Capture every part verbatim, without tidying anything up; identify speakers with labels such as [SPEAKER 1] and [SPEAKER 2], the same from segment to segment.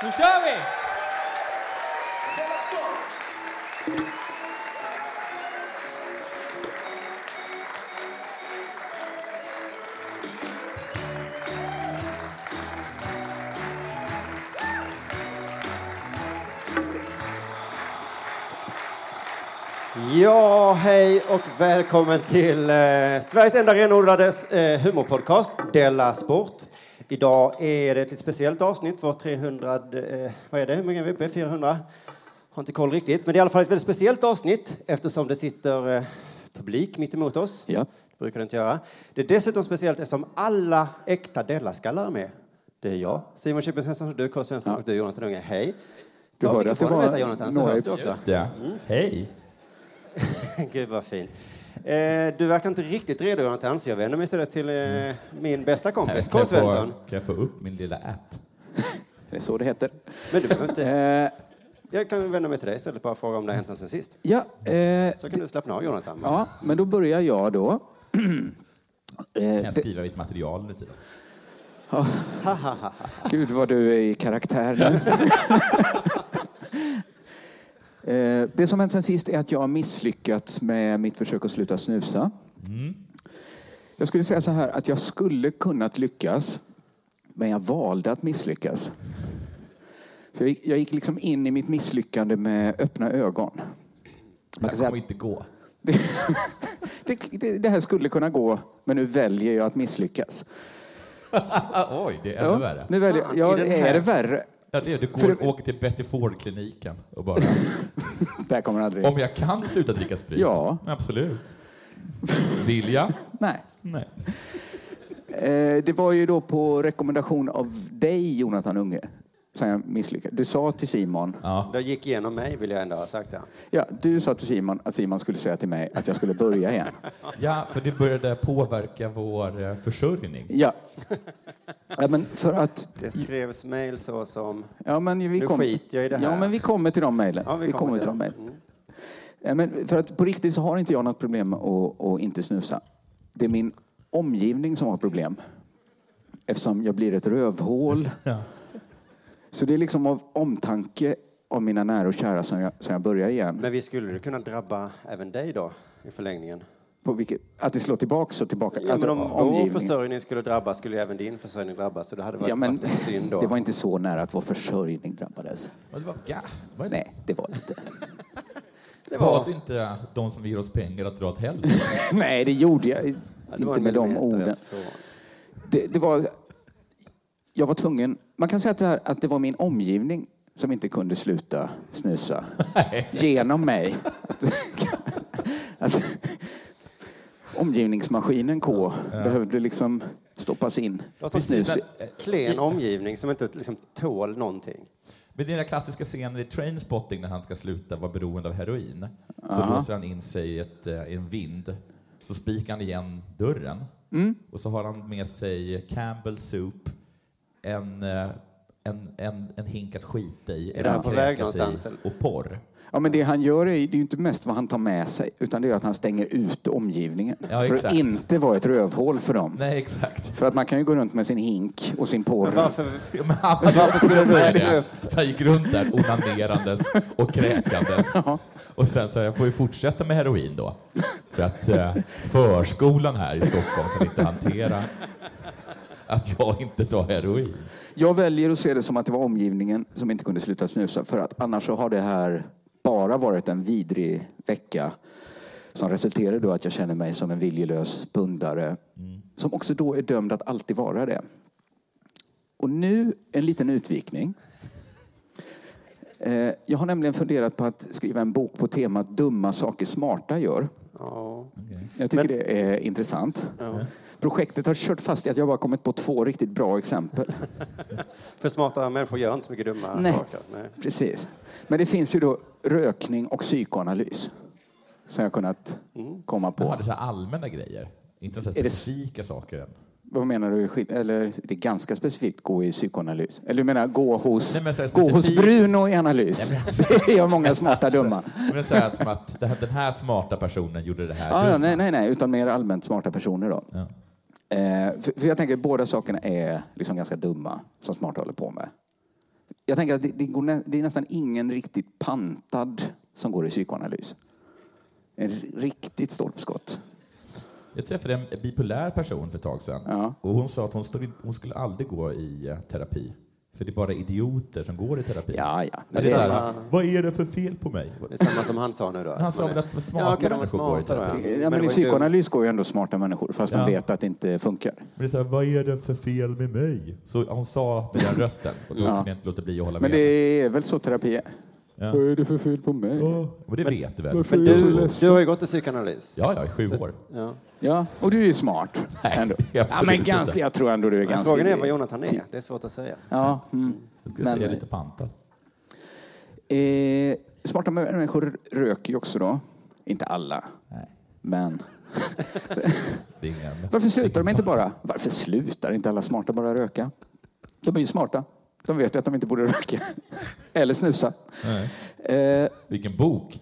[SPEAKER 1] Nu kör vi!
[SPEAKER 2] Ja, hej och välkommen till eh, Sveriges enda renodlade eh, humorpodcast, Della Sport. Idag är det ett lite speciellt avsnitt, var trehundra, eh, vad är det, hur många är vi uppe? fyrahundra? Har inte koll riktigt, men det är i alla fall ett väldigt speciellt avsnitt eftersom det sitter eh, publik mitt emot oss.
[SPEAKER 3] Ja.
[SPEAKER 2] Det brukar det inte göra. Det är dessutom speciellt eftersom alla äkta Della-skallar är med. Det är jag, Simon Chippen-Svensson, du K. Svensson
[SPEAKER 3] Ja.
[SPEAKER 2] och du Jonathan Unge. Hej.
[SPEAKER 3] Du hörde att det var
[SPEAKER 2] veta, Jonathan, så
[SPEAKER 3] några-
[SPEAKER 2] hörs du också.
[SPEAKER 4] Ja. Mm. Hej.
[SPEAKER 2] Gud vad fin. Eh, du verkar inte riktigt redo, Jonathan, så jag vänder mig istället till eh, min bästa kompis, K.
[SPEAKER 4] Kan jag,
[SPEAKER 2] Svensson.
[SPEAKER 4] få, kan jag få upp min lilla app?
[SPEAKER 3] Det är så det heter.
[SPEAKER 2] Men du behöver inte...
[SPEAKER 3] Eh,
[SPEAKER 2] Jag kan vända mig till dig istället, bara fråga om det har hänt sen sist.
[SPEAKER 3] ja, eh,
[SPEAKER 2] Så kan du slappna av, Jonathan.
[SPEAKER 3] ja, men då börjar jag då. eh,
[SPEAKER 4] Kan jag
[SPEAKER 3] det,
[SPEAKER 4] skriva ditt material under tiden?
[SPEAKER 3] oh, Gud vad du är i karaktär nu. eh, det som hänt sen sist är att jag har misslyckats med mitt försök att sluta snusa.
[SPEAKER 4] Mm.
[SPEAKER 3] Jag skulle säga så här att jag skulle kunnat lyckas, men jag valde att misslyckas. För jag, gick, jag gick liksom in i mitt misslyckande med öppna ögon. Man
[SPEAKER 4] Det
[SPEAKER 3] kan
[SPEAKER 4] här
[SPEAKER 3] säga
[SPEAKER 4] kommer
[SPEAKER 3] att
[SPEAKER 4] inte gå.
[SPEAKER 3] det, det, det här skulle kunna gå, men nu väljer jag att misslyckas.
[SPEAKER 4] Oj, det är ännu värre.
[SPEAKER 3] Nu väljer,
[SPEAKER 2] Fan,
[SPEAKER 3] ja,
[SPEAKER 2] i den här-
[SPEAKER 3] är det värre?
[SPEAKER 4] Ja, det är, du går,
[SPEAKER 3] För-
[SPEAKER 4] åker till Betty Ford-kliniken och bara...
[SPEAKER 3] Det här kommer aldrig...
[SPEAKER 4] Om jag kan sluta dricka sprit?
[SPEAKER 3] Ja.
[SPEAKER 4] Absolut. Vill jag?
[SPEAKER 3] Nej.
[SPEAKER 4] Nej.
[SPEAKER 3] Eh, det var ju då på rekommendation av dig, Jonathan Unge, som jag misslyckades. Du sa till Simon...
[SPEAKER 4] Ja.
[SPEAKER 2] Det gick igenom mig, vill jag ändå ha sagt. Ja.
[SPEAKER 3] Ja, du sa till Simon att Simon skulle säga till mig att jag skulle börja igen.
[SPEAKER 4] ja, för det började påverka vår eh, försörjning.
[SPEAKER 3] Ja. Ja, men för att...
[SPEAKER 2] Det skrevs mejl så som...
[SPEAKER 3] Ja, men vi
[SPEAKER 2] Nu
[SPEAKER 3] kom,
[SPEAKER 2] skiter jag i det här.
[SPEAKER 3] Ja, men vi kommer till de mejlen.
[SPEAKER 2] Ja,
[SPEAKER 3] vi kommer till de mejlen.
[SPEAKER 2] Mm.
[SPEAKER 3] Ja, men för att på riktigt så har inte jag något problem med att, att inte snusa. Det är min omgivning som har problem. Eftersom jag blir ett rövhål.
[SPEAKER 4] Ja.
[SPEAKER 3] Så det är liksom av omtanke av mina nära och kära som jag, som jag börjar igen.
[SPEAKER 2] Men vi skulle det kunna drabba även dig då, i förlängningen?
[SPEAKER 3] På vilket, att det slår tillbaka och tillbaka.
[SPEAKER 2] Ja,
[SPEAKER 3] alltså,
[SPEAKER 2] men om vår
[SPEAKER 3] omgivningen.
[SPEAKER 2] försörjning skulle drabbas skulle ju även din försörjning drabbas. Så det hade varit,
[SPEAKER 3] Ja, men
[SPEAKER 2] varit en synd då.
[SPEAKER 3] det var inte så nära att vår försörjning drabbades.
[SPEAKER 4] Och det var, ja, var det,
[SPEAKER 3] Nej, det var det inte.
[SPEAKER 2] Det
[SPEAKER 4] var
[SPEAKER 2] var...
[SPEAKER 4] det inte de som ger oss pengar att dra åt helvete?
[SPEAKER 3] Nej, det gjorde jag
[SPEAKER 2] Ja, det var
[SPEAKER 3] inte
[SPEAKER 2] en
[SPEAKER 3] med de
[SPEAKER 2] millimeter
[SPEAKER 3] orden.
[SPEAKER 2] rätt från.
[SPEAKER 3] Det, det var... Jag var tvungen... Man kan säga att det, här, att det var min omgivning som inte kunde sluta snusa. Genom mig. Att, att, omgivningsmaskinen K ja. behövde liksom stoppas in.
[SPEAKER 2] Det var som
[SPEAKER 3] Snus.
[SPEAKER 2] en klen omgivning som inte liksom tål någonting.
[SPEAKER 4] Men det är den klassiska scenen i Trainspotting när han ska sluta vara beroende av heroin. Så
[SPEAKER 3] Aha.
[SPEAKER 4] låser han in sig i, ett, i en vind. Så spikar han igen dörren.
[SPEAKER 3] Mm.
[SPEAKER 4] Och så har han med sig Campbell Soup, en, en, en, en hink att skita i,
[SPEAKER 2] Är det här
[SPEAKER 4] en
[SPEAKER 2] på väg
[SPEAKER 4] kräkas i
[SPEAKER 2] någonstans?
[SPEAKER 4] och porr.
[SPEAKER 3] Ja, men det han gör är, det är ju inte mest vad han tar med sig, utan det är att han stänger ut omgivningen.
[SPEAKER 4] Ja,
[SPEAKER 3] för
[SPEAKER 4] exakt.
[SPEAKER 3] att inte vara ett rövhål för dem.
[SPEAKER 4] Nej, exakt.
[SPEAKER 3] För att man kan ju gå runt med sin hink och sin porr.
[SPEAKER 2] Men varför...
[SPEAKER 4] Ja, men han,
[SPEAKER 2] Varför skulle du
[SPEAKER 4] det? Han gick runt där onanerandes och kräkandes.
[SPEAKER 3] Ja.
[SPEAKER 4] Och sen så jag får ju fortsätta med heroin då. För att eh, förskolan här i Stockholm kan inte hantera att jag inte tar heroin.
[SPEAKER 3] Jag väljer att se det som att det var omgivningen som inte kunde sluta snusa. För att annars så har det här bara varit en vidrig vecka som resulterade då att jag känner mig som en viljelös pundare. Mm. Som också då är dömd att alltid vara det. Och nu en liten utvikning. Eh, jag har nämligen funderat på att skriva en bok på temat dumma saker smarta gör.
[SPEAKER 2] Ja.
[SPEAKER 4] Okay.
[SPEAKER 3] Jag tycker
[SPEAKER 2] Men...
[SPEAKER 3] det är intressant.
[SPEAKER 2] Ja.
[SPEAKER 3] Projektet har kört fast i att jag bara kommit på två riktigt bra exempel.
[SPEAKER 2] För smarta människor gör inte så mycket dumma
[SPEAKER 3] Nej.
[SPEAKER 2] saker. Nej.
[SPEAKER 3] Precis. Men det finns ju då rökning och psykoanalys som jag har kunnat mm. komma på.
[SPEAKER 4] Men har det så här allmänna grejer? Inte så här specifika det... saker än?
[SPEAKER 3] Vad menar du? Eller det är ganska specifikt gå i psykoanalys. Eller du menar gå hos,
[SPEAKER 4] Nej, men så här
[SPEAKER 3] gå
[SPEAKER 4] specifik...
[SPEAKER 3] hos Bruno i analys. Nej, men... Det gör många smarta dumma.
[SPEAKER 4] Men det är så här som att den här smarta personen gjorde det här
[SPEAKER 3] ah,
[SPEAKER 4] dumma.
[SPEAKER 3] ja, nej, nej, nej. Utan mer allmänt smarta personer då.
[SPEAKER 4] Ja.
[SPEAKER 3] Eh, för, för jag tänker att båda sakerna är liksom ganska dumma som smarta håller på med. jag tänker att det, det, går nä, det är nästan ingen riktigt pantad som går i psykoanalys. En riktigt stolpskott.
[SPEAKER 4] Jag träffade en bipolär person för ett tag sedan.
[SPEAKER 3] Ja.
[SPEAKER 4] Och hon sa att hon, stod, hon skulle aldrig gå i uh, terapi. För det är bara idioter som går i terapi.
[SPEAKER 3] Ja, ja.
[SPEAKER 4] Det är så här, vad är det för fel på mig?
[SPEAKER 2] Det är samma som han sa nu då.
[SPEAKER 4] Han sa väl att smarta
[SPEAKER 2] ja, okay,
[SPEAKER 4] människor går i terapi.
[SPEAKER 3] Ja, men,
[SPEAKER 2] Men
[SPEAKER 3] men i
[SPEAKER 2] det
[SPEAKER 3] psykoanalys går ju ändå smarta människor. Fast
[SPEAKER 4] ja.
[SPEAKER 3] de vet att det inte funkar.
[SPEAKER 4] Men det är så här, vad är det för fel med mig? Så hon sa med den rösten. Och då
[SPEAKER 3] Ja.
[SPEAKER 4] kunde jag inte låta bli att hålla
[SPEAKER 3] Men
[SPEAKER 4] med.
[SPEAKER 3] det är väl så terapi är.
[SPEAKER 4] Ja.
[SPEAKER 3] Vad är det för fel på mig?
[SPEAKER 4] Oh, och det vet du väl?
[SPEAKER 3] varför
[SPEAKER 2] Men
[SPEAKER 3] är du
[SPEAKER 2] du,
[SPEAKER 3] ledsen?
[SPEAKER 2] du har ju gått i psykoanalys.
[SPEAKER 4] Ja, ja, i sju
[SPEAKER 2] Så-
[SPEAKER 4] år.
[SPEAKER 2] Ja.
[SPEAKER 3] Ja, och du är ju smart.
[SPEAKER 4] Nej,
[SPEAKER 3] ändå.
[SPEAKER 4] absolut
[SPEAKER 3] Ja, men
[SPEAKER 4] inte.
[SPEAKER 3] ganska, jag tror ändå du är
[SPEAKER 2] Men
[SPEAKER 3] ganska...
[SPEAKER 2] frågan är vad Jonathan är. Det är svårt att säga.
[SPEAKER 3] Ja, mm.
[SPEAKER 4] Jag skulle
[SPEAKER 3] Men-
[SPEAKER 4] säga lite pantad.
[SPEAKER 3] Eh, smarta människor röker ju också då. Inte alla,
[SPEAKER 4] Nej,
[SPEAKER 3] men...
[SPEAKER 4] det är ingen...
[SPEAKER 3] Varför slutar de inte bara? Varför slutar inte alla smarta bara röka? De är ju smarta. De vet ju att de inte borde röka. Eller snusa.
[SPEAKER 4] Nej.
[SPEAKER 3] Eh,
[SPEAKER 4] Vilken bok?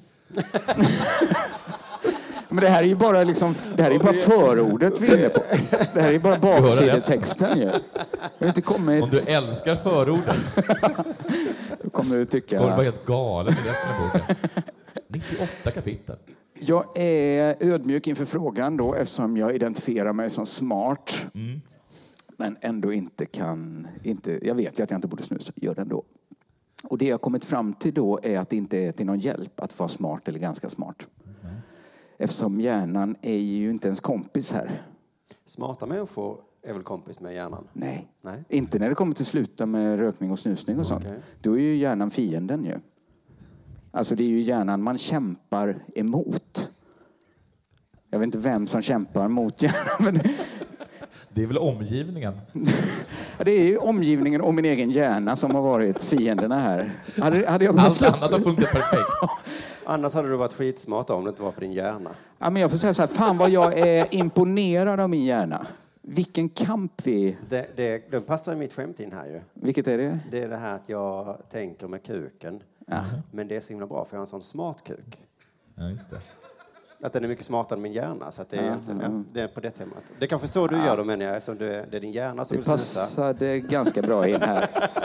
[SPEAKER 3] men det här är ju bara liksom, det här är ju bara förordet vi är inne på. Det här är ju bara baksidetexten ju. Jag har inte kommit...
[SPEAKER 4] Om du älskar förordet
[SPEAKER 3] Då kommer du tycka...
[SPEAKER 4] kommer du vara helt galen i resten av boken. nittioåtta kapitel.
[SPEAKER 3] Jag är ödmjuk inför frågan då eftersom jag identifierar mig som smart.
[SPEAKER 4] Mm.
[SPEAKER 3] Men ändå inte kan... Inte, jag vet ju att jag inte borde snusa. Gör det ändå. Och det jag har kommit fram till då är att det inte är till någon hjälp att vara smart eller ganska smart.
[SPEAKER 4] Mm.
[SPEAKER 3] Eftersom hjärnan är ju inte ens kompis här.
[SPEAKER 2] Smarta människor är väl kompis med hjärnan?
[SPEAKER 3] Nej.
[SPEAKER 2] Nej.
[SPEAKER 3] Inte när det kommer till sluta med rökning och snusning och sånt.
[SPEAKER 2] Okej.
[SPEAKER 3] Då är ju hjärnan fienden ju. Alltså det är ju hjärnan man kämpar emot. Jag vet inte vem som kämpar mot hjärnan. Men
[SPEAKER 4] Det är väl omgivningen?
[SPEAKER 3] det är ju omgivningen och min egen hjärna som har varit fienderna här. Hade, hade jag kunnat
[SPEAKER 4] Allt
[SPEAKER 3] sluta...
[SPEAKER 4] annat har funkat perfekt.
[SPEAKER 2] Annars hade du varit skitsmart om det inte var för din hjärna.
[SPEAKER 3] Ja, men jag får säga så här, fan vad jag är imponerad av min hjärna. Vilken kamp vi...
[SPEAKER 2] Det, det, det passar i mitt skämt in här ju.
[SPEAKER 3] Vilket är det?
[SPEAKER 2] Det är det här att jag tänker med kuken.
[SPEAKER 3] Ja.
[SPEAKER 2] Men det är så himla bra för jag har en sån smart kuk.
[SPEAKER 4] Ja, just det.
[SPEAKER 2] Att den är mycket smartare än min hjärna. Så att det, är
[SPEAKER 3] Ja,
[SPEAKER 2] egentligen,
[SPEAKER 3] ja.
[SPEAKER 2] ja, det är på det temat. Det är kanske så du gör då menar jag. Eftersom du är, det är din hjärna som
[SPEAKER 3] Det
[SPEAKER 2] vill snusa.
[SPEAKER 3] passade ganska bra in här.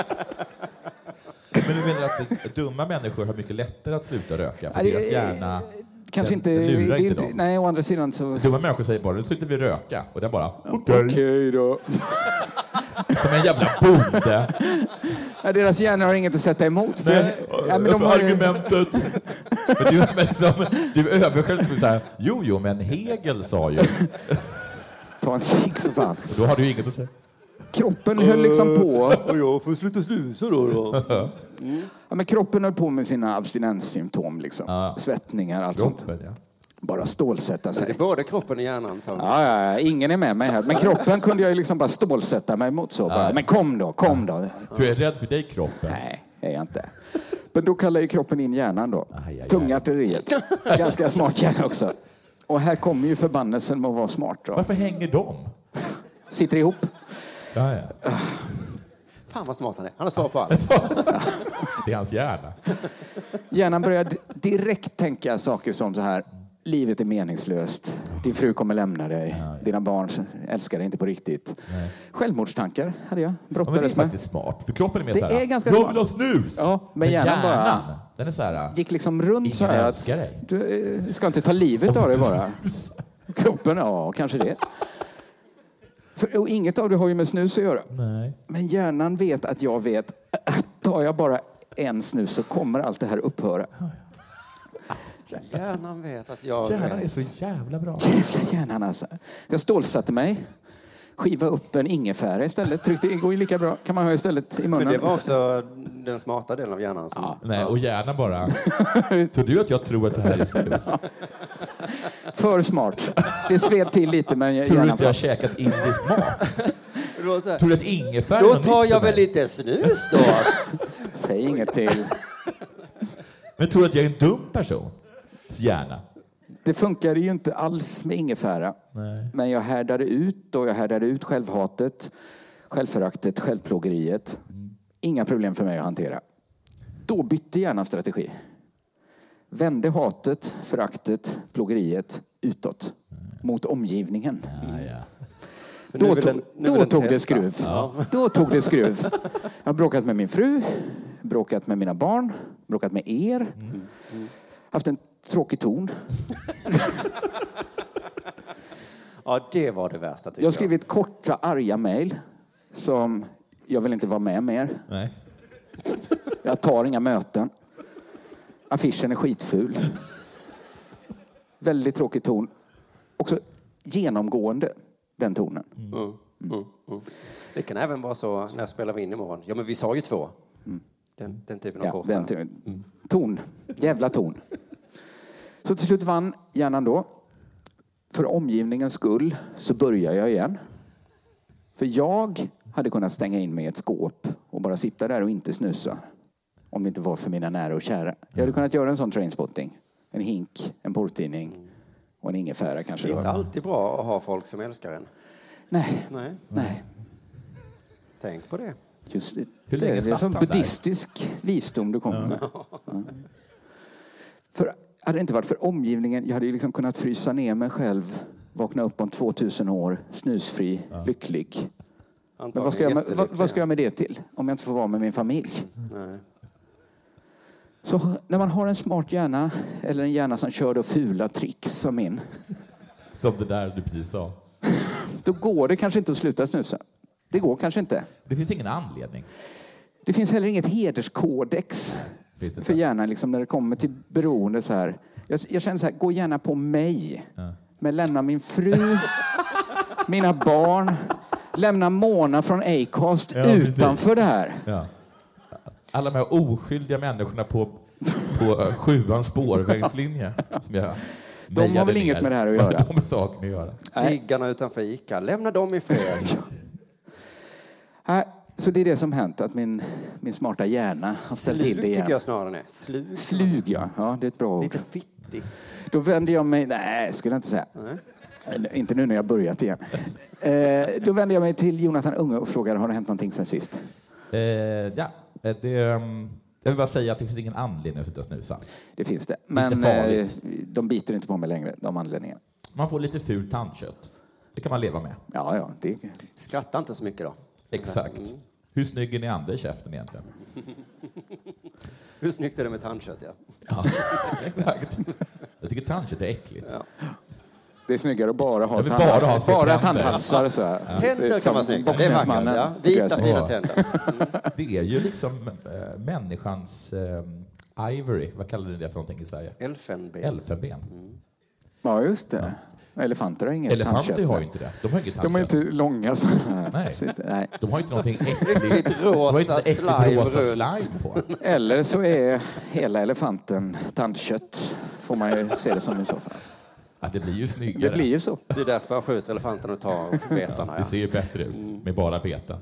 [SPEAKER 4] Men du menar att dumma människor har mycket lättare att sluta röka? För
[SPEAKER 3] Ja, det-
[SPEAKER 4] deras hjärna...
[SPEAKER 3] Kanske
[SPEAKER 4] den,
[SPEAKER 3] inte...
[SPEAKER 4] Den lurar
[SPEAKER 3] det,
[SPEAKER 4] inte
[SPEAKER 3] det,
[SPEAKER 4] dem.
[SPEAKER 3] nej, å andra sidan så...
[SPEAKER 4] Dumma människor säger bara, nu slutar vi röka. Och den bara, okej.
[SPEAKER 3] Okej då.
[SPEAKER 4] Som en jävla bonde.
[SPEAKER 3] Ja, deras hjärnor har inget att sätta emot. För,
[SPEAKER 4] Nej,
[SPEAKER 3] ja, men de
[SPEAKER 4] för
[SPEAKER 3] har ju-
[SPEAKER 4] argumentet. Men du, men liksom, du översköljs med så här, jo, jo, men Hegel sa ju.
[SPEAKER 3] Ta en cigg för fan.
[SPEAKER 4] Och då har du ju inget att säga.
[SPEAKER 3] Kroppen höll liksom på...
[SPEAKER 2] Och jag får sluta snusa då. då.
[SPEAKER 3] Ja, men kroppen höll på med sina abstinenssymptom. Liksom.
[SPEAKER 4] Ja.
[SPEAKER 3] Svettningar, allt sånt.
[SPEAKER 4] Kroppen, ja.
[SPEAKER 3] Bara stålsätta
[SPEAKER 2] Så det är
[SPEAKER 3] sig.
[SPEAKER 2] både kroppen och hjärnan som...
[SPEAKER 3] Ja, ja, ja, ingen är med mig här. Men kroppen kunde jag ju liksom bara stålsätta mig mot så. Bara. Men kom då, kom då.
[SPEAKER 4] Du är rädd för dig, kroppen.
[SPEAKER 3] Nej, är jag inte. Men då kallar ju kroppen in hjärnan då.
[SPEAKER 4] Aj, aj, aj.
[SPEAKER 3] Tunga arteriet. Ganska smart hjärna också. Och här kommer ju förbannelsen med att vara smart då.
[SPEAKER 4] Varför hänger de?
[SPEAKER 3] Sitter ihop.
[SPEAKER 4] Ja, ja.
[SPEAKER 2] Fan vad smart han är. Han har svar på allt.
[SPEAKER 4] Det är hans hjärna.
[SPEAKER 3] Hjärnan börjar d- direkt tänka saker som så här. Livet är meningslöst. Din fru kommer lämna dig. Dina barn älskar dig inte på riktigt.
[SPEAKER 4] Nej.
[SPEAKER 3] Självmordstankar hade jag.
[SPEAKER 4] Ja, men det är
[SPEAKER 3] Brottades med.
[SPEAKER 4] faktiskt smart. För kroppen är mer
[SPEAKER 3] Det
[SPEAKER 4] så här,
[SPEAKER 3] är ganska
[SPEAKER 4] jag
[SPEAKER 3] smart.
[SPEAKER 4] vill ha snus.
[SPEAKER 3] Ja, men hjärnan bara-
[SPEAKER 4] den är så här,
[SPEAKER 3] Gick liksom runt
[SPEAKER 4] ingen
[SPEAKER 3] så här att
[SPEAKER 4] älskar dig.
[SPEAKER 3] du eh, ska inte ta livet av dig bara. Kroppen, ja, kanske det. För, och inget av det har ju med snus att göra.
[SPEAKER 4] Nej.
[SPEAKER 3] Men hjärnan vet att jag vet att tar jag bara en snus så kommer allt det här upphöra.
[SPEAKER 2] Hjärnan vet att jag...
[SPEAKER 4] Hjärnan är så jävla bra.
[SPEAKER 3] Jävla hjärnan alltså. Jag stålsatte mig. Skiva upp en ingefära istället. Tryckte, det går ju lika bra. Kan man ha istället i munnen.
[SPEAKER 2] Men det var också den smarta delen av hjärnan. Som...
[SPEAKER 3] Ja.
[SPEAKER 4] Nej, och hjärnan bara... Tror du att jag tror att det här är snus?
[SPEAKER 3] För smart. Det sved till lite men
[SPEAKER 4] Tror du
[SPEAKER 3] hjärnan
[SPEAKER 4] inte jag har
[SPEAKER 3] fatt.
[SPEAKER 4] käkat indisk mat?
[SPEAKER 2] Då, så här,
[SPEAKER 4] Tror du att ingefära är
[SPEAKER 2] då
[SPEAKER 4] något
[SPEAKER 2] tar
[SPEAKER 4] nytt för
[SPEAKER 2] jag väl
[SPEAKER 4] mig?
[SPEAKER 2] lite snus då.
[SPEAKER 3] Säg inget till.
[SPEAKER 4] Men tror du att jag är en dum person? Hjärna.
[SPEAKER 3] Det funkade ju inte alls med ingefära.
[SPEAKER 4] Nej.
[SPEAKER 3] Men jag härdade ut och jag härdade ut självhatet, självföraktet, självplågeriet. Inga problem för mig att hantera. Då bytte hjärnan strategi. Vände hatet, föraktet, plågeriet utåt. Mot omgivningen.
[SPEAKER 4] Ja, ja.
[SPEAKER 3] Då, tog, då tog det skruv. Ja. Då tog det skruv. Jag har bråkat med min fru, bråkat med mina barn, bråkat med er. Mm. Mm. Haft en tråkig ton.
[SPEAKER 2] Ja, det var det värsta.
[SPEAKER 3] Jag har skrivit jag. korta, arga mejl som jag vill inte vara med mer.
[SPEAKER 4] Nej.
[SPEAKER 3] Jag tar inga möten. Affischen är skitful. Väldigt tråkig ton. Också genomgående, den tonen.
[SPEAKER 2] Mm. Mm. Mm. Mm. Det kan även vara så när jag spelar in imorgon. Ja, men vi sa ju två. Mm. Den, den typen av
[SPEAKER 3] ja,
[SPEAKER 2] korta.
[SPEAKER 3] Den typen. Mm. Ton. Jävla ton. Så till slut vann hjärnan då. För omgivningens skull så börjar jag igen. För jag hade kunnat stänga in mig i ett skåp och bara sitta där och inte snusa. Om det inte var för mina nära och kära. Jag hade kunnat göra en sån trainspotting. En hink, en porrtidning och en ingefära kanske.
[SPEAKER 2] Det är inte alltid bra att ha folk som älskar en.
[SPEAKER 3] Nej.
[SPEAKER 2] Nej.
[SPEAKER 3] Nej.
[SPEAKER 2] Tänk på det.
[SPEAKER 3] Just det. Hur länge det är som buddhistisk visdom du kommer med. Ja. Ja. För hade det inte varit för omgivningen, jag hade ju liksom kunnat frysa ner mig själv, vakna upp om tvåtusen år, snusfri, ja. lycklig. Men vad ska, jag med, vad, vad ska jag med det till om jag inte får vara med min familj? Nej. Så när man har en smart hjärna, eller en hjärna som kör då fula tricks som min.
[SPEAKER 4] Som det där du precis sa.
[SPEAKER 3] Då går det kanske inte att sluta snusa. Det går kanske inte.
[SPEAKER 4] Det finns ingen anledning.
[SPEAKER 3] Det finns heller inget hederskodex för hjärnan liksom, när det kommer till beroende så här. Jag, jag känner så här, gå gärna på mig. Ja. Men lämna min fru, mina barn, lämna Mona från Acast ja, utanför precis. Det här.
[SPEAKER 4] Ja. Alla de här oskyldiga människorna på, på sjuans spårvägslinje. Som jag
[SPEAKER 3] de har väl inget med det här att göra.
[SPEAKER 4] De har saker att göra.
[SPEAKER 2] Tiggarna utanför Ica, lämna dem i fred.
[SPEAKER 3] Nej, så det är det som hänt, att min, min smarta hjärna har ställt till det igen.
[SPEAKER 2] Tycker jag snarare är. Slug.
[SPEAKER 3] Slug, ja. Ja, det är ett bra ord.
[SPEAKER 2] Lite fittig.
[SPEAKER 3] Då vände jag mig, nej, skulle jag inte säga. Nej. Inte nu när jag börjat igen. eh, då vände jag mig till Jonathan Unge och frågade, har det hänt någonting sen sist?
[SPEAKER 4] Eh, ja, det... Um... Jag vill bara säga att det finns ingen anledning att sluta snusa.
[SPEAKER 3] Det finns det. Men eh, de biter inte på mig längre, de anledningarna.
[SPEAKER 4] Man får lite fult tandkött. Det kan man leva med.
[SPEAKER 3] Ja, ja. Det...
[SPEAKER 2] Skratta inte så mycket då.
[SPEAKER 4] Exakt. Mm. Hur snygg är ni andra i käften egentligen?
[SPEAKER 2] Hur snyggt är det med tandkött, ja.
[SPEAKER 4] Ja, exakt. Jag tycker tandkött är äckligt. Ja.
[SPEAKER 3] Det är snyggare att bara ha,
[SPEAKER 4] tand... bara ha
[SPEAKER 3] bara tandhalsar. Så här.
[SPEAKER 2] Ja. Tänder kan vara snyggt. Det är vackert, ja. Vita, fina tänder. Mm.
[SPEAKER 4] Det är ju liksom äh, människans äh, ivory. Vad kallar ni det för någonting i Sverige?
[SPEAKER 2] Elfenben.
[SPEAKER 4] Elfenben. Mm.
[SPEAKER 3] Ja, just det. Ja. Elefanter har inget
[SPEAKER 4] Elefanter
[SPEAKER 3] tandkött.
[SPEAKER 4] har ju inte det. De har inget tandkött.
[SPEAKER 3] De är inte långa så.
[SPEAKER 4] Nej.
[SPEAKER 3] Nej.
[SPEAKER 4] De har inte någonting äckligt.
[SPEAKER 2] rosa
[SPEAKER 4] äckligt
[SPEAKER 2] slime,
[SPEAKER 4] rosa slime på.
[SPEAKER 3] Eller så är hela elefanten tandkött. Får man ju se det som i så fall.
[SPEAKER 4] Ja, det blir ju snyggare.
[SPEAKER 3] Det blir ju så.
[SPEAKER 2] Det är därför man skjuter elefanten och tar betarna.
[SPEAKER 4] Ja, det ser ju bättre ut mm. med bara beta.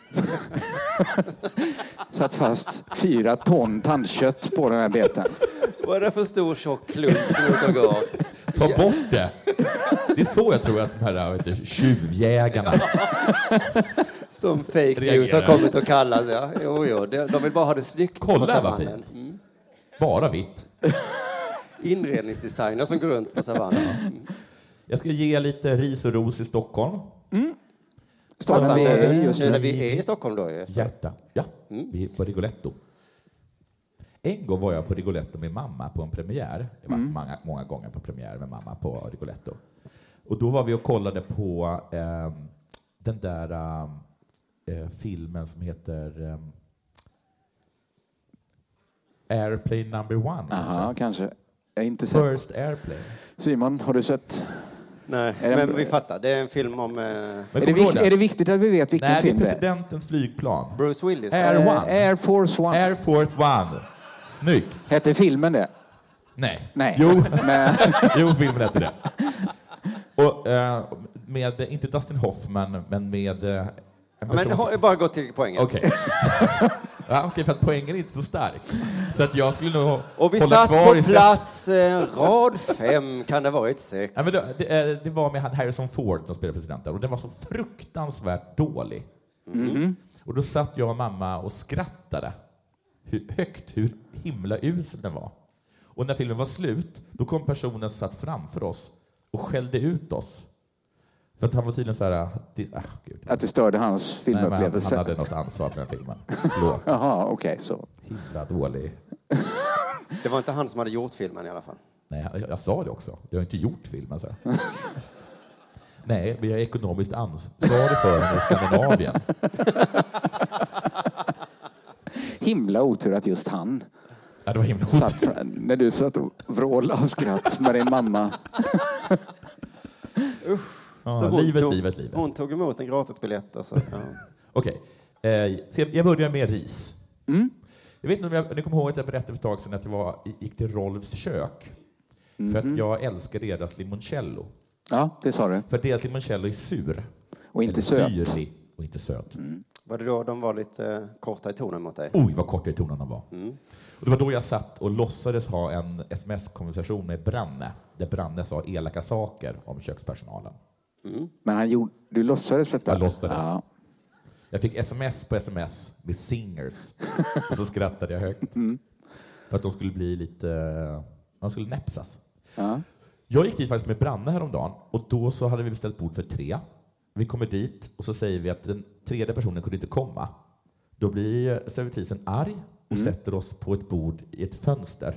[SPEAKER 3] Satt fast fyra ton tandkött på den här beten.
[SPEAKER 2] Vad är det för stor tjock klump som ut och går?
[SPEAKER 4] Ta bort det. Det är så jag tror att de här vet du, tjuvjägarna
[SPEAKER 2] som fake news har kommit att kallas. Ja. Jo, jo, de vill bara ha det snyggt.
[SPEAKER 4] Kolla vad fint. Mm. Bara vitt.
[SPEAKER 2] Inredningsdesigner som går runt på savannen. Mm.
[SPEAKER 4] Jag ska ge lite ris och ros i Stockholm.
[SPEAKER 2] Mm. Passande, vi just nu när vi är i Stockholm då. Är
[SPEAKER 4] Hjärta. Ja, mm. vi är på Rigoletto. En gång var jag på Rigoletto med mamma på en premiär. Jag var mm. många, många gånger på premiär med mamma på Rigoletto. Och då var vi och kollade på eh, den där eh, filmen som heter eh, Airplane number one.
[SPEAKER 3] Aha, kanske. kanske. Jag har inte sett.
[SPEAKER 4] First Airplane.
[SPEAKER 3] Simon, har du sett?
[SPEAKER 2] Nej, men vi fattar. Det är en film om... Eh...
[SPEAKER 3] Är, det vik- är det viktigt att vi vet vilken
[SPEAKER 4] Nej,
[SPEAKER 3] film det är?
[SPEAKER 4] Nej, det är presidentens flygplan.
[SPEAKER 2] Bruce Willis.
[SPEAKER 4] Air
[SPEAKER 3] uh,
[SPEAKER 4] One.
[SPEAKER 3] Air Force One.
[SPEAKER 4] Air Force One. Snyggt.
[SPEAKER 3] Hette filmen det?
[SPEAKER 4] Nej.
[SPEAKER 3] Nej.
[SPEAKER 4] Jo, jo filmen hette det. Och eh, med, inte Dustin Hoffman, men med... Eh,
[SPEAKER 2] en men har bara gått till poängen.
[SPEAKER 4] Okej. Okay. Ja, okej, okay, för att poängen är inte så stark. Så att jag skulle nog
[SPEAKER 2] och vi
[SPEAKER 4] hålla
[SPEAKER 2] satt
[SPEAKER 4] kvar
[SPEAKER 2] på plats eh, rad fem, kan det vara ett sex?
[SPEAKER 4] Ja, men det, det, det var med Harrison Ford som spelade presidenten och den var så fruktansvärt dålig.
[SPEAKER 3] Mm-hmm.
[SPEAKER 4] Och då satt jag och mamma och skrattade hur högt, hur himla usel den var. Och när filmen var slut, då kom personen som satt framför oss och skällde ut oss För att han var tydligen så här... Det, ah, Gud.
[SPEAKER 3] Att det störde hans filmupplevelse?
[SPEAKER 4] Nej, han, han hade något ansvar för den filmen. Förlåt.
[SPEAKER 3] Jaha, okej. Okay, så.
[SPEAKER 4] Himla dålig.
[SPEAKER 2] Det var inte han som hade gjort filmen i alla fall.
[SPEAKER 4] Nej, jag, jag sa det också. Jag har inte gjort filmen. Så. Nej, men jag är ekonomiskt ansvarig för den i Skandinavien.
[SPEAKER 3] Himla otur att just han...
[SPEAKER 4] Ja, det var himla otur.
[SPEAKER 3] Satt, när du satt och vrålade och skratt med din mamma.
[SPEAKER 2] Usch.
[SPEAKER 4] Ja,
[SPEAKER 2] så
[SPEAKER 4] livet,
[SPEAKER 2] tog,
[SPEAKER 4] livet, livet.
[SPEAKER 2] Hon tog emot en gratisbiljett. Alltså. Ja.
[SPEAKER 4] Okej, okay. eh, jag börjar med ris.
[SPEAKER 3] Mm.
[SPEAKER 4] Jag vet inte om jag, ni kommer ihåg att jag berättade för ett tag sedan att jag var, gick till Rolfs kök. Mm-hmm. För att jag älskar deras limoncello.
[SPEAKER 3] Ja, det sa du.
[SPEAKER 4] För deras limoncello är sur.
[SPEAKER 3] Och inte söt.
[SPEAKER 4] Syrlig och inte söt.
[SPEAKER 2] Mm. Var det då de var lite korta i tonen mot dig?
[SPEAKER 4] Oj, vad korta i tonen de var. Mm. Och det var då jag satt och låtsades ha en sms-konversation med Branne. Där Branne sa elaka saker om kökspersonalen.
[SPEAKER 3] Mm. Men han gjorde, du låtsades detta?
[SPEAKER 4] Jag låtsades.
[SPEAKER 3] Ja.
[SPEAKER 4] Jag fick sms på sms med singers. Och så skrattade jag högt. Mm. För att de skulle bli lite... De skulle näpsas.
[SPEAKER 3] Ja.
[SPEAKER 4] Jag gick dit faktiskt med Branne häromdagen. Och då så hade vi beställt bord för tre. Vi kommer dit och så säger vi att den tredje personen kunde inte komma. Då blir servitrisen arg och mm. sätter oss på ett bord i ett fönster.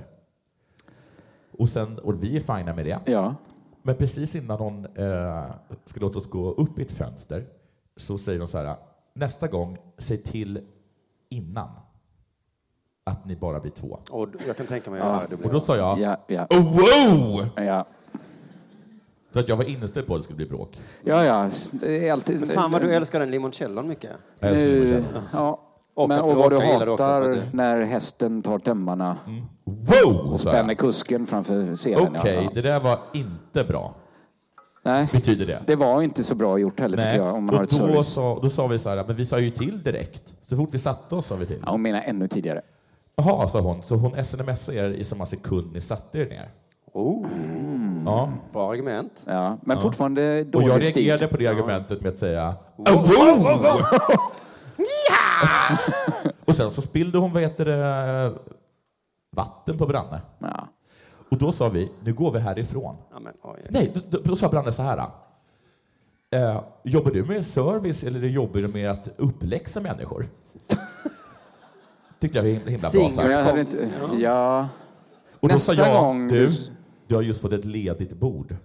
[SPEAKER 4] Och, sen, och vi är fina med det.
[SPEAKER 3] Ja.
[SPEAKER 4] Men precis innan hon eh, ska låta oss gå upp i ett fönster så säger de så här: nästa gång, säg till innan att ni bara blir två.
[SPEAKER 2] Och jag kan tänka mig
[SPEAKER 3] ja.
[SPEAKER 2] att det blir.
[SPEAKER 4] Och då sa jag,
[SPEAKER 3] ja, ja.
[SPEAKER 4] Oh, wow!
[SPEAKER 3] Ja.
[SPEAKER 4] För att jag var inställd på att det skulle bli bråk.
[SPEAKER 3] Ja, ja. Det är alltid...
[SPEAKER 2] Men fan vad du älskar den limoncellon mycket.
[SPEAKER 4] Jag älskar limoncello.
[SPEAKER 3] Ja.
[SPEAKER 2] Och,
[SPEAKER 3] men, och vad du hatar det... när hästen tar tömmarna.
[SPEAKER 4] Mm. Wow!
[SPEAKER 3] Och spänner kusken framför scenen.
[SPEAKER 4] Okej, okay,
[SPEAKER 3] ja.
[SPEAKER 4] det där var inte bra.
[SPEAKER 3] Nej,
[SPEAKER 4] betyder det.
[SPEAKER 3] Det var inte så bra gjort heller. Nej. Tycker jag. Om man
[SPEAKER 4] och
[SPEAKER 3] har ett
[SPEAKER 4] då,
[SPEAKER 3] service.
[SPEAKER 4] sa, då sa vi så här, men vi sa ju till direkt. Så fort vi satte oss sa vi till.
[SPEAKER 3] Ja, hon menar ännu tidigare.
[SPEAKER 4] Jaha, sa hon. Så hon smsade er i samma sekund ni satte er ner.
[SPEAKER 2] Oh. Mm.
[SPEAKER 4] Ja.
[SPEAKER 2] Bra argument.
[SPEAKER 3] Ja, men ja. fortfarande dålig
[SPEAKER 4] Och jag reagerade
[SPEAKER 3] stil.
[SPEAKER 4] på det argumentet med att säga
[SPEAKER 2] wow.
[SPEAKER 4] Oh, wow, wow, wow. Ja! Och sen så spillde hon, vad heter det, vatten på Branne.
[SPEAKER 3] Ja.
[SPEAKER 4] Och då sa vi, nu går vi härifrån.
[SPEAKER 2] Ja, men, oj, oj.
[SPEAKER 4] Nej, då, då sa Branne så här. Eh, jobbar du med service eller jobbar du med att uppläxa människor? Tyckte jag var himla bra sagt.
[SPEAKER 3] Jag hade inte, ja.
[SPEAKER 4] Och då
[SPEAKER 3] Nästa
[SPEAKER 4] sa jag,
[SPEAKER 3] gång
[SPEAKER 4] du,
[SPEAKER 3] du...
[SPEAKER 4] du har just fått ett ledigt bord.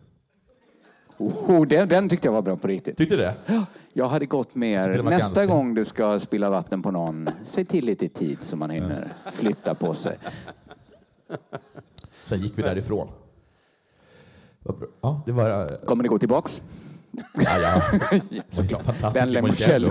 [SPEAKER 3] Oh, den, den tyckte jag var bra på riktigt.
[SPEAKER 4] Tyckte du det?
[SPEAKER 3] Jag hade gått mer. Nästa
[SPEAKER 4] ganska...
[SPEAKER 3] gång du ska spilla vatten på någon, säg till lite tid så man hinner flytta på sig.
[SPEAKER 4] Sen gick vi därifrån. Ja, det var...
[SPEAKER 3] Kommer ni gå tillbaks?
[SPEAKER 4] Ja, ja. Såklart. Fantastiskt.
[SPEAKER 3] Den limoncello.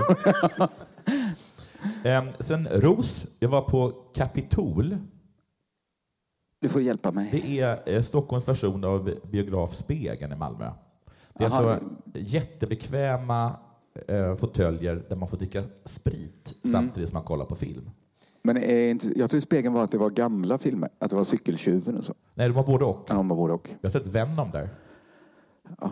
[SPEAKER 4] um, sen Ros, jag var på Kapitol.
[SPEAKER 3] Du får hjälpa mig.
[SPEAKER 4] Det är eh, Stockholms version av biograf Spegeln i Malmö. Det är Aha. alltså jättebekväma eh, fåtöljer där man får dricka sprit mm. samtidigt som man kollar på film.
[SPEAKER 3] Men är inte, jag tror Spegeln var att det var gamla filmer. Att det var Cykeltjuven och så.
[SPEAKER 4] Nej, det var både och.
[SPEAKER 3] Ja, de var både och.
[SPEAKER 4] Jag har sett Venom där.
[SPEAKER 3] Ja.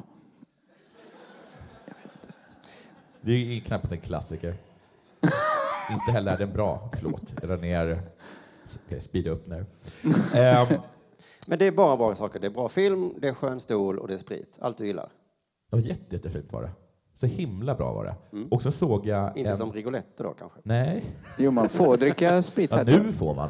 [SPEAKER 4] Det är knappt en klassiker. Inte heller är den bra. Förlåt, jag drar ner... Okay, speeda upp nu. um,
[SPEAKER 2] Men det är bara bra saker. Det är bra film, det är skön stol och det är sprit. Allt du gillar.
[SPEAKER 4] Det var jätte, jättefint var det. Så himla bra var det. Mm. Och så såg jag...
[SPEAKER 2] Inte
[SPEAKER 4] en...
[SPEAKER 2] som Rigoletto då kanske?
[SPEAKER 4] Nej.
[SPEAKER 3] Jo, man får dricka sprit här.
[SPEAKER 4] Ja, nu får man.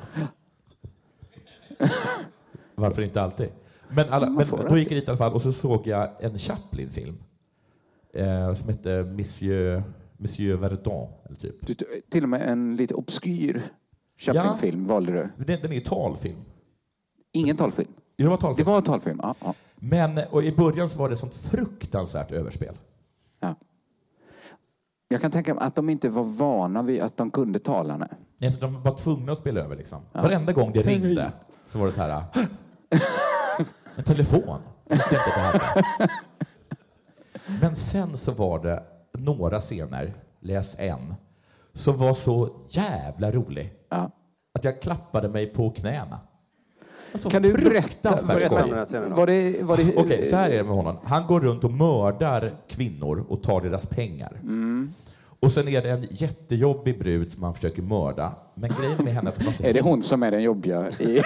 [SPEAKER 4] Varför inte alltid? Men, alla, men då gick jag dit i alla fall och så såg jag en Chaplin-film. Eh, som hette Monsieur, Monsieur Verdun. Eller typ.
[SPEAKER 3] Du, till och med en lite obskyr Chaplin-film ja. valde du.
[SPEAKER 4] Den, den är talfilm.
[SPEAKER 3] Ingen talfilm?
[SPEAKER 4] Jo, det var talfilm.
[SPEAKER 3] Det var talfilm, ja. ja.
[SPEAKER 4] Men och i början så var det sånt fruktansvärt överspel.
[SPEAKER 3] Ja. Jag kan tänka mig att de inte var vana vid att de kunde tala. Nej.
[SPEAKER 4] Nej, så de var tvungna att spela över liksom. Ja. Varenda gång det ringde så var det så här... en telefon. Jag visste inte att det hade. Men sen så var det några scener, läs en, som var så jävla rolig.
[SPEAKER 3] Ja.
[SPEAKER 4] Att jag klappade mig på knäna.
[SPEAKER 3] Kan du berätta?
[SPEAKER 2] berätta
[SPEAKER 3] var det, var det...
[SPEAKER 4] Okej, okay, så här är det med honom. Han går runt och mördar kvinnor och tar deras pengar.
[SPEAKER 3] Mm.
[SPEAKER 4] Och sen är det en jättejobbig brud som han försöker mörda. Men grejen med henne... Att
[SPEAKER 3] är det hon som är den jobbiga? I...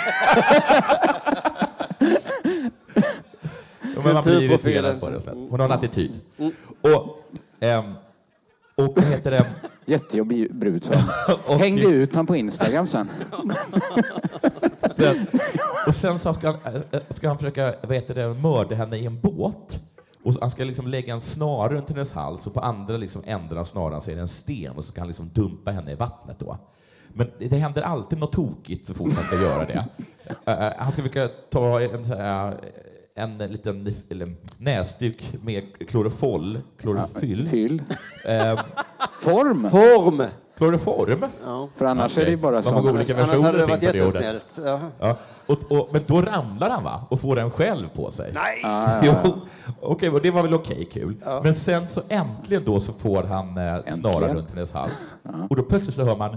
[SPEAKER 4] Ja, men man blir irriterad på det. Hon har en attityd. Mm. Och Um, och vad heter det?
[SPEAKER 3] Jättejobbig brud, så. Hängde ut han på Instagram sen.
[SPEAKER 4] sen och sen så ska han, ska han försöka vad heter det, mörda henne i en båt. Och han ska liksom lägga en snara runt hennes hals och på andra liksom änden av snaran så är det en sten och så ska han liksom dumpa henne i vattnet då. Men det händer alltid något tokigt så fort han ska göra det. Uh, han ska försöka ta en, så här, en liten eller, näsduk med klorofoll, klorofyll.
[SPEAKER 3] Fyll.
[SPEAKER 4] Uh,
[SPEAKER 2] Form! Form!
[SPEAKER 4] Kloroform?
[SPEAKER 2] Ja.
[SPEAKER 3] För annars
[SPEAKER 4] okay.
[SPEAKER 3] är det bara så.
[SPEAKER 4] Många olika versioner
[SPEAKER 2] hade det varit
[SPEAKER 4] finns det
[SPEAKER 2] jättesnällt. Ja.
[SPEAKER 4] Ja. Och, och, men då ramlar han va? Och får den själv på sig.
[SPEAKER 2] Nej!
[SPEAKER 3] Ah, ja.
[SPEAKER 4] Jo, okej, okay, det var väl okej, okay, kul.
[SPEAKER 2] Ja.
[SPEAKER 4] Men sen så äntligen då så får han eh, snara runt hennes hals.
[SPEAKER 3] Ja.
[SPEAKER 4] Och då plötsligt så hör man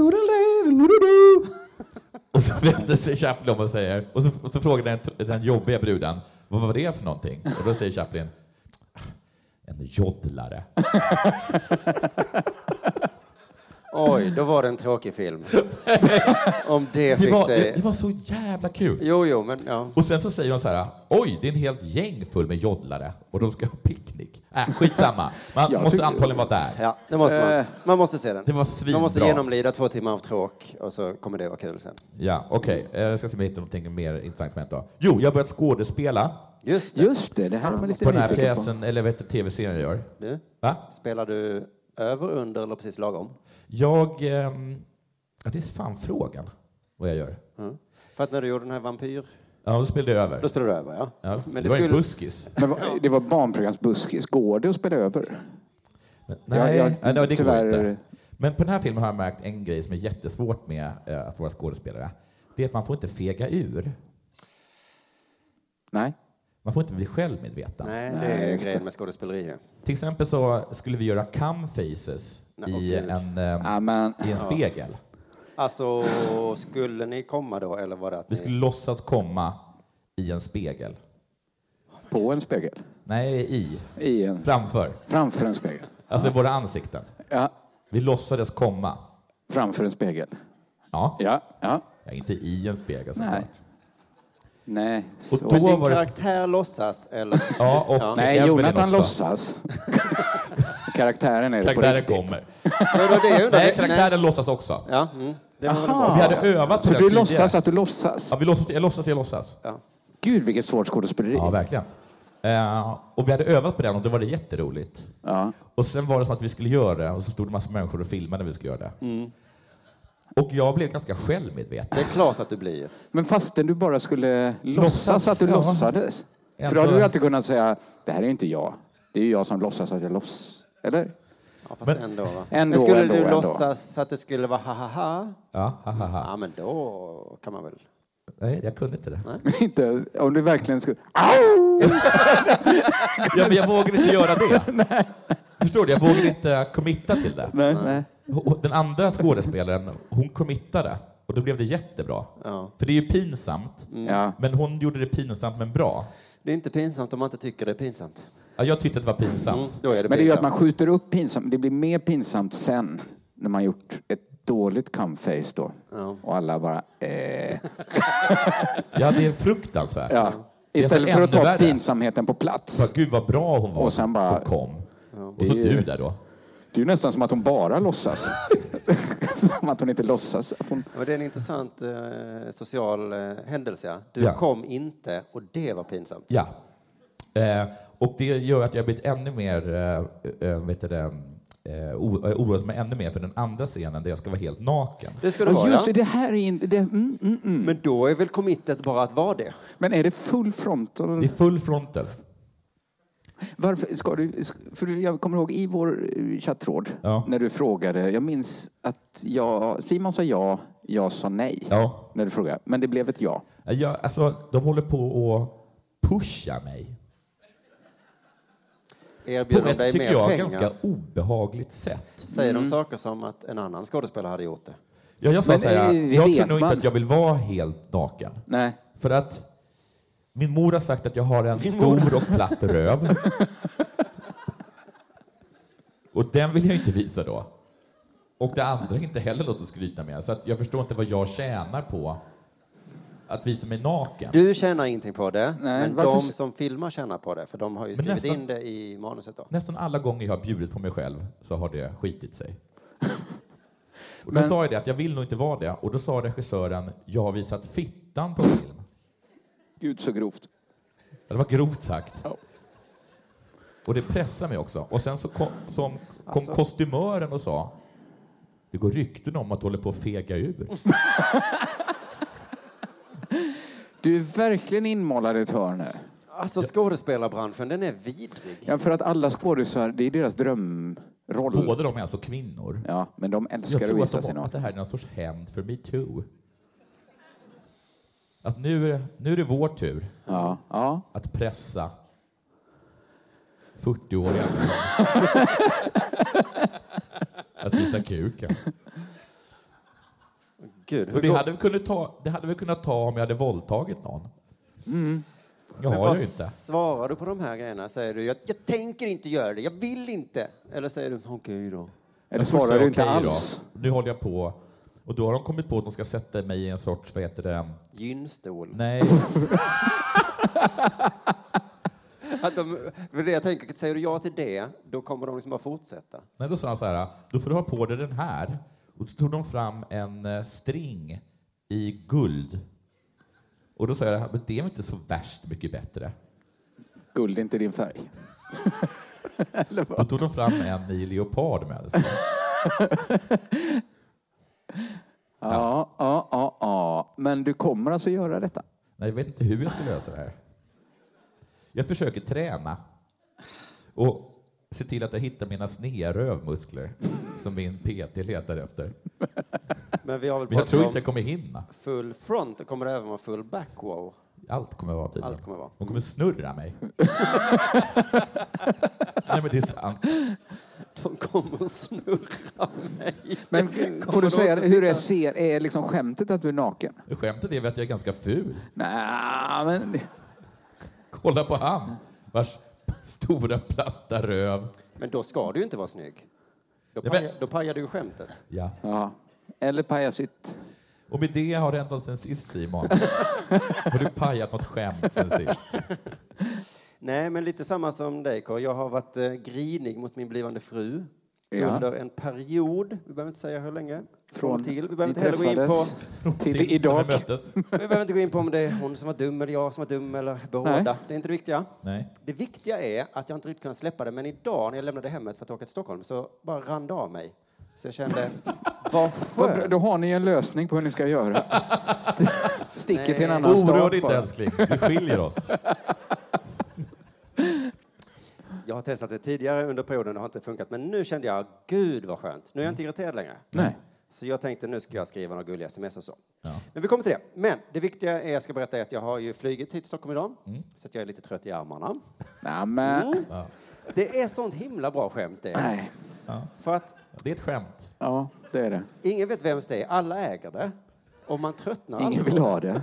[SPEAKER 4] och så vänder sig Chaplin om och säger och så, och så frågar den, den jobbiga bruden vad var det för någonting? Och då säger Chaplin en joddlare.
[SPEAKER 2] Oj, då var det en tråkig film. Om det
[SPEAKER 4] det,
[SPEAKER 2] fick
[SPEAKER 4] var,
[SPEAKER 2] det...
[SPEAKER 4] det var så jävla kul.
[SPEAKER 2] Jo, jo, men ja.
[SPEAKER 4] Och sen så säger de så här, oj, det är en helt gäng full med joddlare och de ska ha picknick. Äh, skitsamma. Man
[SPEAKER 3] Jag
[SPEAKER 4] måste
[SPEAKER 3] tycker-
[SPEAKER 4] antagligen vara där.
[SPEAKER 2] Ja, det måste man.
[SPEAKER 3] Eh.
[SPEAKER 2] Man måste se den.
[SPEAKER 4] Det var svinbra.
[SPEAKER 2] Man måste genomlida två timmar av tråk och så kommer det vara kul sen.
[SPEAKER 4] Ja, okej. Okay. Jag ska se om jag hittar någonting mer intressant med då. Jo, jag har börjat skådespela
[SPEAKER 2] Just det.
[SPEAKER 3] Just det, det här är man lite
[SPEAKER 4] på den här
[SPEAKER 3] nyfiken
[SPEAKER 4] pjäsen, eller vet du, tv-serien jag gör.
[SPEAKER 2] Du,
[SPEAKER 4] Va?
[SPEAKER 2] spelar du över, under eller precis lagom?
[SPEAKER 4] Jag... Ehm, ja, det är fan frågan vad jag gör.
[SPEAKER 2] Mm. För att när du gjorde den här vampyr...
[SPEAKER 4] Ja, då spelade jag över.
[SPEAKER 2] Då spelade du över, ja.
[SPEAKER 4] Ja,
[SPEAKER 2] Men
[SPEAKER 4] det,
[SPEAKER 2] det
[SPEAKER 4] var
[SPEAKER 2] skulle-
[SPEAKER 4] en buskis.
[SPEAKER 3] på. Men vad- det var barnprograms buskis. Går det att spela över?
[SPEAKER 4] Nej,
[SPEAKER 3] Jag- jag-
[SPEAKER 4] nej, det går
[SPEAKER 3] tyvärr-
[SPEAKER 4] inte. Men på den här filmen har jag märkt en grej som är jättesvårt med eh, att vara skådespelare. Det är att man får inte fega ur.
[SPEAKER 3] Nej.
[SPEAKER 4] Man får inte bli självmedveten.
[SPEAKER 2] Nej, det
[SPEAKER 3] Nej,
[SPEAKER 2] är
[SPEAKER 3] just
[SPEAKER 2] grejen
[SPEAKER 3] det.
[SPEAKER 2] med skådespeleri.
[SPEAKER 4] Till exempel så skulle vi göra cam faces
[SPEAKER 2] Nej,
[SPEAKER 4] i,
[SPEAKER 2] åh, Gud.
[SPEAKER 4] en, eh,
[SPEAKER 3] Ja, men,
[SPEAKER 4] i en spegel.
[SPEAKER 2] Alltså, skulle ni komma då, eller var det att
[SPEAKER 4] Vi
[SPEAKER 2] ni...
[SPEAKER 4] skulle låtsas komma i en spegel.
[SPEAKER 3] på en spegel.
[SPEAKER 4] Nej, i.
[SPEAKER 3] I en,
[SPEAKER 4] Framför.
[SPEAKER 3] framför en spegel.
[SPEAKER 4] Alltså våra ansikten.
[SPEAKER 3] Ja,
[SPEAKER 4] Vi låtsades komma.
[SPEAKER 3] framför en spegel.
[SPEAKER 4] Ja.
[SPEAKER 3] Ja, ja.
[SPEAKER 4] Ja, inte i en spegel såklart.
[SPEAKER 3] Nej. Nej. Så.
[SPEAKER 4] Och då
[SPEAKER 2] Din
[SPEAKER 4] var det...
[SPEAKER 2] karaktär låtsas, eller...
[SPEAKER 4] Ja, och
[SPEAKER 2] Ja.
[SPEAKER 3] Nej,
[SPEAKER 4] Evelyn
[SPEAKER 3] Jonathan
[SPEAKER 4] också.
[SPEAKER 3] låtsas. Karaktären är det på
[SPEAKER 4] Karaktären
[SPEAKER 3] riktigt.
[SPEAKER 4] kommer.
[SPEAKER 2] Ja, då det undrar-
[SPEAKER 4] Nej, karaktären låtsas också.
[SPEAKER 2] Ja, mm. det var väl
[SPEAKER 3] Aha.
[SPEAKER 2] bra.
[SPEAKER 4] Vi hade övat på
[SPEAKER 3] Så
[SPEAKER 4] det
[SPEAKER 3] du
[SPEAKER 4] tidigare.
[SPEAKER 3] låtsas att du låtsas?
[SPEAKER 4] Ja, vi låtsas, jag låtsas, jag låtsas.
[SPEAKER 2] Ja.
[SPEAKER 3] Gud, vilket svårt skådespeleri.
[SPEAKER 4] Ja, verkligen. Uh, och vi hade övat på den och då var det jätteroligt.
[SPEAKER 3] Ja.
[SPEAKER 4] Och sen var det som att vi skulle göra det och så stod det massa människor och filmade när vi skulle göra det.
[SPEAKER 2] Mm.
[SPEAKER 4] Och jag blev ganska självmedveten.
[SPEAKER 2] Det är klart att du blir.
[SPEAKER 3] Men fastän du bara skulle låtsas,
[SPEAKER 4] Låtsas,
[SPEAKER 3] att du
[SPEAKER 4] ja.
[SPEAKER 3] låtsades.
[SPEAKER 4] Ändå-
[SPEAKER 3] För då hade du alltid kunnat säga, det här är ju inte jag. Det är ju jag som låtsas att jag låtsas. Eller?
[SPEAKER 2] Ja, fast
[SPEAKER 4] Men-
[SPEAKER 2] ändå, va?
[SPEAKER 3] Ändå,
[SPEAKER 2] men skulle
[SPEAKER 3] ändå,
[SPEAKER 2] du
[SPEAKER 3] ändå.
[SPEAKER 2] låtsas att det skulle vara ha-ha-ha?
[SPEAKER 4] Ja, haha.
[SPEAKER 2] Ja, men då kan man väl...
[SPEAKER 4] Nej, jag kunde inte det.
[SPEAKER 3] Inte, om du verkligen skulle... Au!
[SPEAKER 4] Ja, men jag vågade inte göra det. Förstår du? Jag vågade inte committa till det.
[SPEAKER 3] Nej, nej.
[SPEAKER 4] Och den andra skådespelaren, hon committade. Och då blev det jättebra.
[SPEAKER 2] Ja.
[SPEAKER 4] För det är ju pinsamt.
[SPEAKER 3] Ja.
[SPEAKER 4] Men hon gjorde det pinsamt men bra.
[SPEAKER 2] Det är inte pinsamt om man inte tycker det är pinsamt.
[SPEAKER 4] Ja, jag tyckte att det var pinsamt.
[SPEAKER 2] Mm, då är det
[SPEAKER 3] Men det är ju att
[SPEAKER 2] pinsamt.
[SPEAKER 3] man skjuter upp pinsamt. Det blir mer pinsamt sen när man gjort ett dåligt cumface då.
[SPEAKER 2] Ja.
[SPEAKER 3] Och alla bara... Eh.
[SPEAKER 4] Ja, det är fruktansvärt.
[SPEAKER 3] Ja. Istället
[SPEAKER 4] är
[SPEAKER 3] för att
[SPEAKER 4] ännu
[SPEAKER 3] ta
[SPEAKER 4] värre.
[SPEAKER 3] pinsamheten på plats.
[SPEAKER 4] Bara, Gud vad bra hon var
[SPEAKER 3] Och sen bara-
[SPEAKER 4] som kom. Och så
[SPEAKER 3] Det är ju-
[SPEAKER 4] du där då.
[SPEAKER 3] Det är ju nästan som att hon bara låtsas. Som att hon inte låtsas. Att hon...
[SPEAKER 2] Men det är en intressant eh, social eh, händelse. Ja. Du
[SPEAKER 4] Ja.
[SPEAKER 2] kom inte och det var pinsamt.
[SPEAKER 4] Ja. Eh, och det gör att jag blivit ännu mer, eh, eh, vet du det, eh, o- eh, oroat mig ännu mer för den andra scenen där jag ska vara helt naken.
[SPEAKER 2] Det ska du
[SPEAKER 3] Ja,
[SPEAKER 2] vara,
[SPEAKER 3] just det,
[SPEAKER 2] ja.
[SPEAKER 3] det här är inte... Det, mm, mm, mm.
[SPEAKER 2] Men då är väl committet bara att vara det?
[SPEAKER 3] Men är det full frontal?
[SPEAKER 4] Det är full frontal.
[SPEAKER 3] Varför ska du... För jag kommer ihåg i vår eh, chattråd
[SPEAKER 4] Ja.
[SPEAKER 3] när du frågade. Jag minns att jag, Simon sa ja, jag sa nej.
[SPEAKER 4] Ja.
[SPEAKER 3] När du frågade. Men det blev ett ja.
[SPEAKER 4] Jag, alltså, de håller på att pusha mig. På
[SPEAKER 2] Erbjuder de
[SPEAKER 4] ett,
[SPEAKER 2] dig
[SPEAKER 4] tycker
[SPEAKER 2] mer
[SPEAKER 4] jag,
[SPEAKER 2] pengar?
[SPEAKER 4] ganska obehagligt sätt.
[SPEAKER 2] Säger de saker som att en annan skådespelare hade gjort det?
[SPEAKER 4] Ja, jag sa
[SPEAKER 3] Men,
[SPEAKER 4] så här,
[SPEAKER 3] eh, det
[SPEAKER 4] jag
[SPEAKER 3] vet
[SPEAKER 4] tror nog
[SPEAKER 3] man.
[SPEAKER 4] inte att jag vill vara helt naken.
[SPEAKER 3] Nej.
[SPEAKER 4] För att min mor har sagt att jag har en stor och platt röv. Och den vill jag inte visa då. Och det andra är inte heller något att skryta med. Så att jag förstår inte vad jag tjänar på att visa mig naken.
[SPEAKER 2] Du tjänar ingenting på det,
[SPEAKER 3] Nej,
[SPEAKER 2] men
[SPEAKER 3] varför...
[SPEAKER 2] de som filmar tjänar på det. För de har ju skrivit
[SPEAKER 4] nästan,
[SPEAKER 2] in det i manuset då.
[SPEAKER 4] Nästan alla gånger jag har bjudit på mig själv så har det skitit sig. Och då
[SPEAKER 3] Men...
[SPEAKER 4] sa jag det att jag vill nog inte vara det. Och då sa regissören, jag har visat fittan på film.
[SPEAKER 3] Gud, så grovt.
[SPEAKER 4] Det var grovt sagt.
[SPEAKER 3] Ja.
[SPEAKER 4] Och det pressade mig också. Och sen så kom, som kom
[SPEAKER 2] Alltså.
[SPEAKER 4] kostymören och sa, det går rykten om att du håller på att fega ur.
[SPEAKER 3] Du är verkligen inmålad i ett hörn här.
[SPEAKER 2] Alltså skådespelarbranschen, den är vidrig.
[SPEAKER 3] Ja, för att alla skådespelare, det är deras drömroll.
[SPEAKER 4] Båda de är alltså kvinnor.
[SPEAKER 3] Ja, men de älskar
[SPEAKER 4] Jag
[SPEAKER 3] att
[SPEAKER 4] tror
[SPEAKER 3] visa
[SPEAKER 4] att,
[SPEAKER 3] sig
[SPEAKER 4] de, att
[SPEAKER 3] naken.
[SPEAKER 4] det här är någon sorts hämnd för MeToo. Att nu, är- nu är det vår tur
[SPEAKER 3] Ja, ja.
[SPEAKER 4] att pressa fyrtio-åriga att visa kuken.
[SPEAKER 2] Gud,
[SPEAKER 4] Och
[SPEAKER 2] hur
[SPEAKER 4] det,
[SPEAKER 2] går...
[SPEAKER 4] hade vi kunnat ta, det hade vi kunnat ta om jag hade våldtagit någon.
[SPEAKER 3] Mm.
[SPEAKER 4] Jag
[SPEAKER 2] Men
[SPEAKER 4] har
[SPEAKER 2] vad
[SPEAKER 4] ju inte.
[SPEAKER 2] svarar du på de här grejerna? Säger du, jag, jag tänker inte göra det, jag vill inte. Eller säger du, okej då.
[SPEAKER 3] Eller
[SPEAKER 4] Jag
[SPEAKER 3] svarar
[SPEAKER 4] säger,
[SPEAKER 3] du inte
[SPEAKER 4] okej
[SPEAKER 3] alls?
[SPEAKER 4] Då. Nu håller jag på. Och då har de kommit på att de ska sätta mig i en sorts, vad heter det?
[SPEAKER 2] Gynstol.
[SPEAKER 4] Nej,
[SPEAKER 2] Att de, för det jag tänker, säger du ja till det, då kommer de liksom bara fortsätta.
[SPEAKER 4] nej, då sa han så här, då får du ha på dig den här. Och så tog de fram en eh, string i guld. Och då sa jag, men det är väl inte så värst mycket bättre.
[SPEAKER 3] Guld är inte din färg. Eller
[SPEAKER 4] Då
[SPEAKER 3] vad?
[SPEAKER 4] tog de fram en i leopard med. Alltså.
[SPEAKER 3] Ja, ja, ja, ja. Men du kommer alltså göra detta?
[SPEAKER 4] Nej, jag vet inte hur jag ska lösa det här. Jag försöker träna. Och se till att jag hittar mina sneda rövmuskler. Som min P T letar efter.
[SPEAKER 2] Men vi har väl
[SPEAKER 4] Men jag
[SPEAKER 2] pratat
[SPEAKER 4] tror
[SPEAKER 2] om
[SPEAKER 4] inte jag kommer hinna.
[SPEAKER 2] full front, och kommer det även vara full back wow.
[SPEAKER 4] Allt kommer vara tydligen.
[SPEAKER 2] Allt kommer vara.
[SPEAKER 4] De kommer snurra mig. Nej, men det är sant.
[SPEAKER 2] De kommer att snurra mig.
[SPEAKER 3] Men
[SPEAKER 2] Kommer
[SPEAKER 3] får du
[SPEAKER 2] de
[SPEAKER 3] säga
[SPEAKER 2] också
[SPEAKER 3] hur det
[SPEAKER 2] sitta-
[SPEAKER 3] ser, är liksom skämtet att du är naken?
[SPEAKER 4] Skämtet är väl att jag är ganska ful.
[SPEAKER 3] Nej, men...
[SPEAKER 4] Kolla på han. Vars stora platta röv.
[SPEAKER 2] Men då ska du ju inte vara snygg. Då
[SPEAKER 4] Nej, men-
[SPEAKER 2] pajar, då pajar du ju skämtet.
[SPEAKER 4] Ja.
[SPEAKER 3] Ja. Eller pajasigt.
[SPEAKER 4] Och med det har det hänt sen sist, Simon. Har du pajat något skämt sen sist?
[SPEAKER 2] Nej, men lite samma som dig, Kåre. Jag har varit eh, grinig mot min blivande fru
[SPEAKER 3] Ja.
[SPEAKER 2] under en period. Vi behöver inte säga hur länge.
[SPEAKER 3] Från
[SPEAKER 2] till. Vi behöver
[SPEAKER 3] ni
[SPEAKER 2] inte heller gå in på...
[SPEAKER 3] träffades till
[SPEAKER 4] Till
[SPEAKER 3] idag.
[SPEAKER 4] som vi möttes.
[SPEAKER 2] Vi behöver inte gå in på om det är hon som var dum eller jag som var dum eller båda.
[SPEAKER 3] Nej.
[SPEAKER 2] Det är inte det viktiga.
[SPEAKER 4] Nej.
[SPEAKER 2] Det viktiga är att jag inte riktigt kunde släppa det. Men idag när jag lämnade hemmet för att åka till Stockholm så bara rann det av mig. Så jag kände, vad
[SPEAKER 3] Vad bra,
[SPEAKER 2] skönt.
[SPEAKER 3] Då har ni en lösning på hur ni ska göra. Sticker till en
[SPEAKER 2] Nej.
[SPEAKER 3] annan
[SPEAKER 4] Oroa
[SPEAKER 3] stad
[SPEAKER 4] dig inte,
[SPEAKER 3] bara.
[SPEAKER 4] älskling. Vi skiljer oss.
[SPEAKER 2] Jag har testat det tidigare under perioden och det har inte funkat. Men nu kände jag, gud vad skönt. Nu är jag inte irriterad längre.
[SPEAKER 3] Nej.
[SPEAKER 2] Så jag tänkte, nu ska jag skriva några gulliga sms och så.
[SPEAKER 4] Ja.
[SPEAKER 2] Men vi kommer till det. Men det viktiga är, jag ska berätta, är att jag har ju flugit hit till Stockholm idag.
[SPEAKER 4] Mm.
[SPEAKER 2] Så att jag är lite trött i armarna.
[SPEAKER 3] Nej, men...
[SPEAKER 2] Mm.
[SPEAKER 4] Ja.
[SPEAKER 2] Det är sånt himla bra skämt det.
[SPEAKER 3] Nej.
[SPEAKER 2] För att
[SPEAKER 4] Det är ett skämt.
[SPEAKER 3] Ja, det är det.
[SPEAKER 2] ingen vet vems det är. Alla äger det. Och man tröttnar
[SPEAKER 3] Ingen
[SPEAKER 2] aldrig.
[SPEAKER 3] vill ha det.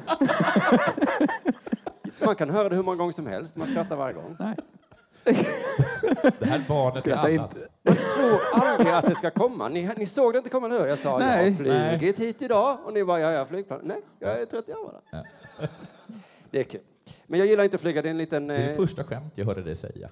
[SPEAKER 2] Man kan höra det hur många gånger som helst. Man skrattar varje gång.
[SPEAKER 3] Nej.
[SPEAKER 4] Det här barnet är
[SPEAKER 3] Skratta
[SPEAKER 4] allas.
[SPEAKER 3] inte.
[SPEAKER 2] Man tror aldrig att det ska komma. Ni, ni såg det inte komma, eller hur? Jag sa,
[SPEAKER 3] Nej.
[SPEAKER 2] jag har flugit hit idag. Och ni bara, ja, jag har flygplan. Nej, jag är trött i armarna.
[SPEAKER 4] Ja.
[SPEAKER 2] Det är kul. Men jag gillar inte att flyga. Det är en liten...
[SPEAKER 4] Det är det
[SPEAKER 2] eh,
[SPEAKER 4] första skämt jag hörde dig säga.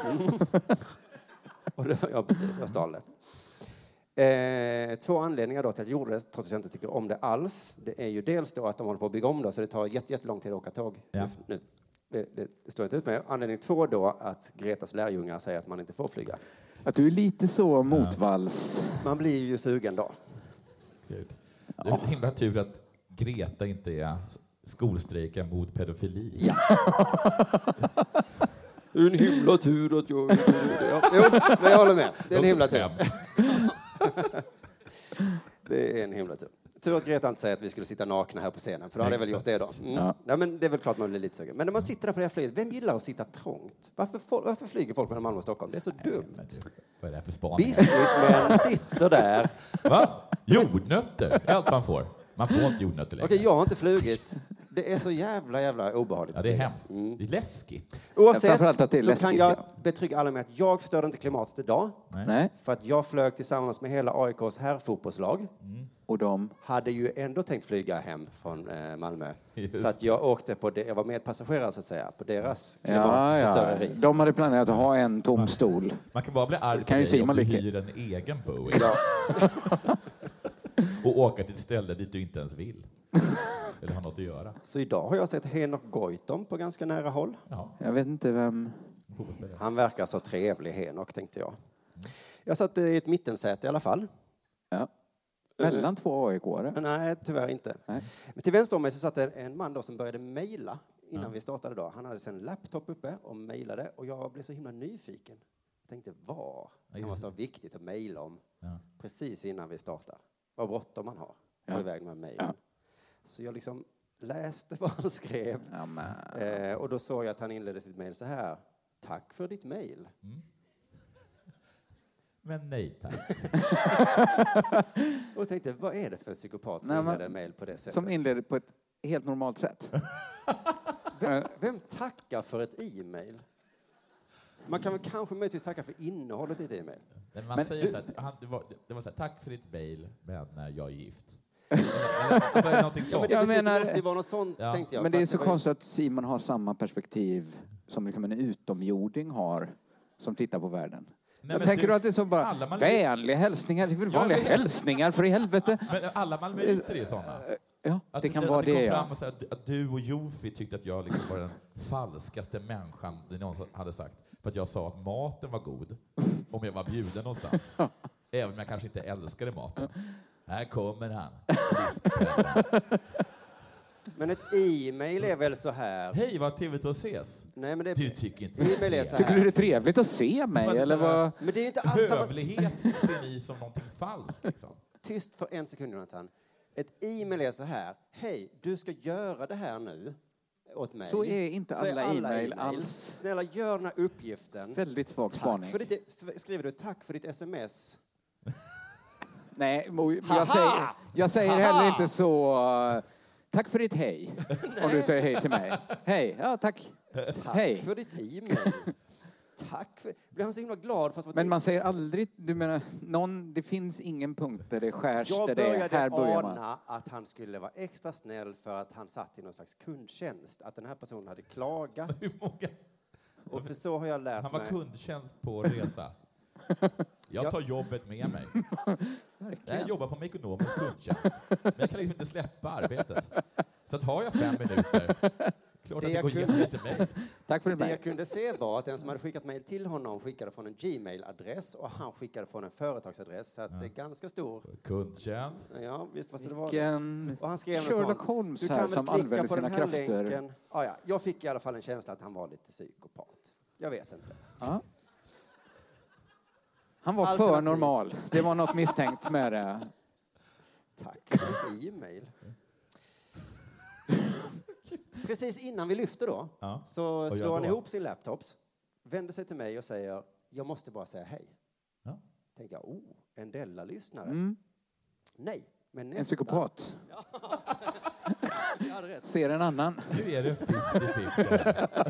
[SPEAKER 2] och det var, ja, precis. Jag stal det. Eh, två anledningar då till att jag gjorde det, trots att jag inte tycker om det alls. Det är ju dels då att de håller på att bygga om då, så det tar jätte, jättelång tid att åka tåg
[SPEAKER 4] Ja.
[SPEAKER 2] nu. Det, det, det står inte ut med. Anledning två då, att Gretas lärjungar säger att man inte får flyga.
[SPEAKER 3] Att du är lite så motvalls.
[SPEAKER 2] Man blir ju sugen då.
[SPEAKER 4] Gud. Det är himla tur att Greta inte är skolstrejkar mot pedofili.
[SPEAKER 2] Ja. Det är en himla tur att jag... Ja, jo, men jag håller med. Det är en himla tur. Det är en himla tur. Tur att Greta inte säger att vi skulle sitta nakna här på scenen, för då hade jag väl gjort det då. Mm.
[SPEAKER 3] Ja.
[SPEAKER 2] Ja, men det är väl klart man blir lite sugen. Men när man sitter där på det här flyget, vem gillar att sitta trångt? Varför, folk, varför flyger folk mellan Malmö och Stockholm? Det är så dumt.
[SPEAKER 4] Men du, vad är det här för spaning?
[SPEAKER 2] Businessmän sitter där.
[SPEAKER 4] Va? Jordnötter, är allt man får. Man får inte jordnötter längre.
[SPEAKER 2] Okej, jag har inte flugit. Det är så jävla, jävla obehagligt.
[SPEAKER 4] Ja, det är hemskt. Det är läskigt.
[SPEAKER 2] Oavsett
[SPEAKER 3] Framförallt att det är
[SPEAKER 2] så
[SPEAKER 3] läskigt,
[SPEAKER 2] kan jag
[SPEAKER 3] ja.
[SPEAKER 2] betrygga alla med att jag förstörde inte klimatet idag.
[SPEAKER 4] Nej.
[SPEAKER 3] Nej.
[SPEAKER 2] För att jag flög tillsammans med hela A I K:s herrfotbollslag.
[SPEAKER 3] Och de
[SPEAKER 2] hade ju ändå tänkt flyga hem från eh, Malmö.
[SPEAKER 4] Just.
[SPEAKER 2] Så att jag åkte på det, jag var med passagerare så att säga, på deras
[SPEAKER 3] ja, ja.
[SPEAKER 2] klimatförstöreri.
[SPEAKER 3] De hade planerat att ha en tom stol.
[SPEAKER 4] Man kan bara bli arg på
[SPEAKER 3] Kan ju
[SPEAKER 4] dig om
[SPEAKER 3] Simon
[SPEAKER 4] du
[SPEAKER 3] lycka.
[SPEAKER 4] hyr en egen Boeing
[SPEAKER 2] Ja.
[SPEAKER 4] och åka till ett ställe dit du inte ens vill. Eller har något att göra.
[SPEAKER 2] Så idag har jag sett Henok Goitom på ganska nära håll.
[SPEAKER 4] Ja,
[SPEAKER 3] Jag vet inte vem...
[SPEAKER 4] fotbollsspelare.
[SPEAKER 2] Han verkar så trevlig, Henok, tänkte jag. Jag satt i ett mittensäte i alla fall.
[SPEAKER 3] Ja. Mellan två A I K-are.
[SPEAKER 2] Nej, tyvärr inte.
[SPEAKER 3] Nej.
[SPEAKER 2] Men till vänster om mig så satt en, en man då som började mejla innan
[SPEAKER 4] Ja.
[SPEAKER 2] vi startade då. Han hade sin laptop uppe och mejlade och jag blev så himla nyfiken. Jag tänkte, vad kan vara så viktigt att mejla om
[SPEAKER 4] Ja.
[SPEAKER 2] precis innan vi startar? Vad bråttom man har. Få
[SPEAKER 3] Ja.
[SPEAKER 2] iväg med mejlen.
[SPEAKER 3] Ja.
[SPEAKER 2] Så jag liksom läste vad han skrev.
[SPEAKER 3] Ja, men...
[SPEAKER 2] Eh, och då såg jag att han inledde sitt mejl så här. Tack för ditt mejl.
[SPEAKER 4] Men nej tack.
[SPEAKER 2] Och jag tänkte, vad är det för psykopat som
[SPEAKER 3] Nej, men-
[SPEAKER 2] inledde mejl på det sättet?
[SPEAKER 3] Som inledde på ett helt normalt sätt.
[SPEAKER 2] Vem, vem tackar för ett e-mail? Man kan väl kanske möjligtvis tacka för innehållet i ett e-mail.
[SPEAKER 4] Men man
[SPEAKER 3] Men
[SPEAKER 4] säger
[SPEAKER 3] du-
[SPEAKER 4] så att han, det, var, det var så här, tack för ditt mejl, men eh, jag är gift. eller, eller, alltså, är det någonting
[SPEAKER 2] Ja,
[SPEAKER 4] sånt.
[SPEAKER 2] men det,
[SPEAKER 3] Jag
[SPEAKER 2] precis,
[SPEAKER 3] menar-
[SPEAKER 2] det måste ju vara något sånt,
[SPEAKER 4] Ja.
[SPEAKER 2] tänkte jag.
[SPEAKER 3] Men
[SPEAKER 2] för
[SPEAKER 3] det är
[SPEAKER 2] att
[SPEAKER 3] så
[SPEAKER 2] var ju-
[SPEAKER 3] konstigt att Simon har samma perspektiv som liksom en utomjording har som tittar på världen.
[SPEAKER 4] Nej,
[SPEAKER 3] jag
[SPEAKER 4] men
[SPEAKER 3] tänker
[SPEAKER 4] du-
[SPEAKER 3] du att det är så bara
[SPEAKER 4] alla man-
[SPEAKER 3] vänliga hälsningar? Det är väl
[SPEAKER 4] Jag
[SPEAKER 3] vanliga
[SPEAKER 4] vet.
[SPEAKER 3] hälsningar för i helvete.
[SPEAKER 4] Men alla malmöiter är sådana.
[SPEAKER 3] Ja,
[SPEAKER 4] Att
[SPEAKER 3] det kan
[SPEAKER 4] att
[SPEAKER 3] vara
[SPEAKER 4] det.
[SPEAKER 3] det,
[SPEAKER 4] kom
[SPEAKER 3] ja.
[SPEAKER 4] fram och så att, att du och Jofi tyckte att jag liksom var den falskaste människan det någon hade sagt. För att jag sa att maten var god om jag var bjuden någonstans. Även om jag kanske inte älskade maten. Här kommer han. Friskpellen.
[SPEAKER 2] Men ett e-mail är väl så här...
[SPEAKER 4] Hej, vad trevligt att ses.
[SPEAKER 2] Nej, men det,
[SPEAKER 4] Du tycker inte
[SPEAKER 2] e-mail är så här.
[SPEAKER 3] Tycker du det är trevligt att se
[SPEAKER 4] Som
[SPEAKER 3] mig?
[SPEAKER 4] att
[SPEAKER 3] Eller
[SPEAKER 4] sådär-
[SPEAKER 3] vad?
[SPEAKER 2] Men det är inte alls samma...
[SPEAKER 4] Hövlighet ser ni som någonting falskt. Liksom.
[SPEAKER 2] Tyst för en sekund, Jonathan. Ett e-mail är så här. Hej, du ska göra det här nu åt mig.
[SPEAKER 3] Så är inte
[SPEAKER 2] Så är
[SPEAKER 3] alla e-mail
[SPEAKER 2] e-mails.
[SPEAKER 3] alls.
[SPEAKER 2] Snälla, gör den här uppgiften.
[SPEAKER 3] Väldigt svag
[SPEAKER 2] Tack
[SPEAKER 3] spaning.
[SPEAKER 2] för ditt, skriver du tack för ditt sms?
[SPEAKER 3] Nej, Mo,
[SPEAKER 2] Haha!
[SPEAKER 3] jag säger, jag säger
[SPEAKER 2] Haha!
[SPEAKER 3] heller inte så... uh, Tack för ditt hej. Om du säger hej till mig. Hej, ja tack.
[SPEAKER 2] Tack
[SPEAKER 3] Hej.
[SPEAKER 2] för ditt e-mail. Tack för... Blir han så himla glad för att få ett
[SPEAKER 3] Men man säger aldrig, du menar, någon, det finns ingen punkt där det skärs,
[SPEAKER 2] Jag
[SPEAKER 3] där det är,
[SPEAKER 2] började
[SPEAKER 3] här börjar man.
[SPEAKER 2] ana att han skulle vara extra snäll för att han satt i någon slags kundtjänst. Att den här personen hade klagat.
[SPEAKER 4] Hur många?
[SPEAKER 2] Och för så har jag lärt
[SPEAKER 4] Han var
[SPEAKER 2] mig.
[SPEAKER 4] kundtjänst på resa. Jag tar jobbet med mig. Jag jobbar på med ekonomisk kundtjänst. Men jag kan liksom inte släppa arbetet. Så att har jag fem minuter, klart
[SPEAKER 2] Det
[SPEAKER 4] att det
[SPEAKER 2] jag
[SPEAKER 4] går
[SPEAKER 2] kunde
[SPEAKER 4] igenom till mig.
[SPEAKER 3] Tack för det.
[SPEAKER 2] Det jag
[SPEAKER 3] Mig.
[SPEAKER 2] kunde se var att den som hade skickat mejl till honom skickade från en Gmail-adress och han skickade från en företagsadress. Så att det är ganska stor.
[SPEAKER 4] Kundtjänst.
[SPEAKER 2] Ja, visst måste det vara det.
[SPEAKER 3] Vilken
[SPEAKER 2] Och han skrev något
[SPEAKER 3] Sherlock
[SPEAKER 2] sånt.
[SPEAKER 3] Holmes
[SPEAKER 2] Du kan
[SPEAKER 3] här
[SPEAKER 2] väl
[SPEAKER 3] som
[SPEAKER 2] klicka
[SPEAKER 3] använder
[SPEAKER 2] på den
[SPEAKER 3] sina
[SPEAKER 2] här
[SPEAKER 3] krafter.
[SPEAKER 2] länken. Ja, ja. Jag fick i alla fall en känsla att han var lite psykopat. Jag vet inte.
[SPEAKER 3] Ja. Han var för
[SPEAKER 2] Alternativt.
[SPEAKER 3] normal. Det var något misstänkt med det.
[SPEAKER 2] Tack för ditt e-mail. Precis innan vi lyfter då,
[SPEAKER 4] Ja.
[SPEAKER 2] så
[SPEAKER 4] Vad gör
[SPEAKER 2] slår han
[SPEAKER 4] då?
[SPEAKER 2] ihop sin laptops, vänder sig till mig och säger, jag måste bara säga hej.
[SPEAKER 4] Ja.
[SPEAKER 2] Tänker jag, oh, en Della-lyssnare.
[SPEAKER 3] Mm.
[SPEAKER 2] Nej, men nästa.
[SPEAKER 3] En psykopat.
[SPEAKER 2] Jag hade rätt.
[SPEAKER 3] Ser en annan.
[SPEAKER 4] Nu är det fifty fifty.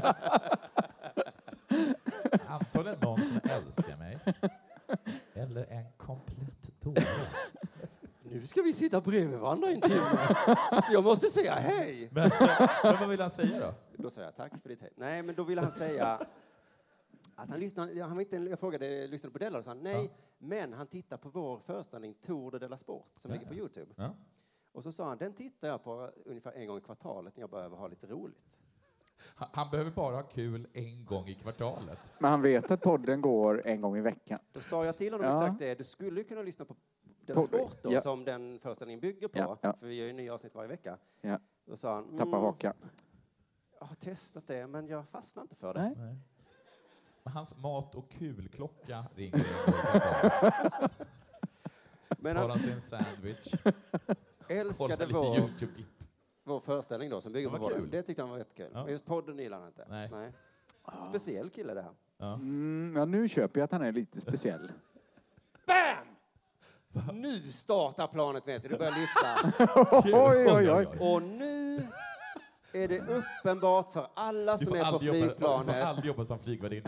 [SPEAKER 4] Antagligen någon som älskar mig. Eller en komplett dåre.
[SPEAKER 2] Nu ska vi sitta bredvid varandra i en timme, så jag måste säga hej.
[SPEAKER 4] Men, men vad vill han säga då?
[SPEAKER 2] Då säger jag tack för ditt hej. Nej, men då ville han säga att han lyssnade, han var inte, jag frågade, lyssnade på Della och sa han, nej,
[SPEAKER 4] Ja.
[SPEAKER 2] men han tittar på vår föreställning Tour de Della Sport som
[SPEAKER 4] Ja,
[SPEAKER 2] ligger på
[SPEAKER 4] ja.
[SPEAKER 2] YouTube.
[SPEAKER 4] Ja.
[SPEAKER 2] Och så sa han, den tittar jag på ungefär en gång i kvartalet när jag behöver ha lite roligt.
[SPEAKER 4] Han, han behöver bara ha kul en gång i kvartalet.
[SPEAKER 3] Men han vet att podden går en gång i veckan.
[SPEAKER 2] Då sa jag till honom
[SPEAKER 3] Ja.
[SPEAKER 2] exakt det, du skulle ju kunna lyssna på Della
[SPEAKER 3] På-
[SPEAKER 2] Sport då,
[SPEAKER 3] ja.
[SPEAKER 2] som den föreställningen bygger på,
[SPEAKER 3] Ja, ja.
[SPEAKER 2] för vi gör ju nya avsnitt varje vecka.
[SPEAKER 3] Ja.
[SPEAKER 2] Då sa han, mm,
[SPEAKER 3] Tappa hakan.
[SPEAKER 2] jag har testat det, men jag fastnar inte för det.
[SPEAKER 3] Nej.
[SPEAKER 4] Nej. Men hans mat och kulklocka ringer en gång per dag.
[SPEAKER 2] Men
[SPEAKER 4] Tar
[SPEAKER 2] han
[SPEAKER 4] han sin sandwich,
[SPEAKER 2] älskade
[SPEAKER 4] kollar lite
[SPEAKER 2] vår,
[SPEAKER 4] YouTube-klipp.
[SPEAKER 2] vår föreställning då, som bygger
[SPEAKER 4] Det
[SPEAKER 2] på
[SPEAKER 4] var
[SPEAKER 2] podden.
[SPEAKER 4] kul.
[SPEAKER 2] Det tyckte han var jättekul.
[SPEAKER 4] Ja.
[SPEAKER 2] Men just podden gillar han inte.
[SPEAKER 4] Nej.
[SPEAKER 2] Speciell kille det här.
[SPEAKER 4] Ja.
[SPEAKER 3] Mm, ja, nu köper jag att han är lite speciell.
[SPEAKER 2] Bam! Nu startar planet, vet du. Det börjar lyfta.
[SPEAKER 3] Oj, oj, oj.
[SPEAKER 2] Och nu är det uppenbart för alla
[SPEAKER 4] Du
[SPEAKER 2] som
[SPEAKER 4] får
[SPEAKER 2] är på
[SPEAKER 4] aldrig jobba, du får
[SPEAKER 2] flygplanet.
[SPEAKER 4] aldrig jobba som flygvärdinna.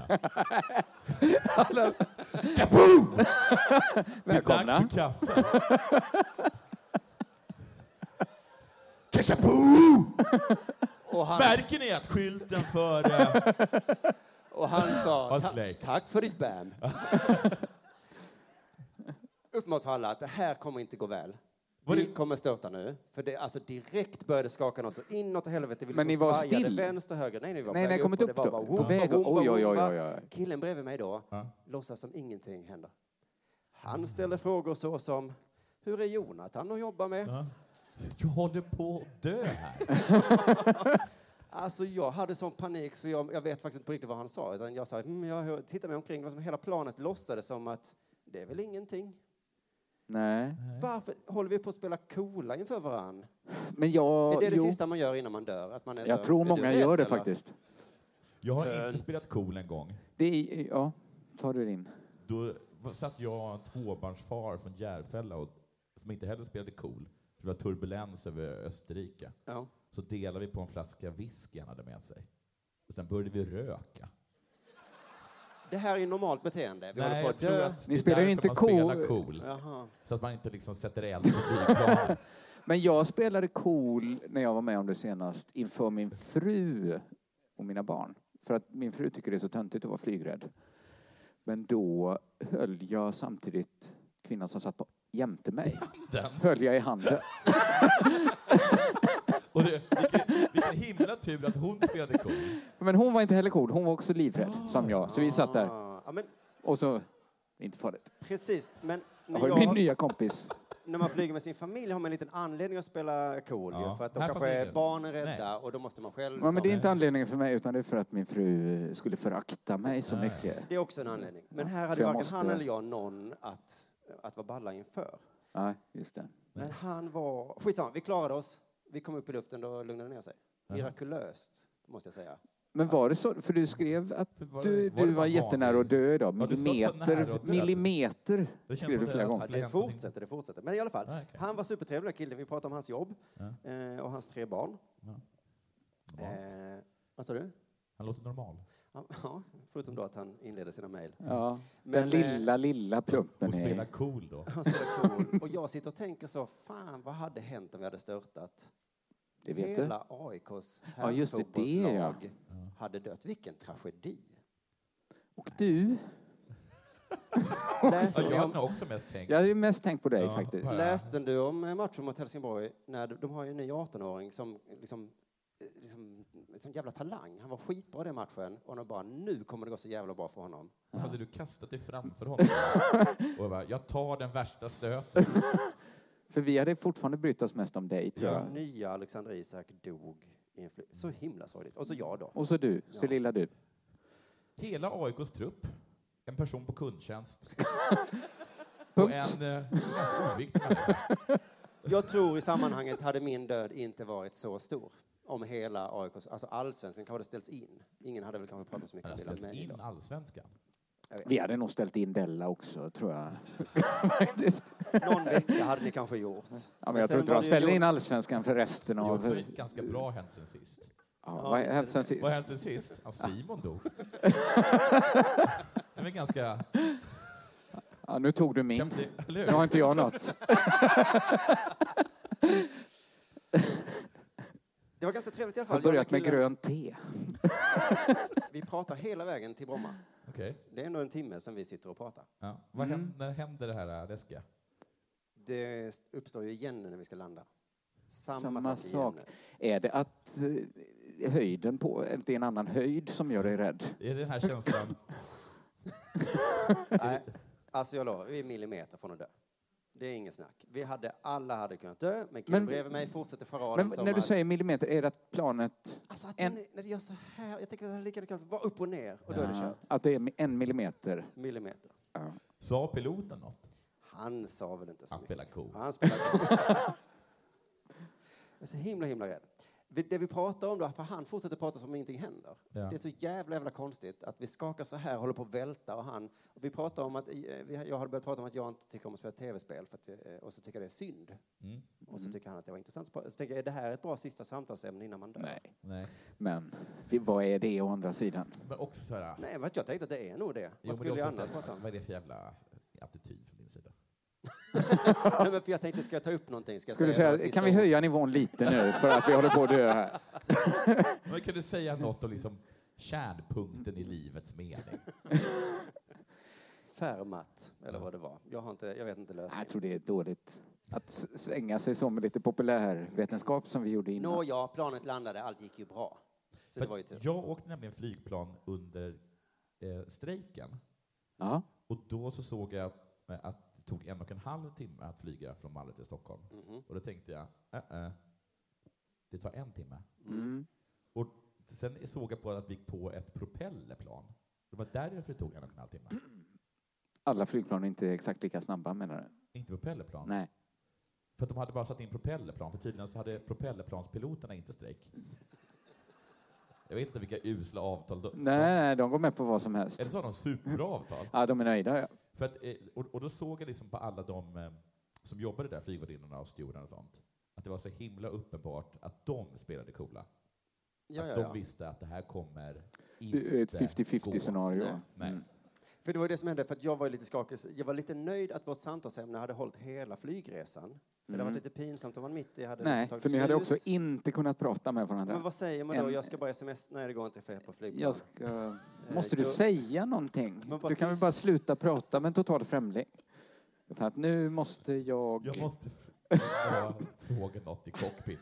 [SPEAKER 4] Det är
[SPEAKER 3] Välkomna.
[SPEAKER 4] dags för kaffe. Och han... Märker ni att skylten för... Uh...
[SPEAKER 2] och han sa,
[SPEAKER 4] Ta-
[SPEAKER 2] tack för ditt bam. Uppmåt för alla att det här kommer inte gå väl. Vi det... kommer störta nu. För det alltså direkt började skaka något så inåt och helvete. Vi
[SPEAKER 3] men ni var still?
[SPEAKER 2] Vänster, höger. Nej, ni var
[SPEAKER 3] nej, nej, kommit upp, upp då. Bara,
[SPEAKER 2] på väg. Oj, oj, oj, oj. Killen bredvid mig då ja. låtsas som ingenting händer. Han ställer frågor så som, hur är Jonathan att jobba med? Ja.
[SPEAKER 4] Jag håller på att dö här.
[SPEAKER 2] Alltså jag hade sån panik så jag, jag vet faktiskt inte riktigt vad han sa. Utan jag sa, mm, jag tittar mig omkring och som hela planet låtsades som att det är väl ingenting.
[SPEAKER 3] Nej.
[SPEAKER 2] Varför håller vi på att spela coola inför varann?
[SPEAKER 3] Men jag,
[SPEAKER 2] är det det
[SPEAKER 3] jo.
[SPEAKER 2] sista man gör innan man dör? Att man är
[SPEAKER 3] jag
[SPEAKER 2] så,
[SPEAKER 3] tror många gör det
[SPEAKER 2] eller?
[SPEAKER 3] faktiskt.
[SPEAKER 4] Jag har Tönt. inte spelat cool en gång.
[SPEAKER 3] Det är, ja, tar du in.
[SPEAKER 4] Då satt jag en tvåbarnsfar från Järfälla och, som inte heller spelade cool. Det var turbulens över Österrike.
[SPEAKER 2] Ja.
[SPEAKER 4] Så delade vi på en flaska whisky han hade med sig. Och sen började vi röka.
[SPEAKER 2] Det här är normalt beteende. Vi
[SPEAKER 4] Nej,
[SPEAKER 2] håller på
[SPEAKER 4] jag tror att ni spelar ju inte cool. cool. Så att man inte liksom sätter eld på flygplanen.
[SPEAKER 3] Men jag spelade cool när jag var med om det senast inför min fru och mina barn. För att min fru tycker det är så töntigt att vara flygrädd. Men då höll jag samtidigt kvinnan som satt på jämte mig. Den. Höll jag i handen.
[SPEAKER 4] Och det, vilken, vilken himla tur att hon spelade cool.
[SPEAKER 3] Men hon var inte heller cool. Hon var också livrädd ah, som jag. Så vi satt där.
[SPEAKER 2] Ah, men,
[SPEAKER 3] och så, inte farligt.
[SPEAKER 2] Precis. Men
[SPEAKER 3] när jag har min nya kompis.
[SPEAKER 2] När man flyger med sin familj har man en liten anledning att spela cool. Ja. För att då kanske är barnen rädda. Nej. Och då måste man själv...
[SPEAKER 3] Ja, men det är inte anledningen för mig utan det är för att min fru skulle förakta mig så Nej. mycket.
[SPEAKER 2] Det är också en anledning. Men här hade varken måste... han eller jag någon att, att vara balla inför.
[SPEAKER 3] Nej, just det.
[SPEAKER 2] Men han var... Skitsamma, vi klarade oss. Vi kom upp i luften och lugnade ner sig. Mirakulöst, måste jag säga.
[SPEAKER 3] Men var det så? För du skrev att var det, du, var, du var jättenära att dö idag. Millimeter, ja, millimeter skrev du flera gånger.
[SPEAKER 2] Ja, det fortsätter, det fortsätter. Men i alla fall, ah, okay. Han var supertrevlig, killen. Vi pratade om hans jobb ja. eh, och hans tre barn. Ja. Eh, vad sa du?
[SPEAKER 4] Han låter normal.
[SPEAKER 2] Ja, förutom då att han inleder sina mejl.
[SPEAKER 3] Ja, den lilla, eh, lilla plumpen.
[SPEAKER 4] Och spelar cool då.
[SPEAKER 2] Han spelar cool. Och jag sitter och tänker så, fan vad hade hänt om vi hade störtat?
[SPEAKER 3] Det vet
[SPEAKER 2] Hela du. A I K:s
[SPEAKER 3] ja, just det, det ja.
[SPEAKER 2] hade dött. Vilken tragedi.
[SPEAKER 3] Och du?
[SPEAKER 4] Läste ja, jag har också mest tänkt.
[SPEAKER 3] Jag har mest tänkt på dig ja, faktiskt.
[SPEAKER 2] Bara. Läste du om matchen mot Helsingborg? När de har ju en ny arton-åring som liksom, liksom en sån jävla talang. Han var skitbra i den matchen. Och de bara, nu kommer det gå så jävla bra för honom.
[SPEAKER 4] Ja. Hade du kastat dig framför honom? Och bara, jag tar den värsta stöten.
[SPEAKER 3] För vi hade fortfarande brytt oss mest om dig, tror
[SPEAKER 2] ja,
[SPEAKER 3] jag.
[SPEAKER 2] Nya Alexander Isak dog i en fly- Så himla sorgligt. Och så jag då.
[SPEAKER 3] Och så du, så ja. lilla du.
[SPEAKER 4] Hela A I K:s trupp. En person på kundtjänst. Och en eh, oviktig människa.
[SPEAKER 2] Jag tror i sammanhanget hade min död inte varit så stor. Om hela A I K:s, alltså allsvenskan hade ställts in. Ingen hade väl kanske pratat så mycket om
[SPEAKER 4] det. Ställt in allsvenskan?
[SPEAKER 3] Vi hade nog ställt in Della också, tror jag.
[SPEAKER 2] Någon vecka hade ni kanske gjort.
[SPEAKER 3] Ja, men, men jag tror inte de ställer in allsvenskan för resten av...
[SPEAKER 4] Det är också ganska bra hänt sen sist.
[SPEAKER 3] Ja, ja, vad har hänt sen sist?
[SPEAKER 4] Vad har hänt sen sist? Ja, Simon dog. Det är ganska...
[SPEAKER 3] Ja, nu tog du min. Nu har inte jag något.
[SPEAKER 2] Det var ganska trevligt i alla fall.
[SPEAKER 3] Jag har börjat med grönt te.
[SPEAKER 2] Vi pratar hela vägen till Bromma.
[SPEAKER 4] Okay.
[SPEAKER 2] Det är ändå en timme som vi sitter och pratar.
[SPEAKER 4] Ja. Vad mm. händer, när händer det här läskiga?
[SPEAKER 2] Det uppstår ju igen när vi ska landa. Samma,
[SPEAKER 3] Samma sak. Är det att uh, höjden på, inte en annan höjd som gör dig rädd?
[SPEAKER 4] Är det den här känslan?
[SPEAKER 2] Nej, alltså jag lovar, vi är millimeter från att dö. Det är ingen snack. Vi hade, alla hade kunnat dö, men killen bredvid mig fortsätter charaden.
[SPEAKER 3] Men när du
[SPEAKER 2] att,
[SPEAKER 3] säger millimeter, är det att planet...
[SPEAKER 2] Alltså att en, den, när det gör så här, jag tänker att det är lika det kan vara upp och ner, och då ja, är det kört.
[SPEAKER 3] Att det är en millimeter?
[SPEAKER 2] Millimeter.
[SPEAKER 4] Ja. Sa piloten något?
[SPEAKER 2] Han sa väl inte så
[SPEAKER 4] Han spelar cool.
[SPEAKER 2] Ja, han spelar cool. Jag är så himla, himla rädd. Det vi pratar om då, för han fortsätter prata som om ingenting händer. Ja. Det är så jävla, jävla konstigt att vi skakar så här, håller på att välta och han... Och vi pratar om att... Jag hade börjat prata om att jag inte tycker om att spela tv-spel för att, och så tycker jag det är synd. Mm. Och så tycker han att det var intressant. Så tänker jag, är det här ett bra sista samtalsämne innan man dör?
[SPEAKER 3] Nej. Nej. Men vad är det å andra sidan?
[SPEAKER 4] Men också så här...
[SPEAKER 2] Nej, jag tänkte att det är nog det.
[SPEAKER 4] Jo,
[SPEAKER 2] vad skulle jag annars
[SPEAKER 4] här,
[SPEAKER 2] prata om?
[SPEAKER 4] Vad är det för jävla attityd från din sida?
[SPEAKER 2] Nej, men för jag tänkte, ska jag ta upp någonting? Ska jag
[SPEAKER 3] Skulle
[SPEAKER 2] säga
[SPEAKER 3] säga, kan vi höja nivån lite nu för att vi håller på att dö här?
[SPEAKER 4] Men kan du säga något om liksom kärnpunkten i livets mening?
[SPEAKER 2] Fermat, eller vad det var. Jag, har inte, jag vet inte lösningen.
[SPEAKER 3] Jag tror det är dåligt att svänga sig som lite populärvetenskap som vi gjorde innan.
[SPEAKER 2] Nå ja, planet landade, allt gick ju bra. Så det var ju tur.
[SPEAKER 4] Jag åkte nämligen flygplan under eh, strejken.
[SPEAKER 3] Ja.
[SPEAKER 4] Och då så såg jag att det tog en och en halv timme att flyga från Malmö till Stockholm. Mm. Och då tänkte jag, äh, äh, det tar en timme.
[SPEAKER 3] Mm.
[SPEAKER 4] Och sen såg jag på att vi gick på ett propellerplan. Det var därför det tog en och en halv timme.
[SPEAKER 3] Alla flygplan är inte exakt lika snabba, menar du?
[SPEAKER 4] Inte propellerplan?
[SPEAKER 3] Nej.
[SPEAKER 4] För att de hade bara satt in propellerplan, för tydligen så hade propellerplanspiloterna inte strejk. Jag vet inte vilka usla avtal de...
[SPEAKER 3] Nej, nej, de går med på vad som helst.
[SPEAKER 4] Eller så har de superbra avtal.
[SPEAKER 3] Ja, de är nöjda, ja.
[SPEAKER 4] För att, och, och då såg jag liksom på alla de som jobbade där, flygvärdinnorna och stewardar och sånt, att det var så himla uppenbart att de spelade coola.
[SPEAKER 2] Ja,
[SPEAKER 4] att
[SPEAKER 2] ja,
[SPEAKER 4] de
[SPEAKER 2] ja.
[SPEAKER 4] visste att det här kommer inte
[SPEAKER 3] Det är ett femtio femtio scenario.
[SPEAKER 2] Nej.
[SPEAKER 4] Nej.
[SPEAKER 3] Mm.
[SPEAKER 2] För det var det som hände, för att jag var lite skakig. Jag var lite nöjd att vårt samtalsämne hade hållit hela flygresan. För det var lite pinsamt om man mitt i hade
[SPEAKER 3] Nej,
[SPEAKER 2] tagit
[SPEAKER 3] för ni hade
[SPEAKER 2] slut.
[SPEAKER 3] också inte kunnat prata med varandra.
[SPEAKER 2] Men vad säger man då?
[SPEAKER 3] En-
[SPEAKER 2] Jag ska bara sms... Nej, det går inte för jag är på flygplan.
[SPEAKER 3] Jag ska... Måste du
[SPEAKER 2] då-
[SPEAKER 3] säga någonting?
[SPEAKER 2] Men bara
[SPEAKER 3] Du kan väl
[SPEAKER 2] tyst.
[SPEAKER 3] bara sluta prata med en total främling? Jag tar att nu måste jag...
[SPEAKER 4] Jag måste f- bara fråga något i cockpit.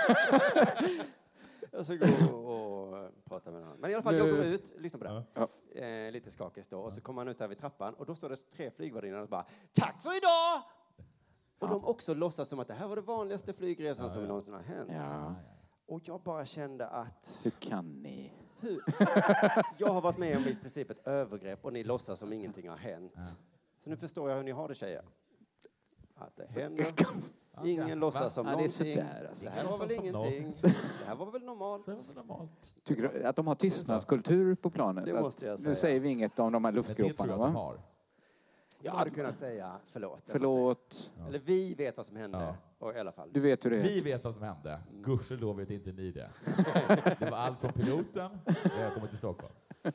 [SPEAKER 2] Jag ska gå och eh, prata med någon. Men i alla fall, jag går ut, lyssna på det.
[SPEAKER 3] Ja.
[SPEAKER 2] Eh, lite skakig då. Och så kommer man ut där vid trappan. Och då står det tre flygvärdinnor och bara, tack för idag! Och de också låtsas som att det här var det vanligaste flygresan som någonsin har hänt.
[SPEAKER 3] Ja,
[SPEAKER 2] Och jag bara kände att...
[SPEAKER 3] hur kan ni?
[SPEAKER 2] Hur? Jag har varit med om i princip ett övergrepp och ni låtsas som ingenting har hänt. Så nu förstår jag hur ni har det, tjejer. Att det händer. Ingen låtsas som
[SPEAKER 3] Ja, det är
[SPEAKER 2] någonting.
[SPEAKER 3] sådär, alltså.
[SPEAKER 2] Det här var väl
[SPEAKER 4] Som
[SPEAKER 2] ingenting.
[SPEAKER 4] något.
[SPEAKER 2] Det här var väl normalt.
[SPEAKER 4] Det var normalt.
[SPEAKER 3] Tycker du att de har tystnadskultur på planet?
[SPEAKER 2] Det måste jag
[SPEAKER 3] Att,
[SPEAKER 2] säga.
[SPEAKER 3] nu säger vi inget om de här
[SPEAKER 4] Men det tror
[SPEAKER 3] luftgroparna,
[SPEAKER 4] jag att de
[SPEAKER 3] va?
[SPEAKER 4] har.
[SPEAKER 2] Jag hade kunnat säga förlåt.
[SPEAKER 3] Förlåt.
[SPEAKER 2] Eller vi vet vad som hände.
[SPEAKER 4] Ja.
[SPEAKER 2] Och i alla fall.
[SPEAKER 3] Du vet hur det är.
[SPEAKER 4] Vi vet vad som hände. Gudskelov vet inte ni det. Det var allt från piloten när jag kom till Stockholm.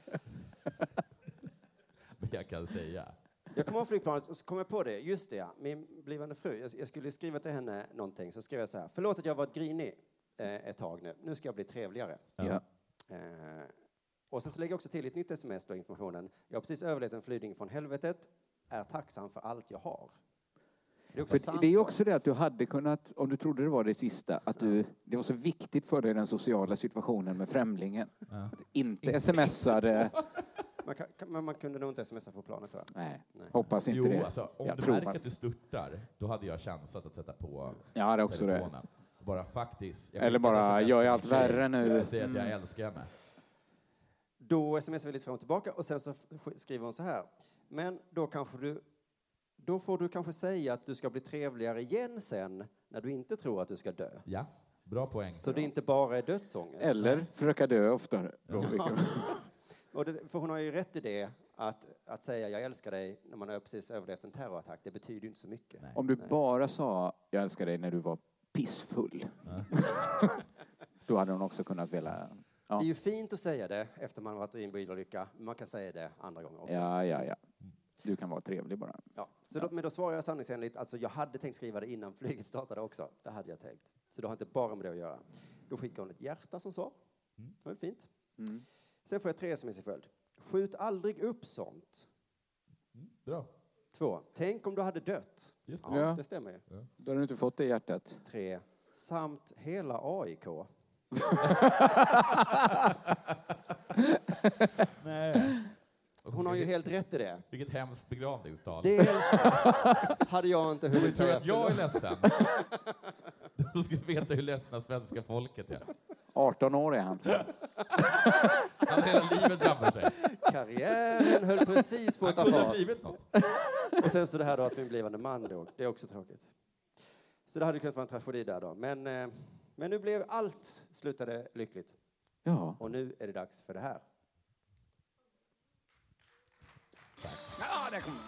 [SPEAKER 4] Men jag kan säga.
[SPEAKER 2] Jag kom av flygplanet och så kom jag på det. Just det, ja. Min blivande fru. Jag, jag skulle skriva till henne någonting. Så skrev jag så här. Förlåt att jag varit grinig eh, ett tag nu. Nu ska jag bli trevligare.
[SPEAKER 3] Ja.
[SPEAKER 2] Eh, och sen så lägger jag också till ett nytt sms då, informationen. Jag har precis överlevt en flygning från helvetet. Är tacksam för allt jag har. Det är, också sant,
[SPEAKER 3] För det är
[SPEAKER 2] då.
[SPEAKER 3] också det att du hade kunnat, om du trodde det var det sista, att du, det var så viktigt för dig den sociala situationen med främlingen.
[SPEAKER 4] Ja.
[SPEAKER 3] Att inte smsade.
[SPEAKER 2] Man, kan, kan, men man kunde nog inte smsa på planet, tror jag.
[SPEAKER 3] Nej,
[SPEAKER 2] Nej.
[SPEAKER 3] hoppas inte
[SPEAKER 4] Jo,
[SPEAKER 3] det.
[SPEAKER 4] alltså, om
[SPEAKER 3] Jag
[SPEAKER 4] du
[SPEAKER 3] tror
[SPEAKER 4] märker
[SPEAKER 3] bara-
[SPEAKER 4] att du störtar, då hade jag chansat att sätta på
[SPEAKER 3] Ja, det är också det.
[SPEAKER 4] telefonen. Bara faktiskt. Jag
[SPEAKER 3] Eller
[SPEAKER 4] skickar ett
[SPEAKER 3] bara,
[SPEAKER 4] sms
[SPEAKER 3] jag är
[SPEAKER 4] till
[SPEAKER 3] allt
[SPEAKER 4] min tjej
[SPEAKER 3] värre nu.
[SPEAKER 4] och säger att jag älskar henne.
[SPEAKER 2] Då smsar vi lite fram och tillbaka och sen så f- skriver hon så här. Men då kanske du... Då får du kanske säga att du ska bli trevligare igen sen när du inte tror att du ska dö.
[SPEAKER 4] Ja, bra poäng.
[SPEAKER 2] Så det inte bara är dödsångest.
[SPEAKER 3] Eller försöka dö oftare.
[SPEAKER 2] Och det, för hon har ju rätt i det, att, att säga jag älskar dig när man har precis överlevt en terrorattack, det betyder ju inte så mycket.
[SPEAKER 4] Nej.
[SPEAKER 3] Om du bara sa jag älskar dig när du var pissfull. Då hade hon också kunnat vilja... Ja,
[SPEAKER 2] Det är ju fint att säga det efter man har varit i en bilolycka, men man kan säga det andra gånger också.
[SPEAKER 3] ja, ja. ja. Du kan vara trevlig bara.
[SPEAKER 2] Ja. Så då, men då svarar jag sanningsenligt, alltså jag hade tänkt skriva det innan flyget startade också. Det hade jag tänkt. Så det har inte bara med det att göra. Då skickar hon ett hjärta som svar. Det var fint.
[SPEAKER 3] Mm.
[SPEAKER 2] Sen får jag tre sms i följd. Skjut aldrig upp sånt.
[SPEAKER 4] Bra.
[SPEAKER 2] Två. Tänk om du hade dött.
[SPEAKER 4] Just
[SPEAKER 2] Ja,
[SPEAKER 3] Ja.
[SPEAKER 2] det stämmer ju.
[SPEAKER 3] Då har du inte fått det hjärtat.
[SPEAKER 2] Tre. Samt hela A I K.
[SPEAKER 4] Nej.
[SPEAKER 2] Hon har ju helt rätt i det.
[SPEAKER 4] Vilket hemskt begravningstal.
[SPEAKER 2] Dels hade jag inte
[SPEAKER 4] Om du
[SPEAKER 2] hunnit
[SPEAKER 4] tror
[SPEAKER 2] säga
[SPEAKER 4] att jag är
[SPEAKER 2] förlåt.
[SPEAKER 4] ledsen, då skulle du veta hur ledsna svenska folket är.
[SPEAKER 3] arton år är han.
[SPEAKER 4] Han har hela livet framför sig.
[SPEAKER 2] Karriären höll precis på att ta
[SPEAKER 4] Han kunde ha
[SPEAKER 2] fart.
[SPEAKER 4] blivit något.
[SPEAKER 2] Och sen så det här då att min blivande man dog. Det är också tråkigt. Så det hade kunnat vara en tragedi där då. Men, eh, men nu blev allt slutade lyckligt.
[SPEAKER 3] Ja.
[SPEAKER 2] Och nu är det dags för det här.
[SPEAKER 3] Ja, där kom.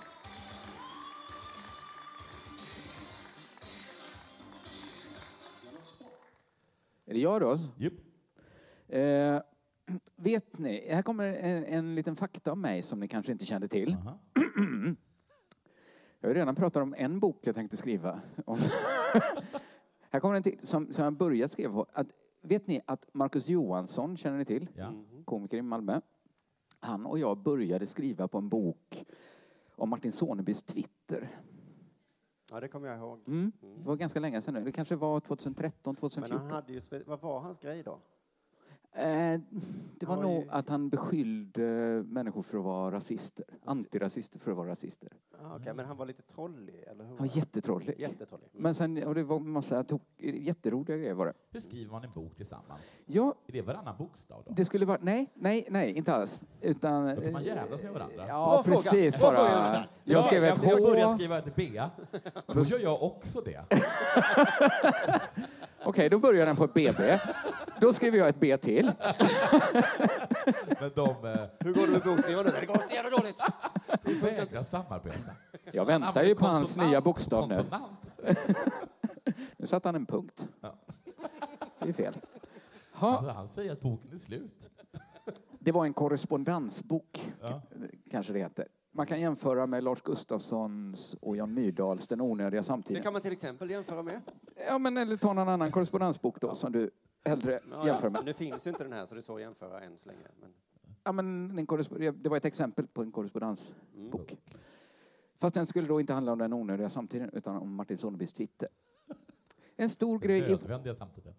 [SPEAKER 3] Är det jag då?
[SPEAKER 4] Jupp.
[SPEAKER 3] Eh, vet ni, här kommer en, en liten fakta om mig som ni kanske inte kände till.
[SPEAKER 4] Aha.
[SPEAKER 3] Jag har redan pratat om en bok jag tänkte skriva. Om. Här kommer en till som, som jag börjat skriva på. Att, vet ni att Marcus Johansson, känner ni till?
[SPEAKER 4] Ja.
[SPEAKER 3] Komiker i Malmö. Han och jag började skriva på en bok om Martin Sonebys Twitter.
[SPEAKER 2] Ja, det kommer jag ihåg.
[SPEAKER 3] Mm. Det var ganska länge sedan nu. Det kanske var tjugotretton, tjugofjorton.
[SPEAKER 2] Men han hade ju... Spe- vad var hans grej då?
[SPEAKER 3] Eh, det var,
[SPEAKER 2] var
[SPEAKER 3] nog
[SPEAKER 2] ju-
[SPEAKER 3] att han beskyllde människor för att vara rasister. Antirasister för att vara rasister.
[SPEAKER 2] Ah, Okej, men han var lite trollig, eller hur?
[SPEAKER 3] Han var jättetrollig.
[SPEAKER 2] Jättetrollig. Mm.
[SPEAKER 3] Men sen, och det var en massa tok, jätteroliga grejer var det.
[SPEAKER 4] Hur skriver man en bok tillsammans?
[SPEAKER 3] Ja,
[SPEAKER 4] Är det varannan bokstav då?
[SPEAKER 3] det skulle vara... Nej, nej, nej, inte alls. Utan...
[SPEAKER 4] Då får man jävlas med varandra.
[SPEAKER 3] Ja,
[SPEAKER 2] Bra fråga.
[SPEAKER 3] precis.
[SPEAKER 2] Bra
[SPEAKER 3] Bara.
[SPEAKER 2] fråga, Jonathan.
[SPEAKER 3] Jag skrev ett
[SPEAKER 4] jag, jag började
[SPEAKER 3] H.
[SPEAKER 4] skriva ett B. Då gör jag också det.
[SPEAKER 3] Okej, då börjar den på ett B B. Då skriver jag ett B till.
[SPEAKER 4] Men de, eh,
[SPEAKER 2] Hur går det med bokskrivandet? Det går så jävla dåligt.
[SPEAKER 4] de vägrar samarbeta.
[SPEAKER 3] Jag väntar ju på hans nya bokstav nu.
[SPEAKER 4] Konsonant.
[SPEAKER 3] Nu satte han en punkt.
[SPEAKER 4] Ja.
[SPEAKER 3] Det är fel.
[SPEAKER 4] Alltså,
[SPEAKER 3] Ha,
[SPEAKER 4] han säger att boken är slut.
[SPEAKER 3] det var en korrespondansbok,
[SPEAKER 4] Ja.
[SPEAKER 3] kanske det heter. Man kan jämföra med Lars Gustafssons och Jan Myrdals Den onödiga
[SPEAKER 2] Det
[SPEAKER 3] samtiden.
[SPEAKER 2] kan man till exempel jämföra med.
[SPEAKER 3] Ja, men eller ta någon annan korrespondensbok då som du hellre
[SPEAKER 2] Ja,
[SPEAKER 3] jämför
[SPEAKER 2] ja.
[SPEAKER 3] med.
[SPEAKER 2] Nu finns ju inte den här, så det är svårt att jämföra än så länge. Men...
[SPEAKER 3] Ja, men en korrespond- det var ett exempel på en korrespondensbok.
[SPEAKER 2] Mm.
[SPEAKER 3] Fast den skulle då inte handla om den onödiga samtiden utan om Martin Sonebys Twitter. En stor grej i
[SPEAKER 4] Nödvändiga samtidigt.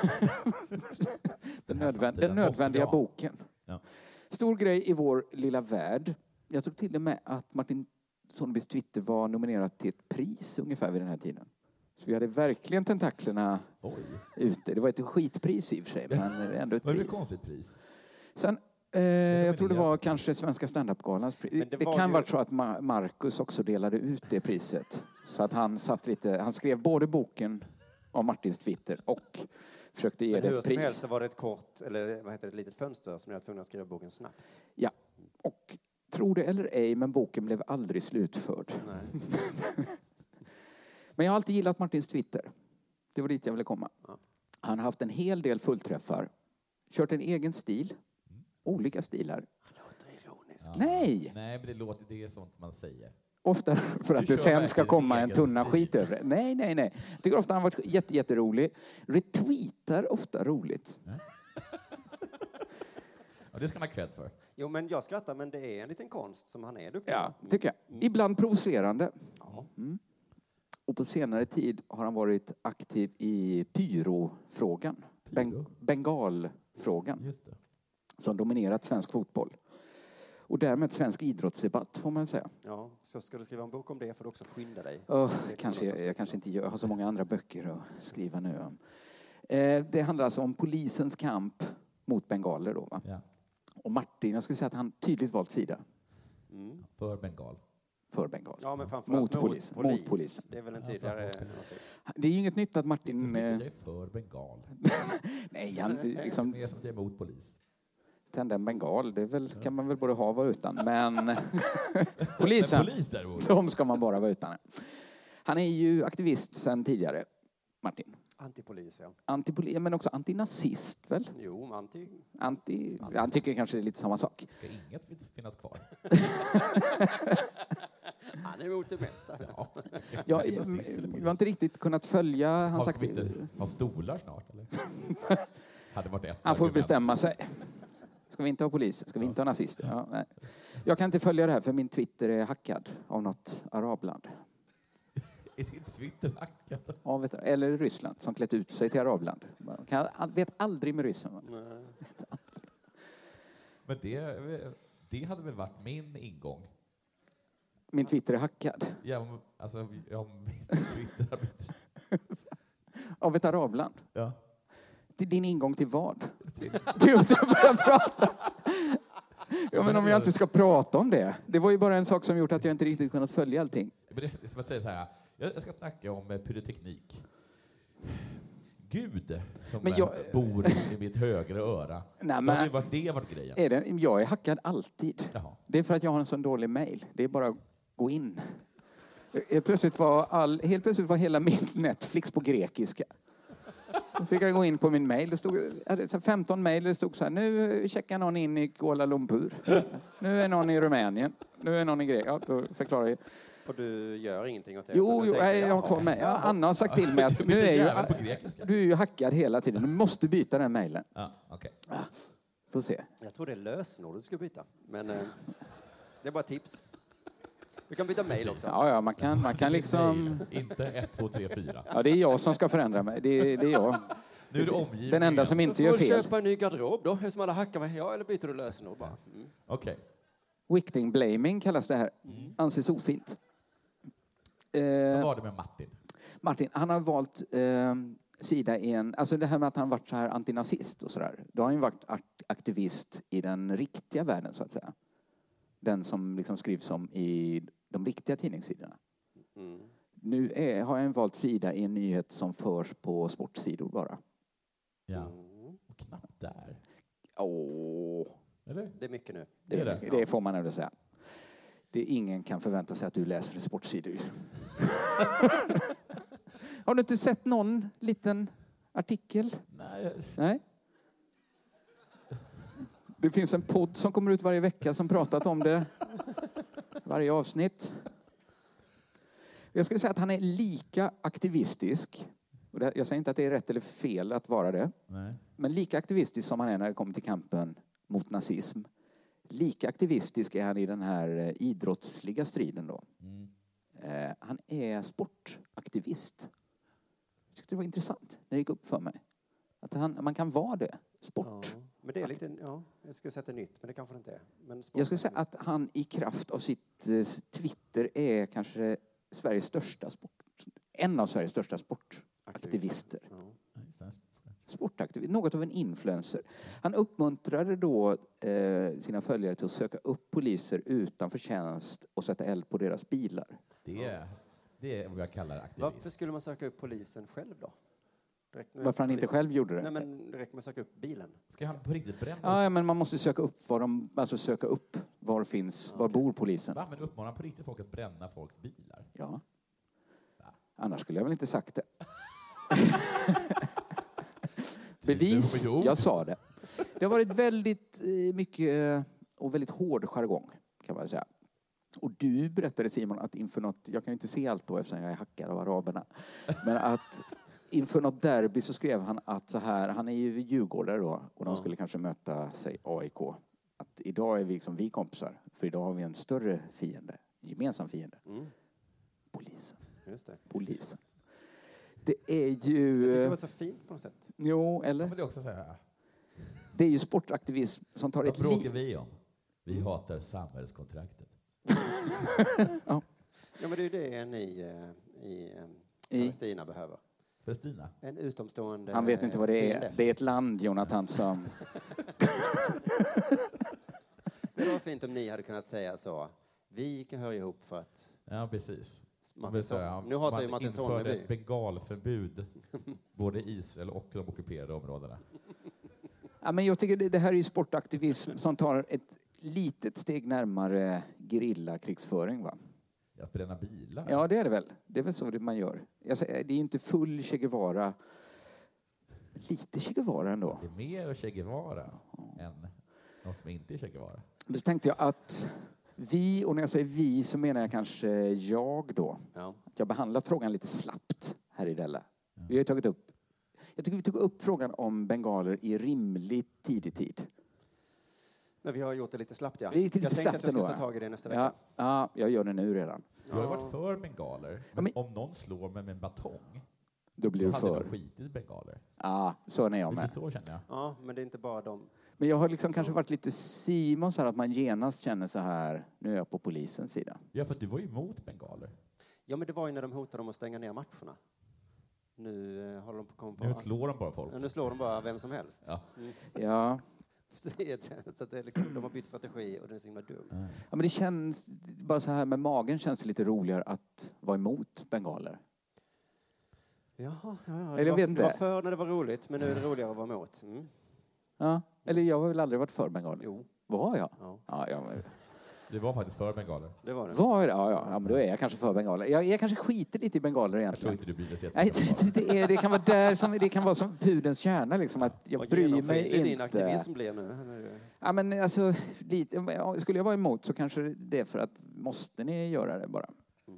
[SPEAKER 3] den, nödvän-
[SPEAKER 4] samtiden
[SPEAKER 3] den nödvändiga
[SPEAKER 4] måste vi ha.
[SPEAKER 3] boken.
[SPEAKER 4] Ja.
[SPEAKER 3] Stor grej i vår lilla värld. Jag tror till och med att Martin Sonebys Twitter var nominerad till ett pris ungefär vid den här tiden. Så vi hade verkligen tentaklerna
[SPEAKER 4] Oj.
[SPEAKER 3] ute. Det var ett skitpris i och för sig, men ändå ett
[SPEAKER 4] Vad är det
[SPEAKER 3] pris.
[SPEAKER 4] ett konstigt pris?
[SPEAKER 3] Sen, eh, jag tror det var kanske Svenska standup-galans pris.
[SPEAKER 2] Men
[SPEAKER 3] Det,
[SPEAKER 2] det var
[SPEAKER 3] kan
[SPEAKER 2] ju-
[SPEAKER 3] vara så att Ma- Marcus också delade ut det priset. Så att han satt lite, han skrev både boken om Martins Twitter och försökte ge
[SPEAKER 2] Men
[SPEAKER 3] det
[SPEAKER 2] hur
[SPEAKER 3] ett
[SPEAKER 2] som helst
[SPEAKER 3] pris.
[SPEAKER 2] så var det ett kort, eller vad heter det, ett litet fönster som jag var tvungen att skriva boken snabbt.
[SPEAKER 3] Ja, och tro det eller ej, men boken blev aldrig slutförd.
[SPEAKER 2] Nej.
[SPEAKER 3] Men jag har alltid gillat Martins Twitter. Det var dit jag ville komma.
[SPEAKER 2] Ja.
[SPEAKER 3] Han har haft en hel del fullträffar. Kört en egen stil. Olika stilar.
[SPEAKER 2] Låter ironisk.
[SPEAKER 4] Ja.
[SPEAKER 3] Nej!
[SPEAKER 4] Nej, men det låter, det är sånt man säger.
[SPEAKER 3] Ofta för att
[SPEAKER 4] Du
[SPEAKER 3] det
[SPEAKER 4] kör
[SPEAKER 3] sen ska
[SPEAKER 4] verkligen
[SPEAKER 3] komma en
[SPEAKER 4] egen
[SPEAKER 3] tunna
[SPEAKER 4] stil.
[SPEAKER 3] skit över det. Nej, nej, nej. Jag tycker ofta han har varit jätte, jätterolig. Retweetar ofta roligt.
[SPEAKER 4] Ja, det ska man ha cred för.
[SPEAKER 2] Jo, men jag skrattar, men det är en liten konst som han är duktig
[SPEAKER 3] Ja,
[SPEAKER 2] på.
[SPEAKER 3] tycker jag. Ibland provocerande.
[SPEAKER 2] Ja.
[SPEAKER 3] Mm. Och på senare tid har han varit aktiv i pyrofrågan. Ben-
[SPEAKER 4] Pyro?
[SPEAKER 3] Bengalfrågan.
[SPEAKER 4] Just det.
[SPEAKER 3] Som dominerat svensk fotboll. Och därmed svensk idrottsdebatt, får man säga.
[SPEAKER 2] Ja, så ska du skriva en bok om det får du också skynda dig.
[SPEAKER 3] Oh,
[SPEAKER 2] Det
[SPEAKER 3] kanske,
[SPEAKER 2] låter
[SPEAKER 3] jag,
[SPEAKER 2] så.
[SPEAKER 3] jag kanske inte gör, jag har så många andra böcker att skriva nu om. Eh, det handlar alltså om polisens kamp mot bengaler då, va?
[SPEAKER 4] Ja.
[SPEAKER 3] Och Martin, jag skulle säga att han tydligt valt sida
[SPEAKER 2] Mm.
[SPEAKER 4] För bengal.
[SPEAKER 3] för bengal.
[SPEAKER 2] Ja, men framförallt
[SPEAKER 3] Mot polis. Mot polis.
[SPEAKER 2] Det är väl en
[SPEAKER 4] Ja,
[SPEAKER 2] tydligare
[SPEAKER 4] för-
[SPEAKER 2] åsikt.
[SPEAKER 3] Det är ju inget nytt att
[SPEAKER 4] Inte så
[SPEAKER 3] Martin...
[SPEAKER 4] mycket
[SPEAKER 3] Eh,
[SPEAKER 4] jag är för bengal.
[SPEAKER 3] nej, han liksom...
[SPEAKER 4] Mer som att jag är emot polis.
[SPEAKER 3] Tända en bengal, det är väl, kan man väl både ha och vara utan. Men polisen,
[SPEAKER 4] Men polis däremot.
[SPEAKER 3] de ska man bara vara utan. Han är ju aktivist sedan tidigare, Martin.
[SPEAKER 2] Antipolis, ja.
[SPEAKER 3] Antipoli, men också antinazist, väl?
[SPEAKER 2] Jo, anti...
[SPEAKER 3] Anti, han tycker kanske det är lite samma sak.
[SPEAKER 4] Ska inget finns- finnas kvar?
[SPEAKER 2] Han är emot det mesta.
[SPEAKER 3] Ja,
[SPEAKER 4] Är
[SPEAKER 3] jag,
[SPEAKER 4] det nazist eller polis?
[SPEAKER 3] jag har inte riktigt kunnat följa hans
[SPEAKER 4] Har vi
[SPEAKER 3] aktiv...
[SPEAKER 4] inte ha stolar snart, eller? Hade varit ett
[SPEAKER 3] Han får
[SPEAKER 4] argument.
[SPEAKER 3] bestämma sig. Ska vi inte ha poliser? Ska vi inte ha nazister? Ja, nej. Jag kan inte följa det här för min Twitter är hackad av något arabland.
[SPEAKER 4] Är din Twitter hackad?
[SPEAKER 3] Av ett, eller Ryssland som klätt ut sig till arabland. Man kan, vet aldrig med ryssen. va?
[SPEAKER 2] Nej.
[SPEAKER 4] Men det, det hade väl varit min ingång?
[SPEAKER 3] Min Twitter är hackad.
[SPEAKER 4] Ja, om, alltså, om min Twitter hade blivit...
[SPEAKER 3] Av ett arabland.
[SPEAKER 4] Ja.
[SPEAKER 3] Till din ingång till vad?
[SPEAKER 4] Till,
[SPEAKER 3] Till att börja prata. Ja, men om jag inte ska prata om det. Det var ju bara en sak som gjort att jag inte riktigt kunnat följa allting.
[SPEAKER 4] men det är som att säga så här, jag ska snacka om eh, pyroteknik. Gud som
[SPEAKER 3] Men
[SPEAKER 4] eh,
[SPEAKER 3] jag-
[SPEAKER 4] bor i mitt högra öra.
[SPEAKER 3] Nej,
[SPEAKER 4] Vad
[SPEAKER 3] men-
[SPEAKER 4] hade varit det varit grejen?
[SPEAKER 3] Är det, jag är hackad alltid.
[SPEAKER 4] Jaha.
[SPEAKER 3] Det är för att jag har en sån dålig mail. Det är bara att gå in. Helt plötsligt var, all, helt plötsligt var hela min Netflix på grekiska. Då fick jag gå in på min mail. Det stod jag hade så här femton mail. Det stod så här, nu checkar någon in i Kuala Lumpur. Nu är någon i Rumänien. Nu är någon i Grekland. Ja, då förklarar jag.
[SPEAKER 2] Och du gör ingenting åt det?
[SPEAKER 3] Jo, jo jag, jag har med. Ja, Anna har sagt till mig att nu är ju, du är ju hackad hela tiden. Du måste byta den mejlen.
[SPEAKER 4] Ja, okej.
[SPEAKER 3] Okay. Ja, får se.
[SPEAKER 2] Jag tror det är lösenord du ska byta. Men eh, det är bara tips. Du kan byta mejl också.
[SPEAKER 3] Ja, ja, man kan, man kan liksom...
[SPEAKER 4] Inte ett, två, tre, fyra.
[SPEAKER 3] Ja, det är jag som ska förändra mig. Det, det är jag.
[SPEAKER 4] Nu är det omgivningen.
[SPEAKER 3] Den enda som inte gör fel.
[SPEAKER 2] Du får köpa en ny garderob då. Hur som alla hackar mig. Ja, eller byter du lösenord bara. Mm.
[SPEAKER 4] Okej. Okay.
[SPEAKER 3] Victim blaming kallas det här. Mm. Anses ofint.
[SPEAKER 4] Eh, Vad var det med Martin?
[SPEAKER 3] Martin, han har valt eh, sida i en... Alltså det här med att han varit så här antinazist och sådär. Då har han ju varit aktivist i den riktiga världen, så att säga. Den som liksom skrivs om i de riktiga tidningssidorna. Mm. Nu är, har jag valt sida i en nyhet som förs på sportsidor bara.
[SPEAKER 4] Ja, och knappt där.
[SPEAKER 3] Åh.
[SPEAKER 2] Eller? Det är mycket nu.
[SPEAKER 3] Det, är det. det får man ändå säga. Det är ingen kan förvänta sig att du läser sportsidor. Har du inte sett någon liten artikel?
[SPEAKER 4] Nej.
[SPEAKER 3] Nej. Det finns en podd som kommer ut varje vecka som pratat om det. Varje avsnitt. Jag skulle säga att han är lika aktivistisk. Jag säger inte att det är rätt eller fel att vara det.
[SPEAKER 4] Nej.
[SPEAKER 3] Men lika aktivistisk som han är när det kommer till kampen mot nazism. Lika aktivistisk är han i den här idrottsliga striden då. Mm. Eh, han är sportaktivist. Jag tyckte det var intressant när det gick upp för mig. Att han, man kan vara det. Sport.
[SPEAKER 2] Ja, men det är lite, ja, jag skulle sätta nytt, men det kanske det inte är. Men
[SPEAKER 3] jag skulle säga att han i kraft av sitt eh, Twitter är kanske Sveriges största sport. En av Sveriges största sportaktivister. Ja. Sportaktivist, något av en influencer. Han uppmuntrade då eh, sina följare till att söka upp poliser utanför tjänst och sätta eld på deras bilar.
[SPEAKER 4] Det är, det är vad jag kallar aktivism.
[SPEAKER 2] Varför skulle man söka upp polisen själv då?
[SPEAKER 3] Varför han inte själv gjorde det?
[SPEAKER 2] Nej, men det räcker med att söka upp bilen.
[SPEAKER 4] Ska han på riktigt bränna?
[SPEAKER 3] Ja, ja, men man måste söka upp var de, alltså söka upp var finns, var bor polisen.
[SPEAKER 4] Va, men uppmanar på riktigt folk att bränna folks bilar?
[SPEAKER 3] Ja. Va? Annars skulle jag väl inte sagt det. Bevis, jag sa det. Det har varit väldigt mycket och väldigt hård jargong, kan man säga. Och du berättade, Simon, att inför något, jag kan ju inte se allt då eftersom jag är hackad av araberna, men att inför något derby så skrev han att så här, han är ju djurgårdare då och de skulle kanske möta sig A I K. Att idag är vi liksom vi kompisar, för idag har vi en större fiende, gemensam fiende. Mm. Polisen.
[SPEAKER 2] Just det.
[SPEAKER 3] Polisen. Det är ju...
[SPEAKER 2] Jag tycker det var så fint på något sätt.
[SPEAKER 3] Jo, eller?
[SPEAKER 4] Men det är också så här.
[SPEAKER 3] Det är ju sportaktivism som tar
[SPEAKER 4] Vad
[SPEAKER 3] ett liv.
[SPEAKER 4] Vad bråkar vi om? Vi mm. hatar samhällskontraktet.
[SPEAKER 2] Ja. Ja, men det är ju det ni i, i Palestina behöver.
[SPEAKER 4] Palestina?
[SPEAKER 2] En utomstående...
[SPEAKER 3] Han vet inte vad det är. Fiende. Det är ett land, Jonathan, som...
[SPEAKER 2] Det var fint om ni hade kunnat säga så. Vi kan höra ihop för att...
[SPEAKER 4] Ja, precis.
[SPEAKER 2] Säga, nu hatar ju Martin Sonneby.
[SPEAKER 4] Man införde ett bengalförbud både i Israel och de ockuperade områdena.
[SPEAKER 3] Ja, men jag tycker det, det här är ju sportaktivism som tar ett litet steg närmare gerillakrigsföring, va?
[SPEAKER 4] Att bränna bilar?
[SPEAKER 3] Ja, det är det väl. Det är väl så det man gör. Jag säger, det är inte full Che Guevara. Lite Che Guevara ändå.
[SPEAKER 4] Det är mer Che Guevara än något som inte är Che Guevara.
[SPEAKER 3] Men så tänkte jag att vi, och när jag säger vi så menar jag kanske jag då.
[SPEAKER 2] Ja.
[SPEAKER 3] Att jag behandlat frågan lite slappt här i Della. Ja. Vi har tagit upp, jag tycker vi tog upp frågan om bengaler i rimligt tidig tid.
[SPEAKER 2] Men vi har gjort det lite slappt, ja.
[SPEAKER 3] Lite, lite
[SPEAKER 2] jag tänkte att jag skulle ta tag i det nästa vecka.
[SPEAKER 3] Ja, ja, jag gör det nu redan.
[SPEAKER 4] Jag har varit för bengaler, men, men om någon slår mig med en batong,
[SPEAKER 3] då blir du för.
[SPEAKER 4] Då hade jag skitit bengaler.
[SPEAKER 3] Ja, så är jag med.
[SPEAKER 4] Så känner jag.
[SPEAKER 2] Ja, men det är inte bara de.
[SPEAKER 3] Men jag har liksom kanske varit lite Simon så här att man genast känner så här, nu är jag på polisens sida.
[SPEAKER 4] Ja, för du var ju emot bengaler.
[SPEAKER 2] Ja, men det var ju när de hotade dem att stänga ner matcherna. Nu eh, håller de på att komma på...
[SPEAKER 4] Nu slår de bara folk.
[SPEAKER 2] Ja, nu slår de bara vem som helst.
[SPEAKER 4] Ja.
[SPEAKER 3] Mm. Ja.
[SPEAKER 2] Så att det är liksom, de har bytt strategi och den är så himla dum.
[SPEAKER 3] Mm. Ja, men det känns, bara så här med magen känns det lite roligare att vara emot bengaler.
[SPEAKER 2] Jaha, ja, ja. Det,
[SPEAKER 3] eller
[SPEAKER 2] var,
[SPEAKER 3] vet
[SPEAKER 2] det var för när det var roligt, men nu är det roligare att vara emot. Mm.
[SPEAKER 3] Ja, eller jag har väl aldrig varit för bengaler.
[SPEAKER 2] Jo.
[SPEAKER 3] Var jag?
[SPEAKER 2] Ja.
[SPEAKER 3] Ja, jag var...
[SPEAKER 4] Du var faktiskt för bengaler.
[SPEAKER 2] Det var det.
[SPEAKER 3] Var det? Ja, ja, ja, men då är jag kanske för bengaler. Jag, jag kanske skiter lite i bengaler egentligen.
[SPEAKER 4] Jag tror inte du bryr dig.
[SPEAKER 3] Nej, det, det, är, det kan vara där som, det kan vara som pudens kärna liksom, att jag
[SPEAKER 2] Vad
[SPEAKER 3] bryr mig inte.
[SPEAKER 2] Din aktivism blev nu?
[SPEAKER 3] Ja, men alltså, lite, skulle jag vara emot så kanske det är för att måste ni göra det bara. Mm.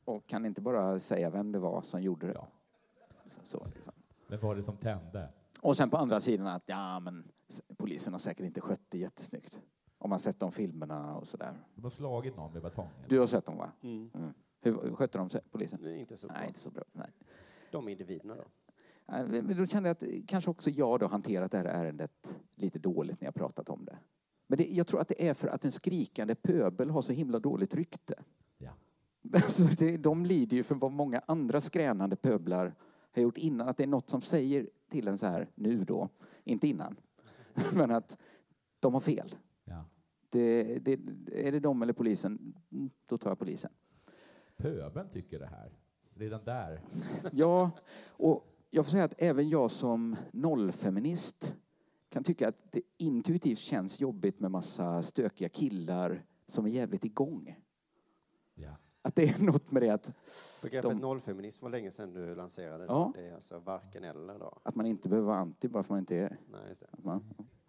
[SPEAKER 3] Och kan inte bara säga vem det var som gjorde det.
[SPEAKER 4] Ja.
[SPEAKER 3] Så, liksom.
[SPEAKER 4] Men vad var det som tände?
[SPEAKER 3] Och sen på andra sidan att ja, men polisen har säkert inte skött det jättesnyggt. Om man sett de filmerna och sådär.
[SPEAKER 4] De har slagit någon med batong.
[SPEAKER 3] Du har sett dem, va?
[SPEAKER 2] Mm.
[SPEAKER 3] Mm. Hur, hur skötte de sig, polisen?
[SPEAKER 2] Det är inte så bra.
[SPEAKER 3] Nej, inte så bra. Nej.
[SPEAKER 2] De individerna då?
[SPEAKER 3] Nej, men då kände jag att kanske också jag då hanterat det här ärendet lite dåligt när jag pratat om det. Men det, jag tror att det är för att en skrikande pöbel har så himla dåligt rykte.
[SPEAKER 4] Ja.
[SPEAKER 3] Alltså det, de lider ju för vad många andra skränande pöblar har gjort innan. Att det är något som säger till en så här nu då, inte innan. Men att de har fel.
[SPEAKER 4] Ja.
[SPEAKER 3] Det, det, är det de eller polisen, då tar jag polisen.
[SPEAKER 4] Pöbeln tycker det här. Redan där.
[SPEAKER 3] Ja, och jag får säga att även jag som nollfeminist kan tycka att det intuitivt känns jobbigt med massa stökiga killar som är jävligt igång.
[SPEAKER 4] Ja.
[SPEAKER 3] Att det är något med det att...
[SPEAKER 2] Begreppet
[SPEAKER 3] de,
[SPEAKER 2] nollfeminism var länge sedan du lanserade.
[SPEAKER 3] Ja.
[SPEAKER 2] Det är alltså varken eller då.
[SPEAKER 3] att man inte behöver vara anti bara för man inte är...
[SPEAKER 2] Nej, just det.
[SPEAKER 3] Att man,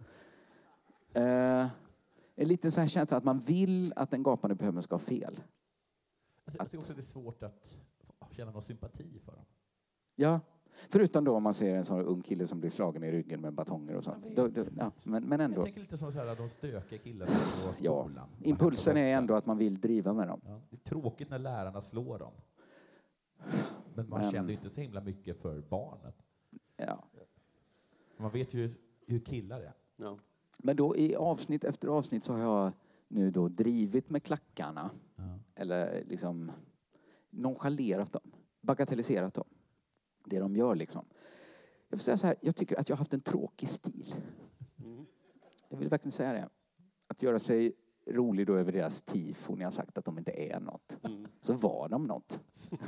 [SPEAKER 3] eh, en liten så här känsla att man vill att den gapande pöbeln ska ha fel.
[SPEAKER 4] Jag tycker också att det är svårt att känna någon sympati för dem.
[SPEAKER 3] Ja, förutom då om man ser en sån ung kille som blir slagen i ryggen med batonger och sånt. Då, då, ja, men, men ändå.
[SPEAKER 4] Jag tänker lite som så här, de stökiga killarna på
[SPEAKER 3] Ja,
[SPEAKER 4] skolan.
[SPEAKER 3] impulsen är ändå att man vill driva med dem.
[SPEAKER 4] Ja, det är tråkigt när lärarna slår dem. Men man
[SPEAKER 3] Men-
[SPEAKER 4] känner ju inte så himla mycket för barnet.
[SPEAKER 3] Ja.
[SPEAKER 4] Man vet ju hur killar är.
[SPEAKER 2] Ja.
[SPEAKER 3] Men då i avsnitt efter avsnitt så har jag nu då drivit med klackarna.
[SPEAKER 4] Ja.
[SPEAKER 3] Eller liksom nonchalerat dem. Bagatelliserat dem. Det de gör liksom. Jag får säga så här, jag tycker att jag har haft en tråkig stil. Jag vill verkligen säga det. Att göra sig rolig då över deras tifo när jag sagt att de inte är något.
[SPEAKER 2] Mm.
[SPEAKER 3] Så var de något.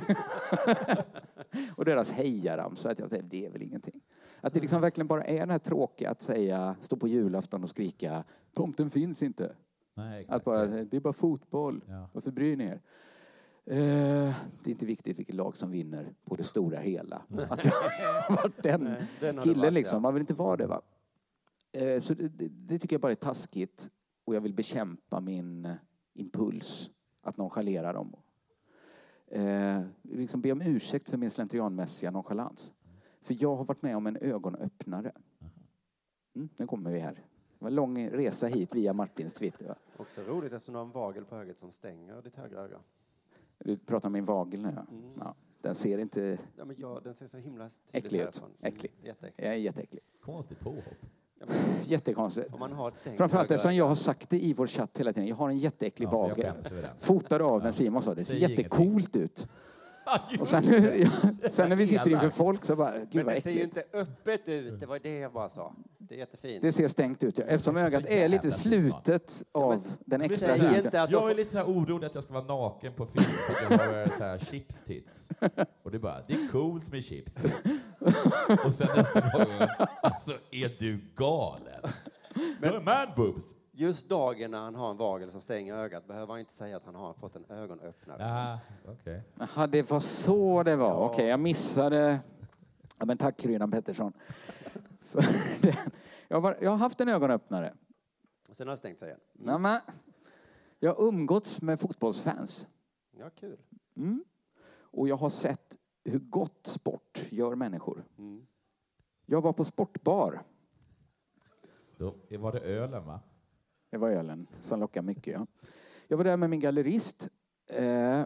[SPEAKER 3] Och deras hejaram, så att jag säger, det är väl ingenting. Att det liksom verkligen bara är det här tråkiga att säga, stå på julafton och skrika, tomten finns inte.
[SPEAKER 4] Nej, exakt.
[SPEAKER 3] Att bara, det är bara fotboll.
[SPEAKER 4] Ja.
[SPEAKER 3] Varför bryr ni er? Eh, det är inte viktigt vilket lag som vinner på det stora hela. Att jag har varit den,
[SPEAKER 2] Nej, den har det
[SPEAKER 3] killen
[SPEAKER 2] varit,
[SPEAKER 3] liksom.
[SPEAKER 2] ja.
[SPEAKER 3] Man vill inte vara det, va? Eh, så det, det, det tycker jag bara är taskigt. Och jag vill bekämpa min impuls att nonchalera dem. Eh, liksom be om ursäkt för min slentrianmässiga nonchalans. För jag har varit med om en ögonöppnare. Mm, nu kommer vi här. Det var en lång resa hit via Martins Twitter. Va?
[SPEAKER 2] Också roligt eftersom du har en vagel på ögat som stänger ditt högra öga.
[SPEAKER 3] Du pratar om min vagel nu. Ja.
[SPEAKER 2] Mm.
[SPEAKER 3] Ja, den ser inte
[SPEAKER 2] Ja, men ja, den ser så himla tydligt
[SPEAKER 3] äcklig ut.
[SPEAKER 2] härifrån.
[SPEAKER 3] Äcklig.
[SPEAKER 2] Mm, jätteäcklig.
[SPEAKER 3] Jag är jätteäcklig.
[SPEAKER 4] Konstigt påhopp.
[SPEAKER 2] Ja, men,
[SPEAKER 3] Jättekonstigt.
[SPEAKER 2] om man har ett stängt
[SPEAKER 3] Framförallt
[SPEAKER 2] högra
[SPEAKER 3] eftersom
[SPEAKER 2] öga.
[SPEAKER 3] jag har sagt det i vår chatt hela tiden. Jag har en jätteäcklig
[SPEAKER 4] Ja, jag
[SPEAKER 3] vagel.
[SPEAKER 4] skäms över den.
[SPEAKER 3] Fotade av den,
[SPEAKER 4] Ja.
[SPEAKER 3] Simon sa. Det ser
[SPEAKER 4] Säg
[SPEAKER 3] jättecoolt ut. Och sen, ja, sen när vi sitter inför folk så bara, gud
[SPEAKER 2] Men
[SPEAKER 3] vad
[SPEAKER 2] det ser ju
[SPEAKER 3] äckligt.
[SPEAKER 2] inte öppet ut. Det var det jag bara sa. Det är jättefint.
[SPEAKER 3] Det ser stängt ut. Ja. Eftersom
[SPEAKER 4] Det är så
[SPEAKER 3] ögat är lite
[SPEAKER 4] jävla
[SPEAKER 3] slutet av
[SPEAKER 2] men-
[SPEAKER 3] den
[SPEAKER 2] men
[SPEAKER 3] extra
[SPEAKER 2] säg
[SPEAKER 3] huden.
[SPEAKER 2] inte att
[SPEAKER 4] Jag
[SPEAKER 2] de
[SPEAKER 4] är lite så här orolig att jag ska vara naken på film för att jag har så här chips tits. Och det är bara, det är coolt med chips tits. Och sen nästa gång, alltså är du galen? Men man boobs.
[SPEAKER 2] Just dagen när han har en vagel som stänger ögat behöver han inte säga att han har fått en ögonöppnare.
[SPEAKER 4] Ja, okej.
[SPEAKER 3] Jaha, det var så det var.
[SPEAKER 2] Ja.
[SPEAKER 3] Okej, jag missade. Ja, men tack Krynan Pettersson. För den. Jag, var, jag har haft en ögonöppnare.
[SPEAKER 2] Sen har det stängt sig igen.
[SPEAKER 3] Nej, men, jag har umgåtts med fotbollsfans.
[SPEAKER 2] Ja, kul.
[SPEAKER 3] Mm. Och jag har sett hur gott sport gör människor.
[SPEAKER 2] Mm.
[SPEAKER 3] Jag var på sportbar.
[SPEAKER 4] Då var det ölen, va?
[SPEAKER 3] Det var ölen som lockar mycket. Ja. Jag var där med min gallerist. Eh,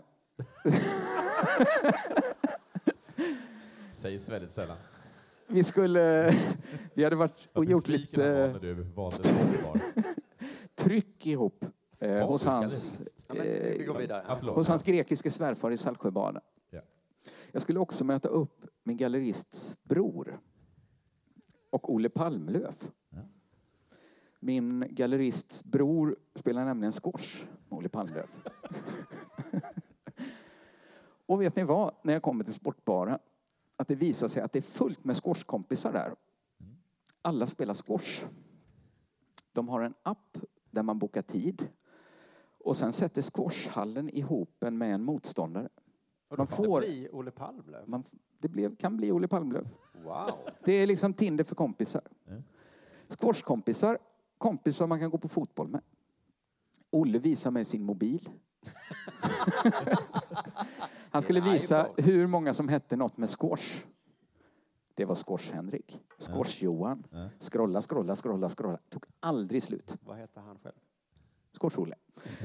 [SPEAKER 4] Sägs väldigt sällan.
[SPEAKER 3] vi skulle... Vi hade varit och
[SPEAKER 4] Vad
[SPEAKER 3] gjort
[SPEAKER 4] besviken han var
[SPEAKER 3] lite
[SPEAKER 4] när du valde sportbar.
[SPEAKER 3] tryck ihop eh,
[SPEAKER 4] Ja,
[SPEAKER 3] hos
[SPEAKER 4] du
[SPEAKER 3] hans...
[SPEAKER 4] gallerist.
[SPEAKER 2] Ja, men vi går
[SPEAKER 3] Eh,
[SPEAKER 2] vidare.
[SPEAKER 4] Ja, förlåt.
[SPEAKER 3] hos hans grekiske svärfar i Saltsjöbaden.
[SPEAKER 4] Ja.
[SPEAKER 3] Jag skulle också möta upp min gallerists bror. Och Olle Palmlöf.
[SPEAKER 4] Ja.
[SPEAKER 3] Min gallerists bror spelar nämligen squash med Olle Palmlöf. Och vet ni vad? När jag kommer till sportbaren, att det visar sig att det är fullt med squashkompisar där. Alla spelar squash. De har en app där man bokar tid. Och sen sätter squashhallen ihop en med en motståndare.
[SPEAKER 2] Och
[SPEAKER 3] Man
[SPEAKER 2] då får
[SPEAKER 3] får-
[SPEAKER 2] det bli Olle Palmlöf.
[SPEAKER 3] Man, det blev, kan bli Olle Palmlöf.
[SPEAKER 2] Wow.
[SPEAKER 3] Det är liksom Tinder för kompisar.
[SPEAKER 4] Mm.
[SPEAKER 3] Squashkompisar, kompisar man kan gå på fotboll med. Olle visar mig sin mobil. Han skulle
[SPEAKER 2] Din
[SPEAKER 3] visa
[SPEAKER 2] iPhone.
[SPEAKER 3] hur många som hette något med squash. Det var Squash-Henrik. Squash-Johan.
[SPEAKER 4] Ja.
[SPEAKER 3] Scrolla, scrolla, scrolla, scrolla. Tog aldrig slut.
[SPEAKER 2] Vad heter han själv?
[SPEAKER 3] Squash-Olle.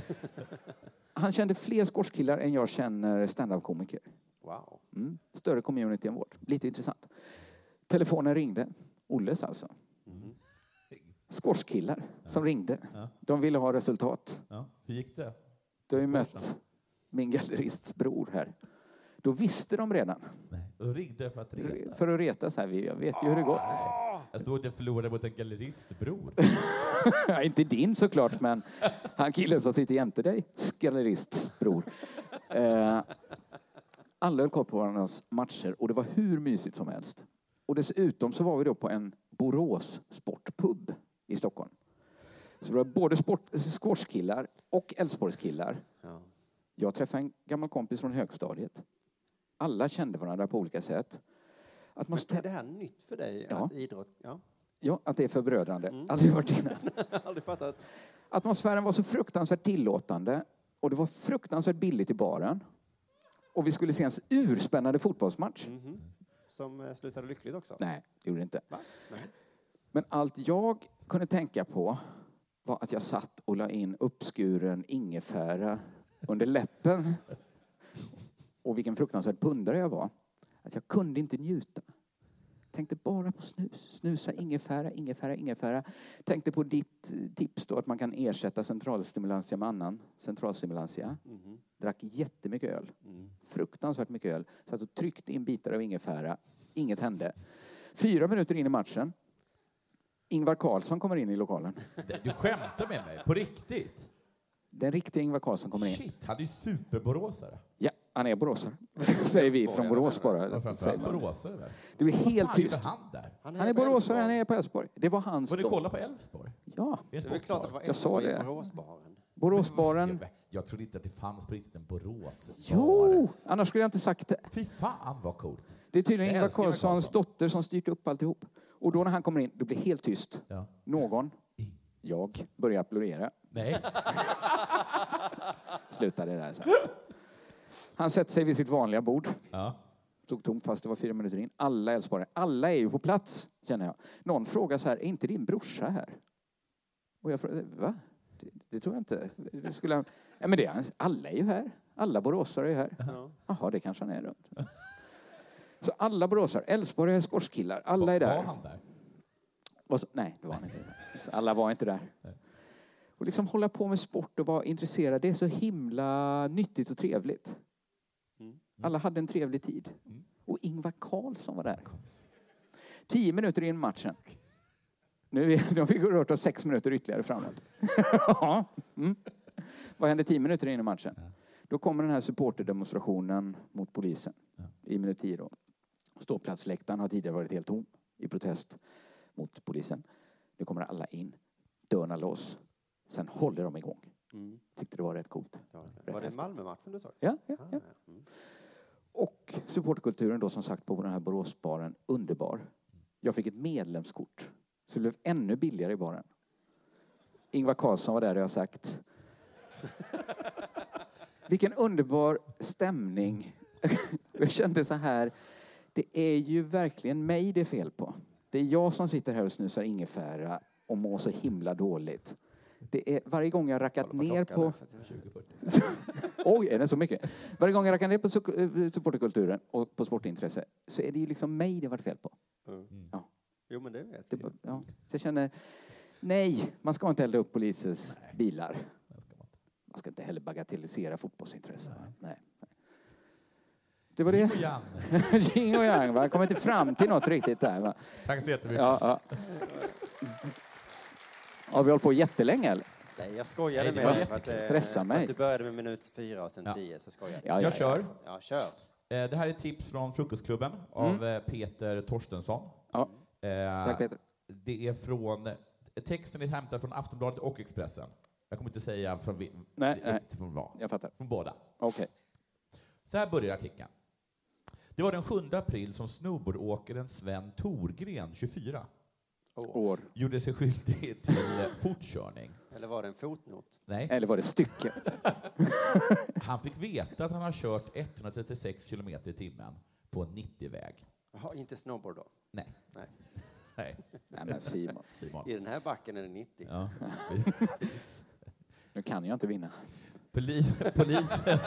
[SPEAKER 3] Han kände fler squashkillar än jag känner stand-up-komiker.
[SPEAKER 2] Wow.
[SPEAKER 3] Mm. Större community än vårt. Lite intressant. Telefonen ringde. Olles alltså.
[SPEAKER 2] Mm.
[SPEAKER 3] Squashkillar som ringde.
[SPEAKER 4] Ja.
[SPEAKER 3] De ville ha resultat.
[SPEAKER 4] Ja. Hur gick det?
[SPEAKER 3] Du har ju
[SPEAKER 4] Squashen.
[SPEAKER 3] mött min gallerists bror här. Då visste de redan.
[SPEAKER 4] Nej. Och ringde för att reta.
[SPEAKER 3] För att reta så här. Jag vet ju hur det går.
[SPEAKER 4] Jag stod att jag förlorade mot en galleristbror.
[SPEAKER 3] Ja, inte din såklart, men han killen som sitter jämte dig. Gallerists bror. Eh, alla höll koll på varandras matcher och det var hur mysigt som helst. Och dessutom så var vi då på en Borås sportpub i Stockholm. Så det var både sport, squashkillar och Älvsborgskillar.
[SPEAKER 2] Ja.
[SPEAKER 3] Jag träffade en gammal kompis från högstadiet. Alla kände varandra på olika sätt. Att man
[SPEAKER 2] Men är det här nytt för dig?
[SPEAKER 3] Ja.
[SPEAKER 2] Att idrott... Ja.
[SPEAKER 3] Ja, att det är förbrödrande.
[SPEAKER 2] Mm.
[SPEAKER 3] Aldrig hört innan.
[SPEAKER 2] Aldrig fattat.
[SPEAKER 3] Atmosfären var så fruktansvärt tillåtande. Och det var fruktansvärt billigt i baren. Och vi skulle se en urspännande fotbollsmatch.
[SPEAKER 2] Mhm. Som eh, slutade lyckligt också.
[SPEAKER 3] Nej, det gjorde det inte.
[SPEAKER 2] Va? Nej.
[SPEAKER 3] Men allt jag kunde tänka på var att jag satt och la in uppskuren ingefära under läppen. Och vilken fruktansvärd pundare jag var. Att jag kunde inte njuta. Tänkte bara på snus. Snusa, ingefära, ingefära, ingefära. Tänkte på ditt tips då att man kan ersätta centralstimulantia med annan centralstimulantia.
[SPEAKER 2] Mhm.
[SPEAKER 3] Drack jättemycket öl.
[SPEAKER 2] Mm.
[SPEAKER 3] Fruktansvärt mycket öl. Satt och tryckte in bitar av ingefära. Inget hände. Fyra minuter in i matchen. Ingvar Carlsson kommer in i lokalen.
[SPEAKER 4] Du skämtar med mig? På riktigt?
[SPEAKER 3] Den riktiga Ingvar Carlsson kommer in.
[SPEAKER 4] Shit, han är ju superboråsare.
[SPEAKER 3] Ja, han är boråsare. Säger vi från Borås bara.
[SPEAKER 4] Och framförallt
[SPEAKER 3] Säger man.
[SPEAKER 4] boråsare väl?
[SPEAKER 3] Det blir
[SPEAKER 4] Vad
[SPEAKER 3] helt
[SPEAKER 4] fan gjorde
[SPEAKER 3] tyst.
[SPEAKER 4] han där?
[SPEAKER 3] Han är boråsare, han är på Älvsborg. Det var hans
[SPEAKER 4] Var du
[SPEAKER 3] dag.
[SPEAKER 4] kolla på Älvsborg?
[SPEAKER 3] Ja,
[SPEAKER 4] Det är
[SPEAKER 2] Det är väl klart att det var
[SPEAKER 3] Jag sa
[SPEAKER 2] Älvsborg i
[SPEAKER 3] det.
[SPEAKER 2] Boråsbaren.
[SPEAKER 3] Boråsbaren.
[SPEAKER 4] Jag, jag trodde inte att det fanns på riktigt en Borås.
[SPEAKER 3] Jo, annars skulle jag inte sagt det.
[SPEAKER 4] Fy fan vad coolt.
[SPEAKER 3] Det är tydligen
[SPEAKER 4] Jag
[SPEAKER 3] Ingvar
[SPEAKER 4] älskar Ingvar
[SPEAKER 3] Carlssons
[SPEAKER 4] Carlsson.
[SPEAKER 3] dotter som styrt upp alltihop. Och då när han kommer in, då blir det helt tyst.
[SPEAKER 4] Ja.
[SPEAKER 3] Någon, jag, börjar applådera.
[SPEAKER 4] Nej.
[SPEAKER 3] Slutade där så. Han sätter sig vid sitt vanliga bord.
[SPEAKER 4] Ja.
[SPEAKER 3] Stod tomt fast det var fyra minuter in. Alla Älvsborgare, alla är ju på plats, känner jag. Någon frågar så här, är inte din brorsa här? Och jag frågade, va? Det, det tror jag inte. Det skulle han, ja, men det är hans, alla är ju här. Alla boråsare är här.
[SPEAKER 2] Ja.
[SPEAKER 3] Jaha, det kanske han är runt. Så alla boråsare, Älvsborg är skorskillar, alla är
[SPEAKER 4] Var
[SPEAKER 3] där.
[SPEAKER 4] han där?
[SPEAKER 3] Och så, nej, det var han inte. Så alla var inte där. Och liksom hålla på med sport och vara intresserad, det är så himla nyttigt och trevligt.
[SPEAKER 2] Mm.
[SPEAKER 3] Alla hade en trevlig tid.
[SPEAKER 4] Mm.
[SPEAKER 3] Och Ingvar Carlsson var där. Tio minuter in i matchen. Nu är, de fick rört oss sex minuter ytterligare framåt. Ja. Mm. Vad hände tio minuter in i matchen?
[SPEAKER 4] Ja.
[SPEAKER 3] Då kommer den här supporterdemonstrationen mot polisen.
[SPEAKER 4] Ja.
[SPEAKER 3] I minut tio då. Ståplatsläktaren har tidigare varit helt tom i protest mot polisen. Nu kommer alla in. Dörrarna loss. Sen håller de igång.
[SPEAKER 2] Mm.
[SPEAKER 3] Tyckte det var rätt coolt.
[SPEAKER 2] Ja,
[SPEAKER 3] Rätt
[SPEAKER 2] var det
[SPEAKER 3] häftigt.
[SPEAKER 2] Malmö-matchen du sa?
[SPEAKER 3] Ja, ja,
[SPEAKER 2] Ah,
[SPEAKER 3] ja.
[SPEAKER 2] mm.
[SPEAKER 3] Och supporterkulturen då som sagt på den här Boråsbaren, underbar. Jag fick ett medlemskort. Så det blev ännu billigare i baren. Ingvar Carlsson var där, det har jag sagt. Vilken underbar stämning. Jag kände så här, det är ju verkligen mig det är fel på. Det är jag som sitter här och snusar ingefära och mår så himla dåligt. Det är varje gång jag rackat
[SPEAKER 2] Kolla på
[SPEAKER 3] ner
[SPEAKER 2] klockan
[SPEAKER 3] på...
[SPEAKER 2] nu, för att-
[SPEAKER 4] tjugo fyrtio.
[SPEAKER 3] Oj, är det så mycket? Varje gång jag rackar ner på su- supporterkulturen och på sportintresse så är det ju liksom mig det varit fel på.
[SPEAKER 2] Mm.
[SPEAKER 3] Ja.
[SPEAKER 2] Jo, men det vet
[SPEAKER 3] Det,
[SPEAKER 2] vi.
[SPEAKER 3] ja. Så jag känner, nej, man ska inte elda upp polisens bilar.
[SPEAKER 4] Det ska man inte.
[SPEAKER 3] Man ska inte heller bagatellisera fotbollsintresse. Nej. Nej. Det var
[SPEAKER 4] Yin
[SPEAKER 3] det.
[SPEAKER 4] och yang.
[SPEAKER 3] Yin och yang, va? Jag kommer inte fram till något riktigt där, va?
[SPEAKER 4] Tack så jättemycket.
[SPEAKER 3] Ja, ja. Har vi hållit på jättelänge, eller?
[SPEAKER 2] Nej, jag skojade
[SPEAKER 4] Nej, det
[SPEAKER 2] med
[SPEAKER 4] var
[SPEAKER 2] dig. för att, eh,
[SPEAKER 3] Stressa mig.
[SPEAKER 2] för att du började med minut fyra och sen
[SPEAKER 4] Ja.
[SPEAKER 2] tio, så skojade jag.
[SPEAKER 3] Ja, ja,
[SPEAKER 4] Jag
[SPEAKER 3] ja.
[SPEAKER 4] kör.
[SPEAKER 2] Ja, kör.
[SPEAKER 4] Eh, Det här är ett tips från Frukostklubben av eh, Peter Torstensson.
[SPEAKER 3] Ja.
[SPEAKER 4] Eh,
[SPEAKER 3] Tack, Peter.
[SPEAKER 4] Det är från, texten är hämtad från Aftonbladet och Expressen. Jag kommer inte säga från, vi-
[SPEAKER 3] Nej, nej.
[SPEAKER 4] från vad.
[SPEAKER 3] Jag fattar.
[SPEAKER 4] Från båda.
[SPEAKER 3] Okej.
[SPEAKER 4] Så här börjar artikeln. Det var den sjunde april som snowboardåkaren Sven Thorgren, tjugofyra,
[SPEAKER 3] År.
[SPEAKER 4] gjorde sig skyldig till fortkörning.
[SPEAKER 2] Eller var det en fotnot?
[SPEAKER 4] Nej.
[SPEAKER 3] Eller var det stycke?
[SPEAKER 4] Han fick veta att han har kört etthundratrettiosex kilometer i timmen på en nittio-väg.
[SPEAKER 2] Jaha, inte snowboard då?
[SPEAKER 4] Nej.
[SPEAKER 2] Nej.
[SPEAKER 4] Nej.
[SPEAKER 3] Nej, men Simon.
[SPEAKER 4] Simon.
[SPEAKER 2] I den här backen är det nittio.
[SPEAKER 4] Ja.
[SPEAKER 3] Nu kan jag inte vinna.
[SPEAKER 4] Polis, polisen...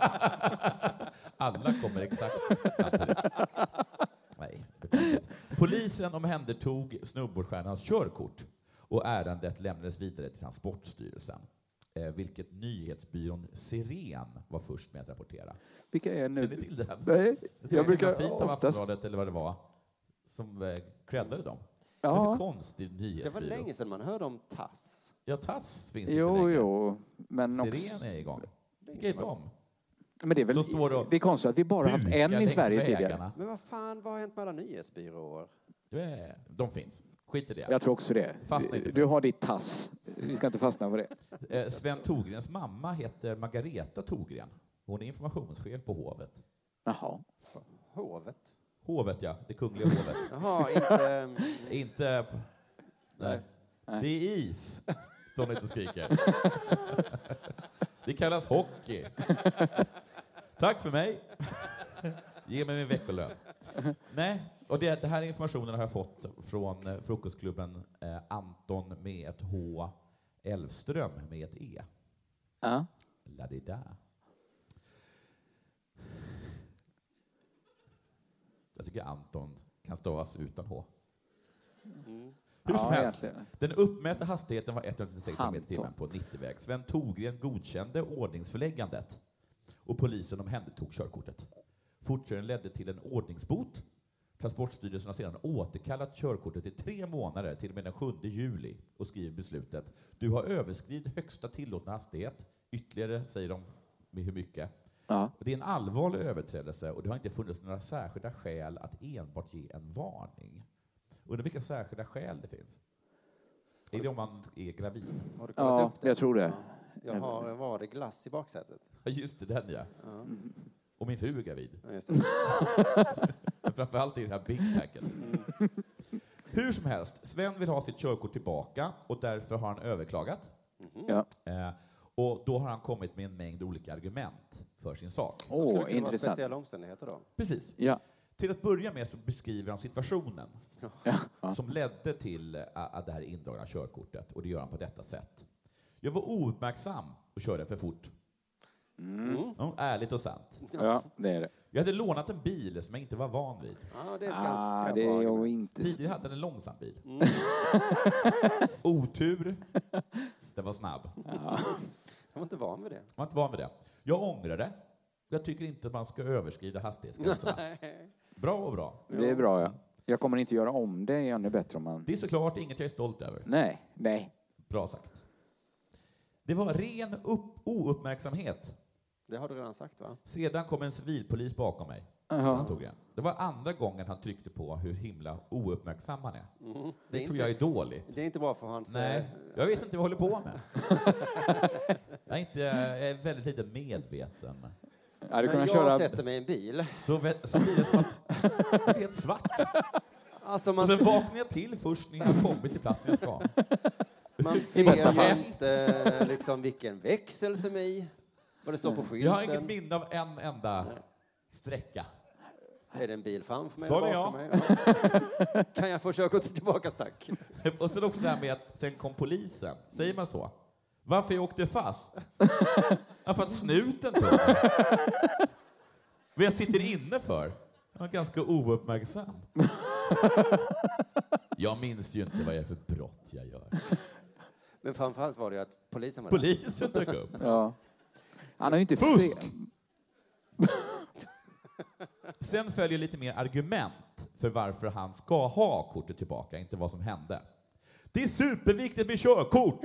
[SPEAKER 4] Alla kommer exakt samtidigt. Nej, det är konstigt. Polisen omhändertog snowboardstjärnans körkort och ärendet lämnades vidare till Transportstyrelsen, eh, vilket nyhetsbyrån Siren var först med att rapportera.
[SPEAKER 3] Vilka är nu?
[SPEAKER 4] Känner ni till det?
[SPEAKER 3] Nej,
[SPEAKER 4] Jag,
[SPEAKER 3] jag brukar
[SPEAKER 4] fint av
[SPEAKER 3] oftast...
[SPEAKER 4] Aftonbladet eller vad det var som eh, creddade dem.
[SPEAKER 3] Ja.
[SPEAKER 4] Det var för konstig
[SPEAKER 2] Det
[SPEAKER 4] nyhetsbyrå.
[SPEAKER 2] var länge sedan man hörde om Tass.
[SPEAKER 4] Ja, Tass finns
[SPEAKER 3] Jo,
[SPEAKER 4] inte längre.
[SPEAKER 3] jo, men också...
[SPEAKER 4] Siren är igång. Vilka är de?
[SPEAKER 3] Men det är väl
[SPEAKER 4] Så står det och
[SPEAKER 3] det är konstigt att vi bara haft
[SPEAKER 4] Bukar
[SPEAKER 3] en i
[SPEAKER 4] längs
[SPEAKER 3] Sverige tidigare.
[SPEAKER 4] vägarna.
[SPEAKER 2] Men vad fan, vad har hänt med alla nyhetsbyråer?
[SPEAKER 4] Ja, de finns. Skit i det.
[SPEAKER 3] Jag tror också det.
[SPEAKER 4] Fastna inte
[SPEAKER 3] Du,
[SPEAKER 4] på
[SPEAKER 3] du har ditt tass. Vi ska inte fastna på det.
[SPEAKER 4] Eh, Sven Thorgrens mamma heter Margareta Thorgren. Hon är informationschef på hovet.
[SPEAKER 3] Jaha.
[SPEAKER 2] Hovet?
[SPEAKER 4] Hovet, ja. Det kungliga hovet.
[SPEAKER 2] Jaha, inte...
[SPEAKER 4] Inte... Nej.
[SPEAKER 3] Nej.
[SPEAKER 4] Det är is, står ni inte och skriker. Det kallas hockey. Tack för mig. Ge mig min veckolön. Nej, och det, det här informationen har jag fått från eh, frukostklubben eh, Anton med ett H, Elfström med ett E.
[SPEAKER 3] Ja.
[SPEAKER 4] La-di-da. Jag tycker Anton kan stavas utan H.
[SPEAKER 2] Mm.
[SPEAKER 4] Hur som
[SPEAKER 3] Ja,
[SPEAKER 4] helst,
[SPEAKER 3] egentligen.
[SPEAKER 4] den uppmätta hastigheten var etthundratrettiosex kilometer i
[SPEAKER 3] Anton.
[SPEAKER 4] timmen på nittio-väg. Sven Thorgren godkände ordningsförläggandet och polisen omhändertog körkortet. Fortkörningen ledde till en ordningsbot. Transportstyrelsen har sedan återkallat körkortet i tre månader till och med den sjunde juli och skriver beslutet: du har överskridit högsta tillåtna hastighet. Ytterligare säger de med hur mycket.
[SPEAKER 3] Ja.
[SPEAKER 4] Det är en allvarlig överträdelse och det har inte funnits några särskilda skäl att enbart ge en varning. Undrar vilka särskilda skäl det finns. Är det om man är gravid?
[SPEAKER 2] Har du kollat
[SPEAKER 3] Ja,
[SPEAKER 2] upp det?
[SPEAKER 3] jag tror det.
[SPEAKER 2] Jag har, var det glass i baksätet?
[SPEAKER 4] Ja, just det, den ja.
[SPEAKER 2] Ja,
[SPEAKER 4] Och min fru är gravid.
[SPEAKER 2] ja just det.
[SPEAKER 4] Men framförallt i det här big packet. Hur som helst, Sven vill ha sitt körkort tillbaka och därför har han överklagat.
[SPEAKER 3] Ja.
[SPEAKER 4] Eh, och då har han kommit med en mängd olika argument för sin sak.
[SPEAKER 2] Så skulle det
[SPEAKER 3] Åh,
[SPEAKER 2] kunna vara
[SPEAKER 3] intressant.
[SPEAKER 2] speciella omständigheter då?
[SPEAKER 4] Precis.
[SPEAKER 3] Ja.
[SPEAKER 4] Till att börja med så beskriver han situationen
[SPEAKER 3] Ja. Ja.
[SPEAKER 4] som ledde till äh, att det här indragna körkortet, och det gör han på detta sätt. Jag var ouppmärksam och körde för fort.
[SPEAKER 2] Mm.
[SPEAKER 4] Ja, ärligt och sant.
[SPEAKER 3] Ja, det är det.
[SPEAKER 4] Jag hade lånat en bil som jag inte var van vid.
[SPEAKER 2] Ja, det är ett
[SPEAKER 3] Ah,
[SPEAKER 2] ganska
[SPEAKER 3] det
[SPEAKER 2] bra
[SPEAKER 3] är ju
[SPEAKER 2] argument.
[SPEAKER 3] inte...
[SPEAKER 4] Tidigare hade den en långsam bil.
[SPEAKER 2] Mm.
[SPEAKER 4] Otur. Den var snabb.
[SPEAKER 3] Ja.
[SPEAKER 2] Jag var inte van vid det.
[SPEAKER 4] Jag var inte van vid det. Jag ångrar det. Jag tycker inte att man ska överskrida hastighetsgränserna. Bra och bra.
[SPEAKER 3] Det är bra, ja. Jag kommer inte göra om det ännu bättre om man...
[SPEAKER 4] Det är såklart inget jag är stolt över.
[SPEAKER 3] Nej, nej.
[SPEAKER 4] Bra sagt. Det var ren upp, ouppmärksamhet.
[SPEAKER 2] Det har du redan sagt, va?
[SPEAKER 4] Sedan kom en civilpolis bakom mig.
[SPEAKER 3] Jaha.
[SPEAKER 4] Sen tog jag. Det var andra gången han tryckte på hur himla ouppmärksam han är.
[SPEAKER 2] Mm.
[SPEAKER 4] Det,
[SPEAKER 2] Det är
[SPEAKER 4] tror
[SPEAKER 2] inte-
[SPEAKER 4] jag är dåligt.
[SPEAKER 2] Det är inte bra för hans...
[SPEAKER 4] Nej,
[SPEAKER 2] eh,
[SPEAKER 4] jag vet inte vad jag håller på med. Jag är, inte, jag är väldigt lite medveten.
[SPEAKER 3] Ja, du
[SPEAKER 2] När
[SPEAKER 3] kunna
[SPEAKER 2] jag
[SPEAKER 3] köra...
[SPEAKER 2] sätter mig i en bil,
[SPEAKER 4] Så, vä- så blir det som att det är helt svart.
[SPEAKER 2] alltså man,
[SPEAKER 4] Och sen vaknar jag till först när jag har kommit till platsen jag ska.
[SPEAKER 2] man
[SPEAKER 3] bästa
[SPEAKER 2] ser
[SPEAKER 3] fall.
[SPEAKER 2] ju inte liksom vilken växel som är i, vad det står på
[SPEAKER 4] Jag har
[SPEAKER 2] skylten.
[SPEAKER 4] inget minne av en enda sträcka.
[SPEAKER 2] Är det en bil framför mig
[SPEAKER 4] Så
[SPEAKER 2] eller
[SPEAKER 4] är
[SPEAKER 2] bakom mig? Ja. Kan jag få körkortet tillbaka, tack?
[SPEAKER 4] Och sen också det här med att sen kom polisen. Säger man så? Varför jag åkte fast? Ja, för att snuten tog mig. Vad jag sitter inne för? Jag är ganska ouppmärksam. Jag minns ju inte vad jag är för brott jag gör.
[SPEAKER 2] Men framförallt var det ju att polisen var där.
[SPEAKER 4] Polisen dök upp.
[SPEAKER 3] Ja. Han har ju inte...
[SPEAKER 4] Fusk!
[SPEAKER 3] fel.
[SPEAKER 4] Sen följer lite mer argument för varför han ska ha kortet tillbaka, inte vad som hände. Det är superviktigt med körkort!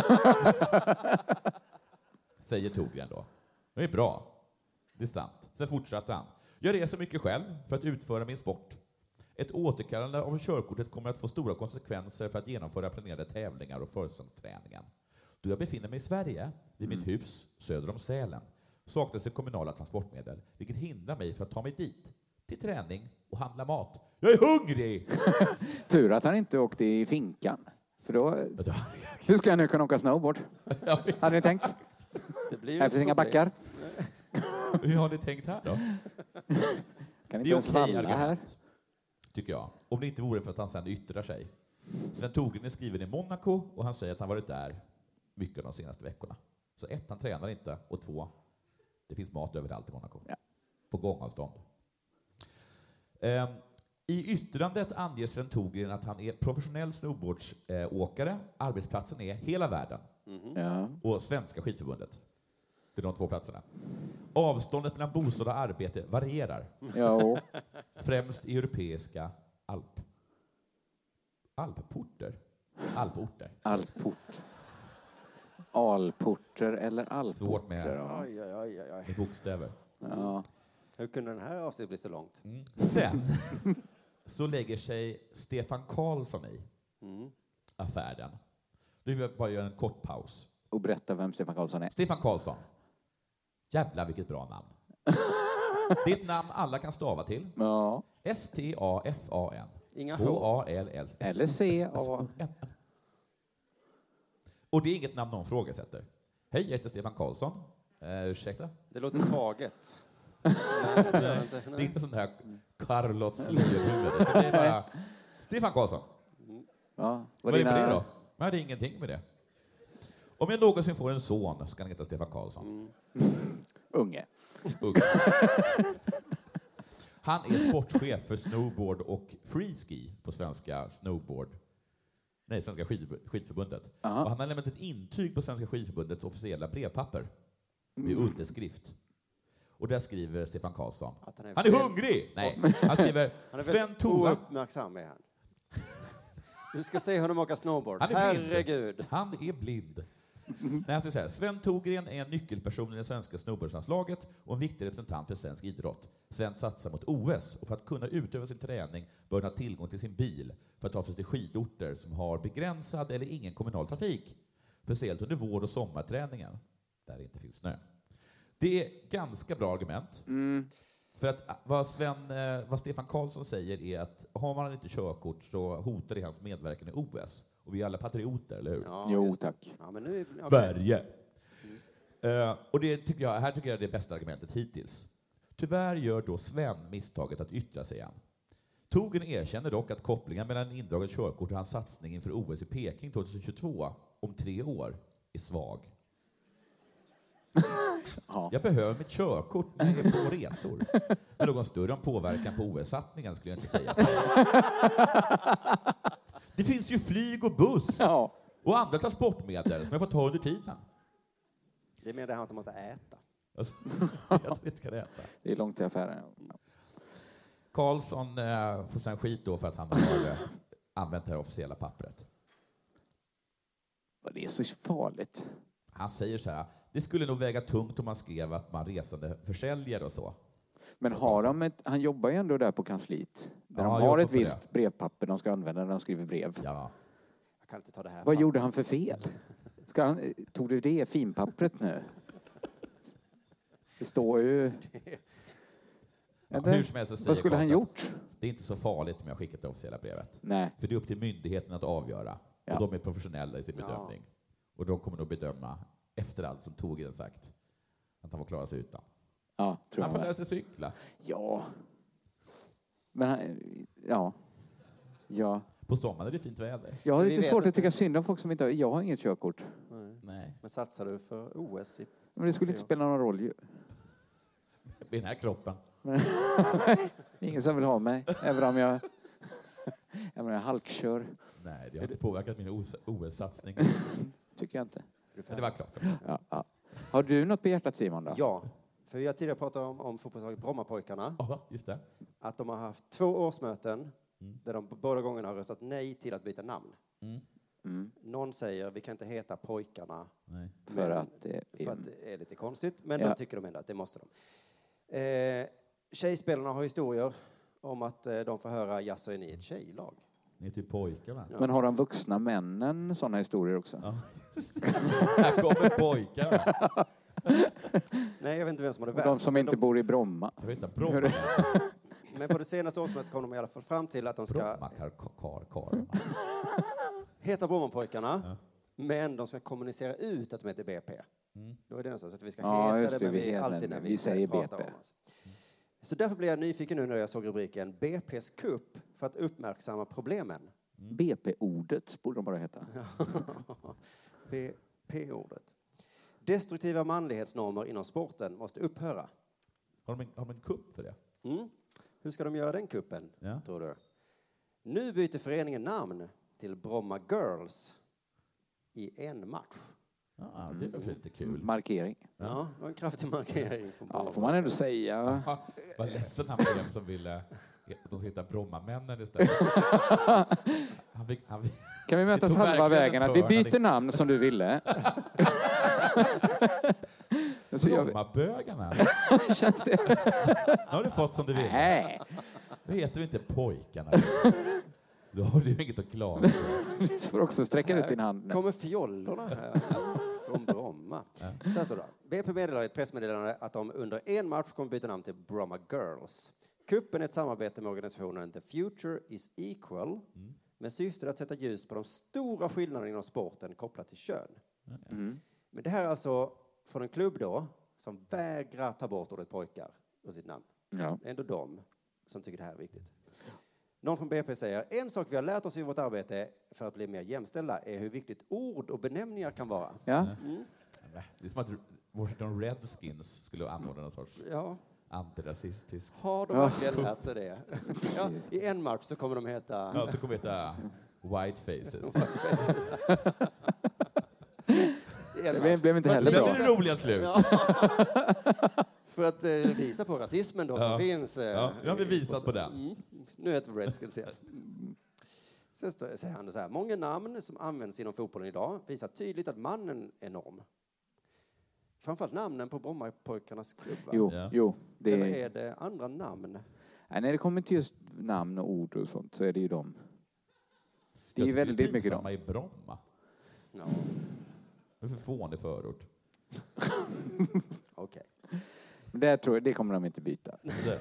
[SPEAKER 4] Säger Thorgren då. Det är bra. Det är sant. Sen fortsatte han. Jag reser mycket själv för att utföra min sport. Ett återkallande av körkortet kommer att få stora konsekvenser för att genomföra planerade tävlingar och försäsongsträningen. Då jag befinner mig i Sverige, vid mitt hus söder om Sälen, saknas det kommunala transportmedel, vilket hindrar mig för att ta mig dit, till träning och handla mat. Jag är hungrig!
[SPEAKER 3] Tur att han inte åkte i finkan. För då... Hur ska jag nu kunna åka snowboard? Hade ni tänkt?
[SPEAKER 2] Det blir
[SPEAKER 3] Här finns inga backar.
[SPEAKER 4] Hur har ni tänkt här då?
[SPEAKER 3] Kan
[SPEAKER 4] Det
[SPEAKER 3] inte
[SPEAKER 4] är
[SPEAKER 3] ens
[SPEAKER 4] okej
[SPEAKER 3] valla här.
[SPEAKER 4] argument, tycker jag. Om det inte vore för att han sen yttrar sig. Sven Thorgren är skriven i Monaco och han säger att han varit där mycket de senaste veckorna. Så ett, han tränar inte, och två, det finns mat överallt i Monaco.
[SPEAKER 3] Ja.
[SPEAKER 4] På gångavstånd. Um, I yttrandet anger Sven Thorgren att han är professionell snowboardsåkare. Arbetsplatsen är hela världen.
[SPEAKER 2] Mm-hmm.
[SPEAKER 3] Ja.
[SPEAKER 4] Och Svenska skidförbundet. Det är de två platserna. Avståndet mellan bostad och arbete varierar.
[SPEAKER 3] Jo.
[SPEAKER 4] Främst i europeiska alp. Alpporter. Alporter.
[SPEAKER 3] Alport. Alporter eller alporter.
[SPEAKER 4] Svårt med,
[SPEAKER 3] Ja.
[SPEAKER 2] Oj, oj, oj, oj.
[SPEAKER 4] med bokstäver.
[SPEAKER 3] Ja.
[SPEAKER 2] Hur kunde den här avsnittet bli så långt?
[SPEAKER 4] Mm. Sen så lägger sig Stefan Karlsson i
[SPEAKER 2] Mm.
[SPEAKER 4] affären. Nu vill jag bara göra en kort paus.
[SPEAKER 3] Och berätta vem Stefan Karlsson är.
[SPEAKER 4] Stefan Karlsson. Jävlar vilket bra namn. Det är ett namn alla kan stava till.
[SPEAKER 3] Ja.
[SPEAKER 4] S T A F A N.
[SPEAKER 2] Inga
[SPEAKER 4] H
[SPEAKER 2] H.
[SPEAKER 4] A L L S.
[SPEAKER 3] Eller C A.
[SPEAKER 4] Och det är inget namn någon frågasätter. Hej, jag heter Stefan Karlsson. Uh, ursäkta?
[SPEAKER 2] Det låter taget. Nej, det gör det inte.
[SPEAKER 4] Det är
[SPEAKER 2] Nej.
[SPEAKER 4] inte sån här Carlos Lyrhuvud. Det är bara Stefan Karlsson.
[SPEAKER 3] Ja.
[SPEAKER 4] Vad är det med det då? Men det är ingenting med det. Om jag någonsin får en son ska han heta Stefan Karlsson.
[SPEAKER 3] Unge.
[SPEAKER 4] Ung. Han är sportchef för snowboard och freeski på svenska snowboard. Nej, Svenska skid, skidförbundet.
[SPEAKER 3] Aha.
[SPEAKER 4] Och han har lämnat ett intyg på Svenska skidförbundets officiella brevpapper med underskrift. Och där skriver Stefan Karlsson.
[SPEAKER 2] Att han är
[SPEAKER 4] Han är
[SPEAKER 2] väl-
[SPEAKER 4] hungrig! Nej, han skriver
[SPEAKER 2] Han är
[SPEAKER 4] Sven
[SPEAKER 2] väldigt
[SPEAKER 4] Thorgren.
[SPEAKER 2] ouppmärksam är han. Du ska se honom åka snowboard.
[SPEAKER 4] Han är blind.
[SPEAKER 2] Herregud.
[SPEAKER 4] Han är blind. Nej, han säger så här, Sven Thorgren är en nyckelperson i det svenska snowboardlandslaget och en viktig representant för svensk idrott. Sven satsar mot O S och för att kunna utöva sin träning bör han ha tillgång till sin bil för att ta sig till skidorter som har begränsad eller ingen kommunal trafik. Speciellt under vår- och sommarträningen, där det inte finns snö. Det är ganska bra argument.
[SPEAKER 3] Mm.
[SPEAKER 4] För att vad, Sven, eh, vad Stefan Karlsson säger är att har man inte körkort så hotar det hans medverkan i O S. Och vi är alla patrioter, eller hur?
[SPEAKER 2] Ja,
[SPEAKER 3] Jo,
[SPEAKER 2] just det.
[SPEAKER 3] tack.
[SPEAKER 2] Ja, men nu, okay.
[SPEAKER 4] Sverige. Eh, och det tycker jag, här tycker jag är det bästa argumentet hittills. Tyvärr gör då Sven misstaget att yttra sig igen. Thorgren erkänner dock att kopplingen mellan indraget körkort och hans satsning inför O S i Peking tjugohundratjugotvå om tre år är svag.
[SPEAKER 3] Ja.
[SPEAKER 4] Jag behöver mitt körkort när jag är på resor. Men någon större påverkan på O S-satsningen skulle jag inte säga. Det finns ju flyg och buss
[SPEAKER 3] Ja.
[SPEAKER 4] och andra transportmedel som jag får ta under tiden.
[SPEAKER 2] Det är mer det här att de måste äta.
[SPEAKER 4] Alltså, jag inte kan äta.
[SPEAKER 3] Det är långt till affären.
[SPEAKER 4] Karlsson eh, får sen skit då för att han har eh, använt det här officiella pappret.
[SPEAKER 3] Det är så farligt.
[SPEAKER 4] Han säger så här, det skulle nog väga tungt om man skrev att man resande försäljare och så.
[SPEAKER 3] Men har de ett, han jobbar ju ändå där på kansliet. Där
[SPEAKER 4] Ja,
[SPEAKER 3] de
[SPEAKER 4] jag
[SPEAKER 3] har
[SPEAKER 4] jobbar
[SPEAKER 3] ett
[SPEAKER 4] för
[SPEAKER 3] visst
[SPEAKER 4] det.
[SPEAKER 3] brevpapper de ska använda när de skriver brev.
[SPEAKER 4] Ja.
[SPEAKER 2] Jag kan inte ta det här.
[SPEAKER 3] Vad gjorde han för fel? Ska han, tog du det finpappret nu? Det står ju...
[SPEAKER 4] Ja,
[SPEAKER 3] Eller?
[SPEAKER 4] hur som helst så säger
[SPEAKER 3] Vad skulle han
[SPEAKER 4] Karlsson,
[SPEAKER 3] gjort?
[SPEAKER 4] det är inte så farligt om jag skickat det officiella brevet.
[SPEAKER 3] Nej.
[SPEAKER 4] För det är upp till myndigheten att avgöra.
[SPEAKER 3] Ja.
[SPEAKER 4] Och de är professionella i sin
[SPEAKER 2] Ja.
[SPEAKER 4] bedömning. Och de kommer nog bedöma, efter allt som Thorgren sagt, att han får klara sig utan.
[SPEAKER 3] Ja, tror
[SPEAKER 4] Han
[SPEAKER 3] jag
[SPEAKER 4] får
[SPEAKER 3] med.
[SPEAKER 4] lära sig cykla.
[SPEAKER 3] Ja. Men han, ja. Ja.
[SPEAKER 4] På sommaren är det fint väder.
[SPEAKER 3] Jag har
[SPEAKER 2] Vi
[SPEAKER 3] lite
[SPEAKER 2] vet
[SPEAKER 3] svårt att
[SPEAKER 2] inte.
[SPEAKER 3] tycka synd om folk som inte har... Jag har inget körkort.
[SPEAKER 2] Nej.
[SPEAKER 4] Nej.
[SPEAKER 2] Men satsar du för O S i...
[SPEAKER 3] Men det skulle inte spela någon roll ju.
[SPEAKER 4] Med den här kroppen.
[SPEAKER 3] Ingen som vill ha mig. Även om jag... Jag menar, halkkör.
[SPEAKER 4] Nej, det har inte påverkat min O S-satsning.
[SPEAKER 3] Tycker jag inte.
[SPEAKER 4] Men det var klart.
[SPEAKER 3] Ja, ja. Har du något på hjärtat, Simon? Då?
[SPEAKER 2] Ja, för vi har tidigare pratat om, om fotbollslaget Brommapojkarna.
[SPEAKER 4] Ja, just det.
[SPEAKER 2] Att de har haft två årsmöten där de båda gångerna har röstat nej till att byta namn.
[SPEAKER 4] Mm.
[SPEAKER 3] Mm.
[SPEAKER 2] Någon säger vi kan inte heta pojkarna
[SPEAKER 4] Nej.
[SPEAKER 3] För att det
[SPEAKER 2] för
[SPEAKER 3] är...
[SPEAKER 2] att det är lite konstigt, men
[SPEAKER 3] Ja.
[SPEAKER 2] de tycker de ändå att det måste de. Eh, tjejspelarna har historier om att eh, de får höra jaså, är ni ett tjejlag?
[SPEAKER 4] Ni är typ pojkarna.
[SPEAKER 2] Ja.
[SPEAKER 3] Men har de vuxna männen sådana historier också?
[SPEAKER 4] Ja. Här kommer pojkarna.
[SPEAKER 2] Nej, jag vet inte vem som har det
[SPEAKER 3] Och de
[SPEAKER 2] värst,
[SPEAKER 3] som
[SPEAKER 2] men
[SPEAKER 3] inte
[SPEAKER 2] de,
[SPEAKER 3] bor i Bromma?
[SPEAKER 4] Jag vet inte, Bromma.
[SPEAKER 2] Men på det senaste årsmötet kom de i alla fall fram till att de ska
[SPEAKER 4] Brommakar-kar-kar.
[SPEAKER 2] heta Brommapojkarna, ja. Men de ska kommunicera ut att de heter B P. Mm. Då är det så att vi ska
[SPEAKER 3] ja,
[SPEAKER 2] heta
[SPEAKER 3] just
[SPEAKER 2] det,
[SPEAKER 3] det,
[SPEAKER 2] men vi,
[SPEAKER 3] vi
[SPEAKER 2] alltid när vi,
[SPEAKER 3] vi säger B P.
[SPEAKER 2] Pratar om oss. Mm. Så därför blev jag nyfiken nu när jag såg rubriken B P:s kupp för att uppmärksamma problemen.
[SPEAKER 3] Mm. B P-ordet borde de bara heta.
[SPEAKER 2] B P-ordet. Destruktiva manlighetsnormer inom sporten måste upphöra.
[SPEAKER 4] Har de en, har de en kupp för det?
[SPEAKER 2] Mm. Hur ska de göra den kuppen,
[SPEAKER 4] ja.
[SPEAKER 2] tror du? Nu byter föreningen namn till Bromma Girls i en match.
[SPEAKER 4] Ja, det är lite kul.
[SPEAKER 3] Markering.
[SPEAKER 2] Ja, det var en kraftig markering.
[SPEAKER 3] Ja, får man ändå säga.
[SPEAKER 4] Ja, vad ledsen han blev som ville att de ska hitta Brommamännen istället. Han fick, han fick,
[SPEAKER 3] kan vi mötas halva vägen att vi byter namn som du ville?
[SPEAKER 4] Brommabögarna.
[SPEAKER 3] Känns det?
[SPEAKER 4] Nu har du fått som du vill.
[SPEAKER 3] Nej.
[SPEAKER 4] Nu heter vi inte pojkarna. Då har du inget att klaga.
[SPEAKER 3] Du får också sträcka ut din hand.
[SPEAKER 2] Kommer fjollorna här från Bromma. Ja. Så här står det. B P meddelar i ett pressmeddelande att de under en match kommer byta namn till Bromma Girls. Kuppen är ett samarbete med organisationen The Future is Equal mm. med syftet att sätta ljus på de stora skillnaderna inom sporten kopplat till kön. Mm. Men det här är alltså från en klubb då som vägrar ta bort ordet pojkar ur sitt namn. Ja. Det är ändå de som tycker det här är viktigt. Någon från B P säger, en sak vi har lärt oss i vårt arbete för att bli mer jämställda är hur viktigt ord och benämningar kan vara.
[SPEAKER 3] Ja.
[SPEAKER 2] Mm.
[SPEAKER 4] Det är som att Washington Redskins skulle anordna någon sorts
[SPEAKER 2] ja.
[SPEAKER 4] antirasistisk...
[SPEAKER 2] Har de verkligen ja. lärt sig det? Ja, i en match så kommer de heta...
[SPEAKER 4] Ja, så kommer de heta White Faces.
[SPEAKER 3] Det blev inte heller bra.
[SPEAKER 4] Det är det roliga slut. Ja.
[SPEAKER 2] För att eh, visa på rasismen då ja. som finns. Eh,
[SPEAKER 4] ja, nu har vi visat på den.
[SPEAKER 2] Mm. Nu heter vi Redskins igen. Sen säger han så här. Många namn som används inom fotbollen idag visar tydligt att mannen är norm. Framförallt namnen på Brommapojkarnas klubb. Va?
[SPEAKER 3] Jo, ja. jo. Det
[SPEAKER 2] Eller är det andra namn?
[SPEAKER 3] Nej, när det kommer till just namn och ord och sånt så är det ju dem. Det är ju väldigt mycket dem.
[SPEAKER 4] Samma i Bromma.
[SPEAKER 2] Ja.
[SPEAKER 4] Det är för fånig förort.
[SPEAKER 2] Okej.
[SPEAKER 3] Det tror jag, det kommer de inte byta.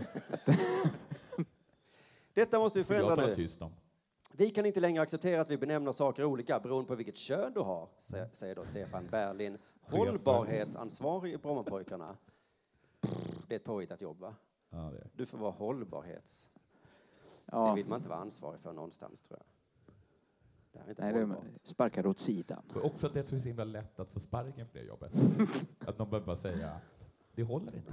[SPEAKER 2] Detta måste vi förändra nu.
[SPEAKER 4] Tyst om.
[SPEAKER 2] Vi kan inte längre acceptera att vi benämner saker olika beroende på vilket kön du har, säger då Stefan Berlin, hållbarhetsansvarig i Brommapojkarna. Det är ett påhittat jobb, va?
[SPEAKER 4] Ja, det är.
[SPEAKER 2] Du får vara hållbarhets.
[SPEAKER 3] Ja.
[SPEAKER 2] Det vill man inte vara ansvarig för någonstans, tror jag. Det är inte
[SPEAKER 3] Nej,
[SPEAKER 2] hållbart.
[SPEAKER 3] Det sparkar åt sidan.
[SPEAKER 4] Och också att det är så himla lätt att få sparken för det jobbet. Att någon behöver bara säga, det håller inte.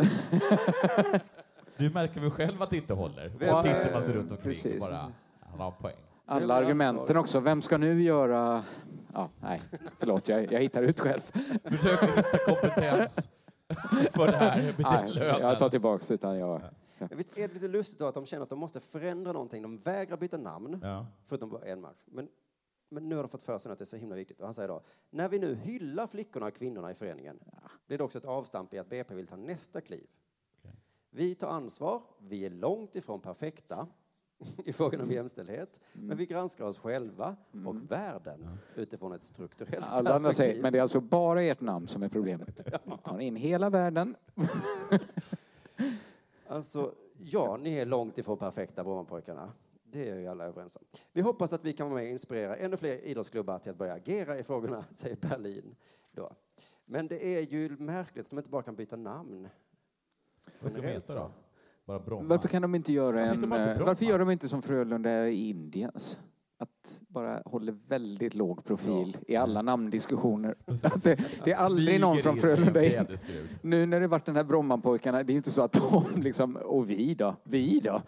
[SPEAKER 4] Du märker väl själv att det inte håller. Och så tittar man sig runt omkring Precis. och bara, han har poäng.
[SPEAKER 3] Alla argumenten också. Vem ska nu göra... Ja, nej, förlåt, jag, jag hittar ut själv.
[SPEAKER 4] Försök hitta kompetens för det här.
[SPEAKER 3] Nej, jag tar tillbaka utan jag...
[SPEAKER 2] Ja. Jag vet, är det lite lustigt då att de känner att de måste förändra någonting. De vägrar byta namn,
[SPEAKER 4] ja.
[SPEAKER 2] förutom bara en match. Men, men nu har de fått för sig att det är så himla viktigt. Och han säger då, när vi nu hyllar flickorna och kvinnorna i föreningen, ja. blir det också ett avstamp i att B P vill ta nästa kliv. Okay. Vi tar ansvar, vi är långt ifrån perfekta i frågan om jämställdhet, mm. men vi granskar oss själva mm. och världen ja. utifrån ett strukturellt
[SPEAKER 3] Alla
[SPEAKER 2] perspektiv.
[SPEAKER 3] Andra säger, men det är alltså bara ert namn som är problemet. Ja. Vi tar in hela världen.
[SPEAKER 2] Alltså, ja, ni är långt ifrån perfekta, Brommapojkarna. Det är ju alla överens om. Vi hoppas att vi kan vara med och inspirera ännu fler idrottsklubbar till att börja agera i frågorna, säger Berlin då. Men det är ju märkligt att de inte bara kan byta namn.
[SPEAKER 4] Vad ska de heta då? Bara Bromma.
[SPEAKER 3] Varför kan de inte göra
[SPEAKER 4] varför
[SPEAKER 3] en... Inte varför gör de inte som Frölunda i Indiens? Att bara håller väldigt låg profil ja. i alla namndiskussioner. Att det, det är aldrig någon från Frölunda. I, nu när det varit den här Brommapojkarna, det är inte så att de liksom, och vi då? Vi då?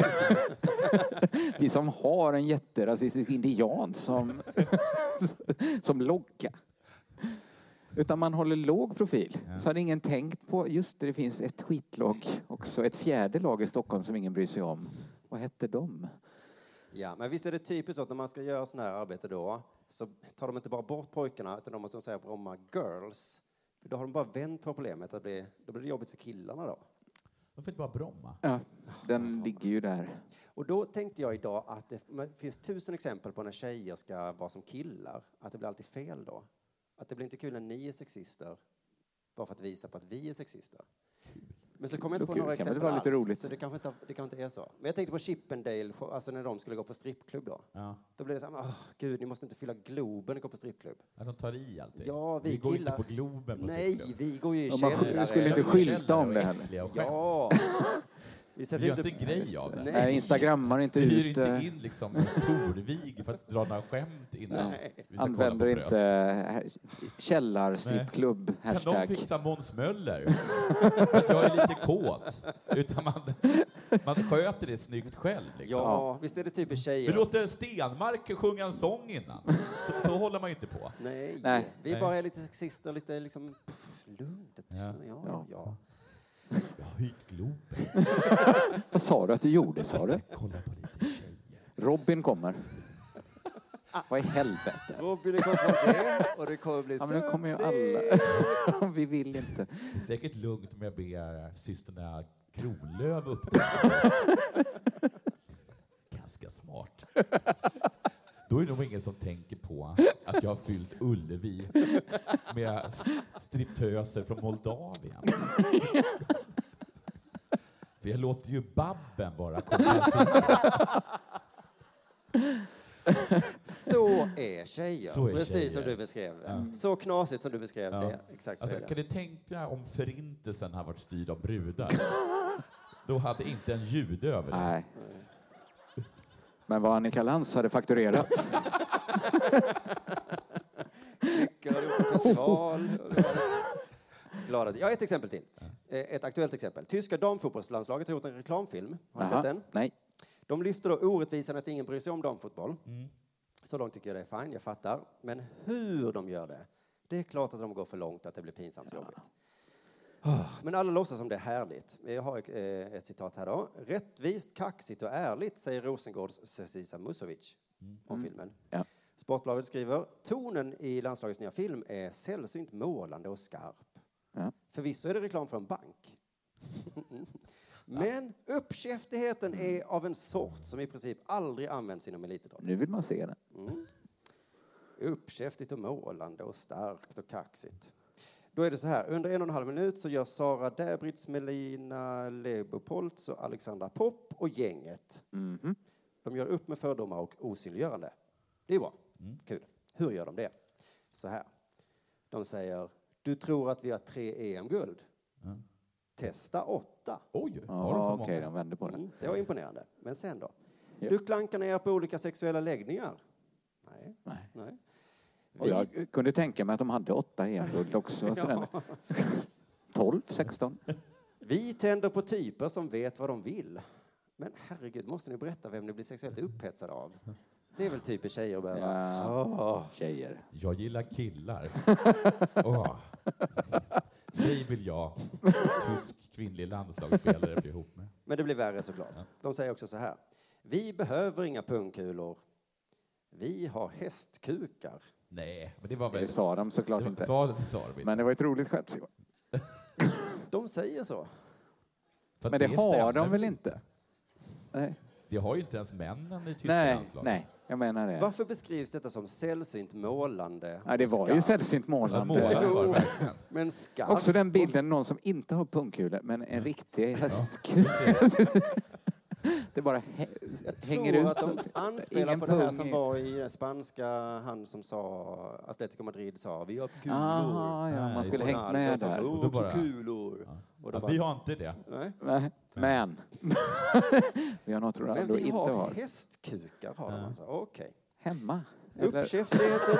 [SPEAKER 3] Vi som har en jätterasistisk indian som, som logga. Utan man håller låg profil. Ja. Så har ingen tänkt på, just det, det finns ett skitlag också, ett fjärde lag i Stockholm som ingen bryr sig om. Vad hette de?
[SPEAKER 2] Ja, men visst är det typiskt att när man ska göra sån här arbete då så tar de inte bara bort pojkarna utan de måste säga Bromma Girls. För då har de bara vänt på problemet. Att bli, då blir det jobbigt för killarna då.
[SPEAKER 4] De får inte bara Bromma.
[SPEAKER 3] Ja, den ligger ju där.
[SPEAKER 2] Och då tänkte jag idag att det finns tusen exempel på när tjejer ska vara som killar. Att det blir alltid fel då. Att det blir inte kul när ni är sexister bara för att visa på att vi är sexister. Men så kommer jag inte på
[SPEAKER 3] Okej,
[SPEAKER 2] några
[SPEAKER 3] det kan väl
[SPEAKER 2] exempel
[SPEAKER 3] vara lite
[SPEAKER 2] alls,
[SPEAKER 3] roligt.
[SPEAKER 2] så det kanske, inte, det kanske inte är så. Men jag tänkte på Chippendale, alltså när de skulle gå på strippklubb då.
[SPEAKER 4] Ja.
[SPEAKER 2] Då blev det så här, åh gud, ni måste inte fylla Globen och gå på strippklubb.
[SPEAKER 4] Att de tar i allting.
[SPEAKER 2] Ja, vi,
[SPEAKER 4] vi går
[SPEAKER 2] killar...
[SPEAKER 4] inte på Globen på
[SPEAKER 2] Nej,
[SPEAKER 4] strippklubb.
[SPEAKER 2] vi går ju i
[SPEAKER 3] Ja, man
[SPEAKER 2] källare.
[SPEAKER 3] skulle inte skylta om det heller.
[SPEAKER 4] heller.
[SPEAKER 2] Ja. Vi sätter
[SPEAKER 4] Vi gör
[SPEAKER 2] inte
[SPEAKER 4] inte en grej av det.
[SPEAKER 2] Nej.
[SPEAKER 3] Nej, Instagrammar inte
[SPEAKER 4] Vi hyr
[SPEAKER 3] ut.
[SPEAKER 4] inte
[SPEAKER 3] eh,
[SPEAKER 4] in liksom Torvig för att dra några skämt innan
[SPEAKER 2] Nej.
[SPEAKER 4] vi ska
[SPEAKER 3] Använder
[SPEAKER 4] kolla på
[SPEAKER 3] inte
[SPEAKER 4] bröst.
[SPEAKER 3] eh, källarstrippklubb,
[SPEAKER 4] Kan de
[SPEAKER 3] hashtag.
[SPEAKER 4] fixa Måns Möller? För att jag är lite kåt. Utan man, man sköter det snyggt själv. Liksom.
[SPEAKER 2] Ja, visst är det typiskt tjejer.
[SPEAKER 4] Vi låter Stenmark sjunga en sång innan. Så, så håller man ju inte på.
[SPEAKER 2] Nej,
[SPEAKER 3] Nej.
[SPEAKER 2] vi
[SPEAKER 4] Nej.
[SPEAKER 2] bara är lite sexister, lite liksom pff, lugnt.
[SPEAKER 4] Ja.
[SPEAKER 2] Ja. Ja, ja, ja.
[SPEAKER 4] Jag har hyrt Globen.
[SPEAKER 3] Vad sa du att du gjorde, sa du?
[SPEAKER 4] Kolla på lite tjejer.
[SPEAKER 3] Robin kommer. Vad i helvete?
[SPEAKER 2] Robin är konferencier och det kommer bli
[SPEAKER 3] Ja, men nu kommer ju
[SPEAKER 2] succé.
[SPEAKER 3] alla. Vi vill inte.
[SPEAKER 4] Det är säkert lugnt om jag ber systerna Kronlöf upp det. Ganska smart. Då är det nog ingen som tänker på att jag har fyllt Ullevi med st- striptöser från Moldavien. För jag låter ju Babben vara konferencier.
[SPEAKER 2] Så är tjejer.
[SPEAKER 4] Så är
[SPEAKER 2] Precis
[SPEAKER 4] tjejer.
[SPEAKER 2] som du beskrev.
[SPEAKER 4] Ja.
[SPEAKER 2] Så knasigt som du beskrev
[SPEAKER 4] Ja.
[SPEAKER 2] det. Exakt så
[SPEAKER 4] Alltså,
[SPEAKER 2] är det.
[SPEAKER 4] kan du tänka om förintelsen har varit styrd av brudar? Då hade inte en jude överlevt.
[SPEAKER 3] Nej. Men vad Annika Lantz hade fakturerat.
[SPEAKER 2] Mycket har gjort en festival. Glada. Ja, ett exempel till. Eh, Ett aktuellt exempel. Tyska damfotbollslandslaget har gjort en reklamfilm. Har du
[SPEAKER 3] Jaha.
[SPEAKER 2] sett den?
[SPEAKER 3] Nej.
[SPEAKER 2] De lyfter då orättvisan att ingen bryr sig om damfotboll.
[SPEAKER 4] Mm.
[SPEAKER 2] Så långt tycker jag det är fine, jag fattar. Men hur de gör det, det är klart att de går för långt, att det blir pinsamt jobbigt. Oh, men alla låtsas som det är härligt. Jag har eh, ett citat här då. Rättvist, kaxigt och ärligt, säger Rosengårds Cecilia Musovic om filmen.
[SPEAKER 3] Ja.
[SPEAKER 2] Sportbladet skriver, tonen i landslagets nya film är sällsynt målande och skarp.
[SPEAKER 3] Ja.
[SPEAKER 2] Förvisso är det reklam för en bank. Men uppkäftigheten är av en sort som i princip aldrig används inom elitidrott.
[SPEAKER 3] Nu vill man se den.
[SPEAKER 2] Mm. Uppkäftigt och målande och starkt och kaxigt. Då är det så här, under en och en halv minut så gör Sara Däbrits, Melina Lebopoltz och Alexandra Popp och gänget.
[SPEAKER 3] Mhm.
[SPEAKER 2] De gör upp med fördomar och osynliggörande. Det är bra. Kul. Hur gör de det? Så här. De säger, du tror att vi har tre E M-guld?
[SPEAKER 4] Mm.
[SPEAKER 2] Testa åtta.
[SPEAKER 4] Oj, har de
[SPEAKER 3] Ja,
[SPEAKER 4] så
[SPEAKER 3] okej,
[SPEAKER 4] många?
[SPEAKER 3] de vänder på det.
[SPEAKER 2] Mm, det var imponerande. Men sen då?
[SPEAKER 3] Ja.
[SPEAKER 2] Du klankar ner på olika sexuella läggningar? Nej.
[SPEAKER 3] Nej.
[SPEAKER 2] Nej.
[SPEAKER 3] Och jag kunde tänka mig att de hade åtta E M-guld också. För den.
[SPEAKER 2] Ja.
[SPEAKER 3] tolv, sexton.
[SPEAKER 2] Vi tänder på typer som vet vad de vill. Men herregud, måste ni berätta vem ni blir sexuellt upphetsade av? Det är väl typiskt tjejer att behöva.
[SPEAKER 3] Ja.
[SPEAKER 2] Åh.
[SPEAKER 3] Tjejer.
[SPEAKER 4] Jag gillar killar. Åh. Dig vill jag, tysk kvinnlig landslagsspelare, bli ihop med.
[SPEAKER 2] Men det blir värre såklart. De säger också så här. Vi behöver inga pungkulor. Vi har hästkukar.
[SPEAKER 4] Nej, men det var väl...
[SPEAKER 3] Det sa de såklart
[SPEAKER 4] det
[SPEAKER 3] inte.
[SPEAKER 4] Sa det, det sa de inte.
[SPEAKER 3] Men det var ett roligt skämt, Simon.
[SPEAKER 2] De säger så.
[SPEAKER 4] För att
[SPEAKER 3] Men det har
[SPEAKER 4] stämmer
[SPEAKER 3] de väl inte? Nej.
[SPEAKER 4] Det har ju inte ens männen i tyska
[SPEAKER 3] Nej,
[SPEAKER 4] landslaget.
[SPEAKER 3] nej, jag menar det.
[SPEAKER 2] Varför beskrivs detta som sällsynt målande?
[SPEAKER 3] Ja, det var
[SPEAKER 2] skarpt?
[SPEAKER 3] ju sällsynt
[SPEAKER 4] Ja,
[SPEAKER 3] målande.
[SPEAKER 4] målande var det
[SPEAKER 2] Jo.
[SPEAKER 4] verkligen.
[SPEAKER 2] Men skarpt.
[SPEAKER 3] Också den bilden, någon som inte har pungkulor, men en riktig hästkula. Det bara hä-
[SPEAKER 2] Jag
[SPEAKER 3] hänger
[SPEAKER 2] tror
[SPEAKER 3] ut.
[SPEAKER 2] att de anspelar
[SPEAKER 3] Ingen
[SPEAKER 2] på det här
[SPEAKER 3] pung
[SPEAKER 2] som
[SPEAKER 3] i-
[SPEAKER 2] var i den spanska, han som sa, Atletico Madrid sa, vi har kulor.
[SPEAKER 3] Ah, ja,
[SPEAKER 4] Nej,
[SPEAKER 3] man skulle
[SPEAKER 4] det
[SPEAKER 3] hängt
[SPEAKER 2] Ronaldo
[SPEAKER 3] med
[SPEAKER 2] sa,
[SPEAKER 3] där.
[SPEAKER 2] "Åh,
[SPEAKER 4] Och då
[SPEAKER 2] också
[SPEAKER 4] bara-
[SPEAKER 2] kulor. Och då
[SPEAKER 4] Ja,
[SPEAKER 2] bara,
[SPEAKER 4] vi har inte det.
[SPEAKER 2] nej.
[SPEAKER 3] Nej, men. Vi har något
[SPEAKER 2] Men
[SPEAKER 3] Ronaldo
[SPEAKER 2] vi
[SPEAKER 3] inte
[SPEAKER 2] har
[SPEAKER 3] har.
[SPEAKER 2] hästkukar, har de alltså. Okej.
[SPEAKER 3] Hemma. Eller-
[SPEAKER 2] Uppkäftigheten,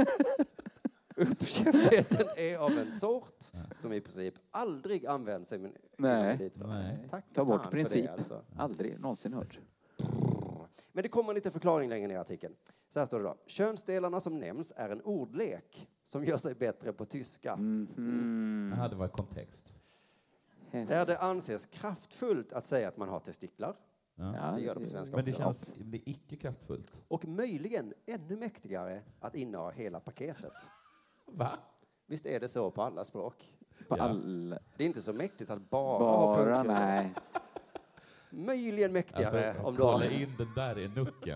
[SPEAKER 2] uppkäftigheten är av en sort som i princip aldrig används i min
[SPEAKER 3] Nej.
[SPEAKER 2] elitidrott.
[SPEAKER 4] Nej.
[SPEAKER 2] Tack
[SPEAKER 3] Ta bort
[SPEAKER 2] fan för
[SPEAKER 3] princip.
[SPEAKER 2] det, alltså.
[SPEAKER 3] Aldrig någonsin hört.
[SPEAKER 2] Men det kommer en liten förklaring längre ner i artikeln. Så här står det då. Könsdelarna som nämns är en ordlek som gör sig bättre på tyska.
[SPEAKER 3] Mhm.
[SPEAKER 4] Ja, det var kontext.
[SPEAKER 3] Häst.
[SPEAKER 2] Där det anses kraftfullt att säga att man har testiklar.
[SPEAKER 4] Ja.
[SPEAKER 3] Ja,
[SPEAKER 2] Det gör det på svenska
[SPEAKER 4] Men det
[SPEAKER 2] också.
[SPEAKER 4] känns det är icke kraftfullt.
[SPEAKER 2] Och möjligen ännu mäktigare att inneha hela paketet.
[SPEAKER 4] Va?
[SPEAKER 2] Visst är det så på alla språk?
[SPEAKER 3] På
[SPEAKER 4] Ja.
[SPEAKER 3] all...
[SPEAKER 2] Det är inte så mäktigt att bara, ha
[SPEAKER 3] Bara,
[SPEAKER 2] pungkulor.
[SPEAKER 3] nej.
[SPEAKER 2] Möjligen mäktigare
[SPEAKER 4] Alltså,
[SPEAKER 2] om du har...
[SPEAKER 4] kolla in den där i nucken.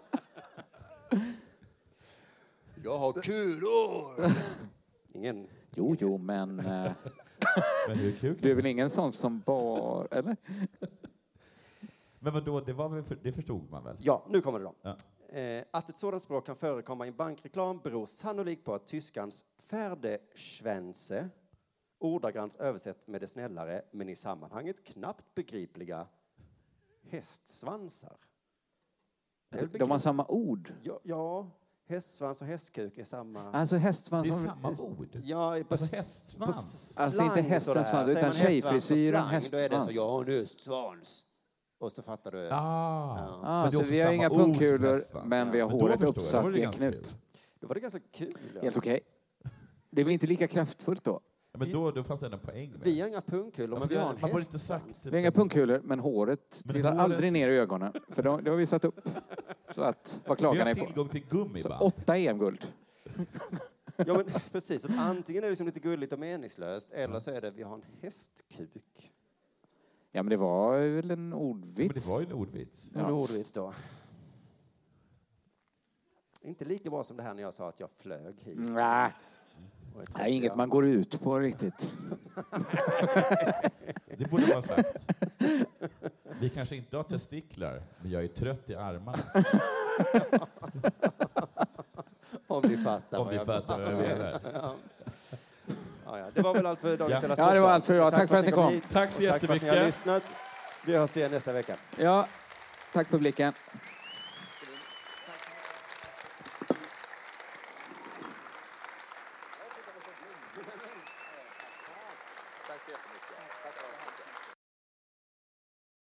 [SPEAKER 2] Jag har kulor! Ingen
[SPEAKER 3] Jo, jo, men... Eh,
[SPEAKER 4] Men hur kul?
[SPEAKER 3] du är väl ingen sån som bara... Eller?
[SPEAKER 4] Men vadå, det, var väl för, det förstod man väl?
[SPEAKER 2] Ja, nu kommer det då.
[SPEAKER 4] Ja.
[SPEAKER 2] Eh, att ett sådant språk kan förekomma i en bankreklam beror sannolikt på att tyskans Pferdeschwänze ordagrant översätt med det snällare, men i sammanhanget knappt begripliga hästsvansar. Det är väl
[SPEAKER 3] De har samma ord.
[SPEAKER 2] Ja, ja, hästsvans och hästkuk är samma...
[SPEAKER 3] Alltså hästsvans...
[SPEAKER 4] Det är
[SPEAKER 3] som-
[SPEAKER 4] samma ord.
[SPEAKER 2] Ja, på,
[SPEAKER 4] Alltså
[SPEAKER 2] på
[SPEAKER 4] hästsvans.
[SPEAKER 2] slang
[SPEAKER 3] Alltså inte hästens
[SPEAKER 2] sådär.
[SPEAKER 3] svans,
[SPEAKER 2] Säger
[SPEAKER 3] utan
[SPEAKER 2] man hästsvans på
[SPEAKER 3] tjejfrisyr och
[SPEAKER 2] slang, Då är det så,
[SPEAKER 3] hästsvans.
[SPEAKER 2] jag har en hästsvans. Och så fattar du.
[SPEAKER 4] Ah.
[SPEAKER 3] Ah,
[SPEAKER 4] Men det är
[SPEAKER 3] så
[SPEAKER 4] också
[SPEAKER 3] vi har
[SPEAKER 4] samma
[SPEAKER 3] inga
[SPEAKER 4] ord som
[SPEAKER 3] pungkulor,
[SPEAKER 4] hästsvans.
[SPEAKER 3] men vi har
[SPEAKER 4] Men då
[SPEAKER 3] håret
[SPEAKER 4] förstår jag. Då var
[SPEAKER 3] uppsatt
[SPEAKER 4] det
[SPEAKER 3] i en
[SPEAKER 4] ganska
[SPEAKER 3] knut.
[SPEAKER 4] kul.
[SPEAKER 2] Då var det ganska kul. Ja.
[SPEAKER 3] Helt okej. Det är väl inte lika kraftfullt då?
[SPEAKER 4] Ja, men då, då fanns det en poäng med.
[SPEAKER 2] Vi har inga pungkulor, men vi har en
[SPEAKER 4] Man borde inte
[SPEAKER 2] hästsvans.
[SPEAKER 4] sagt...
[SPEAKER 3] Vi har inga pungkulor, men håret
[SPEAKER 4] Men
[SPEAKER 3] trillar
[SPEAKER 4] håret-
[SPEAKER 3] aldrig ner i ögonen. För det, det har vi satt upp. Så att, vad
[SPEAKER 4] Vi
[SPEAKER 3] klagar
[SPEAKER 4] har
[SPEAKER 3] ni på?
[SPEAKER 4] tillgång till gummiband.
[SPEAKER 3] Så åtta E M-guld.
[SPEAKER 2] Ja, men precis. Att antingen är det liksom lite gulligt och meningslöst, eller så är det vi har en hästkuk.
[SPEAKER 3] Ja, men det var väl en
[SPEAKER 4] Men
[SPEAKER 3] ordvits.
[SPEAKER 4] det var ju en ordvits.
[SPEAKER 2] En ordvits då. Inte lika bra som det här när jag sa att jag flög hit.
[SPEAKER 3] Nej,
[SPEAKER 2] Och jag
[SPEAKER 3] det
[SPEAKER 2] trodde
[SPEAKER 3] är inget
[SPEAKER 2] jag-
[SPEAKER 3] man går ut på riktigt.
[SPEAKER 4] Det borde man ha sagt. Vi kanske inte har testiklar, men jag är trött i armarna.
[SPEAKER 2] Om ni fattar
[SPEAKER 4] Om
[SPEAKER 2] vad
[SPEAKER 4] ni
[SPEAKER 2] jag
[SPEAKER 4] fattar vad jag menar.
[SPEAKER 2] Ja. Ja, ja. Det var väl allt för dagens
[SPEAKER 4] Ja.
[SPEAKER 2] Della
[SPEAKER 3] Ja, det var allt för idag. Tack för att ni kom.
[SPEAKER 2] hit.
[SPEAKER 4] Tack så
[SPEAKER 2] Och Tack för att ni har
[SPEAKER 4] jättemycket.
[SPEAKER 2] lyssnat. Vi hörs igen nästa vecka.
[SPEAKER 3] Ja, tack publiken.
[SPEAKER 2] Tack så jättemycket.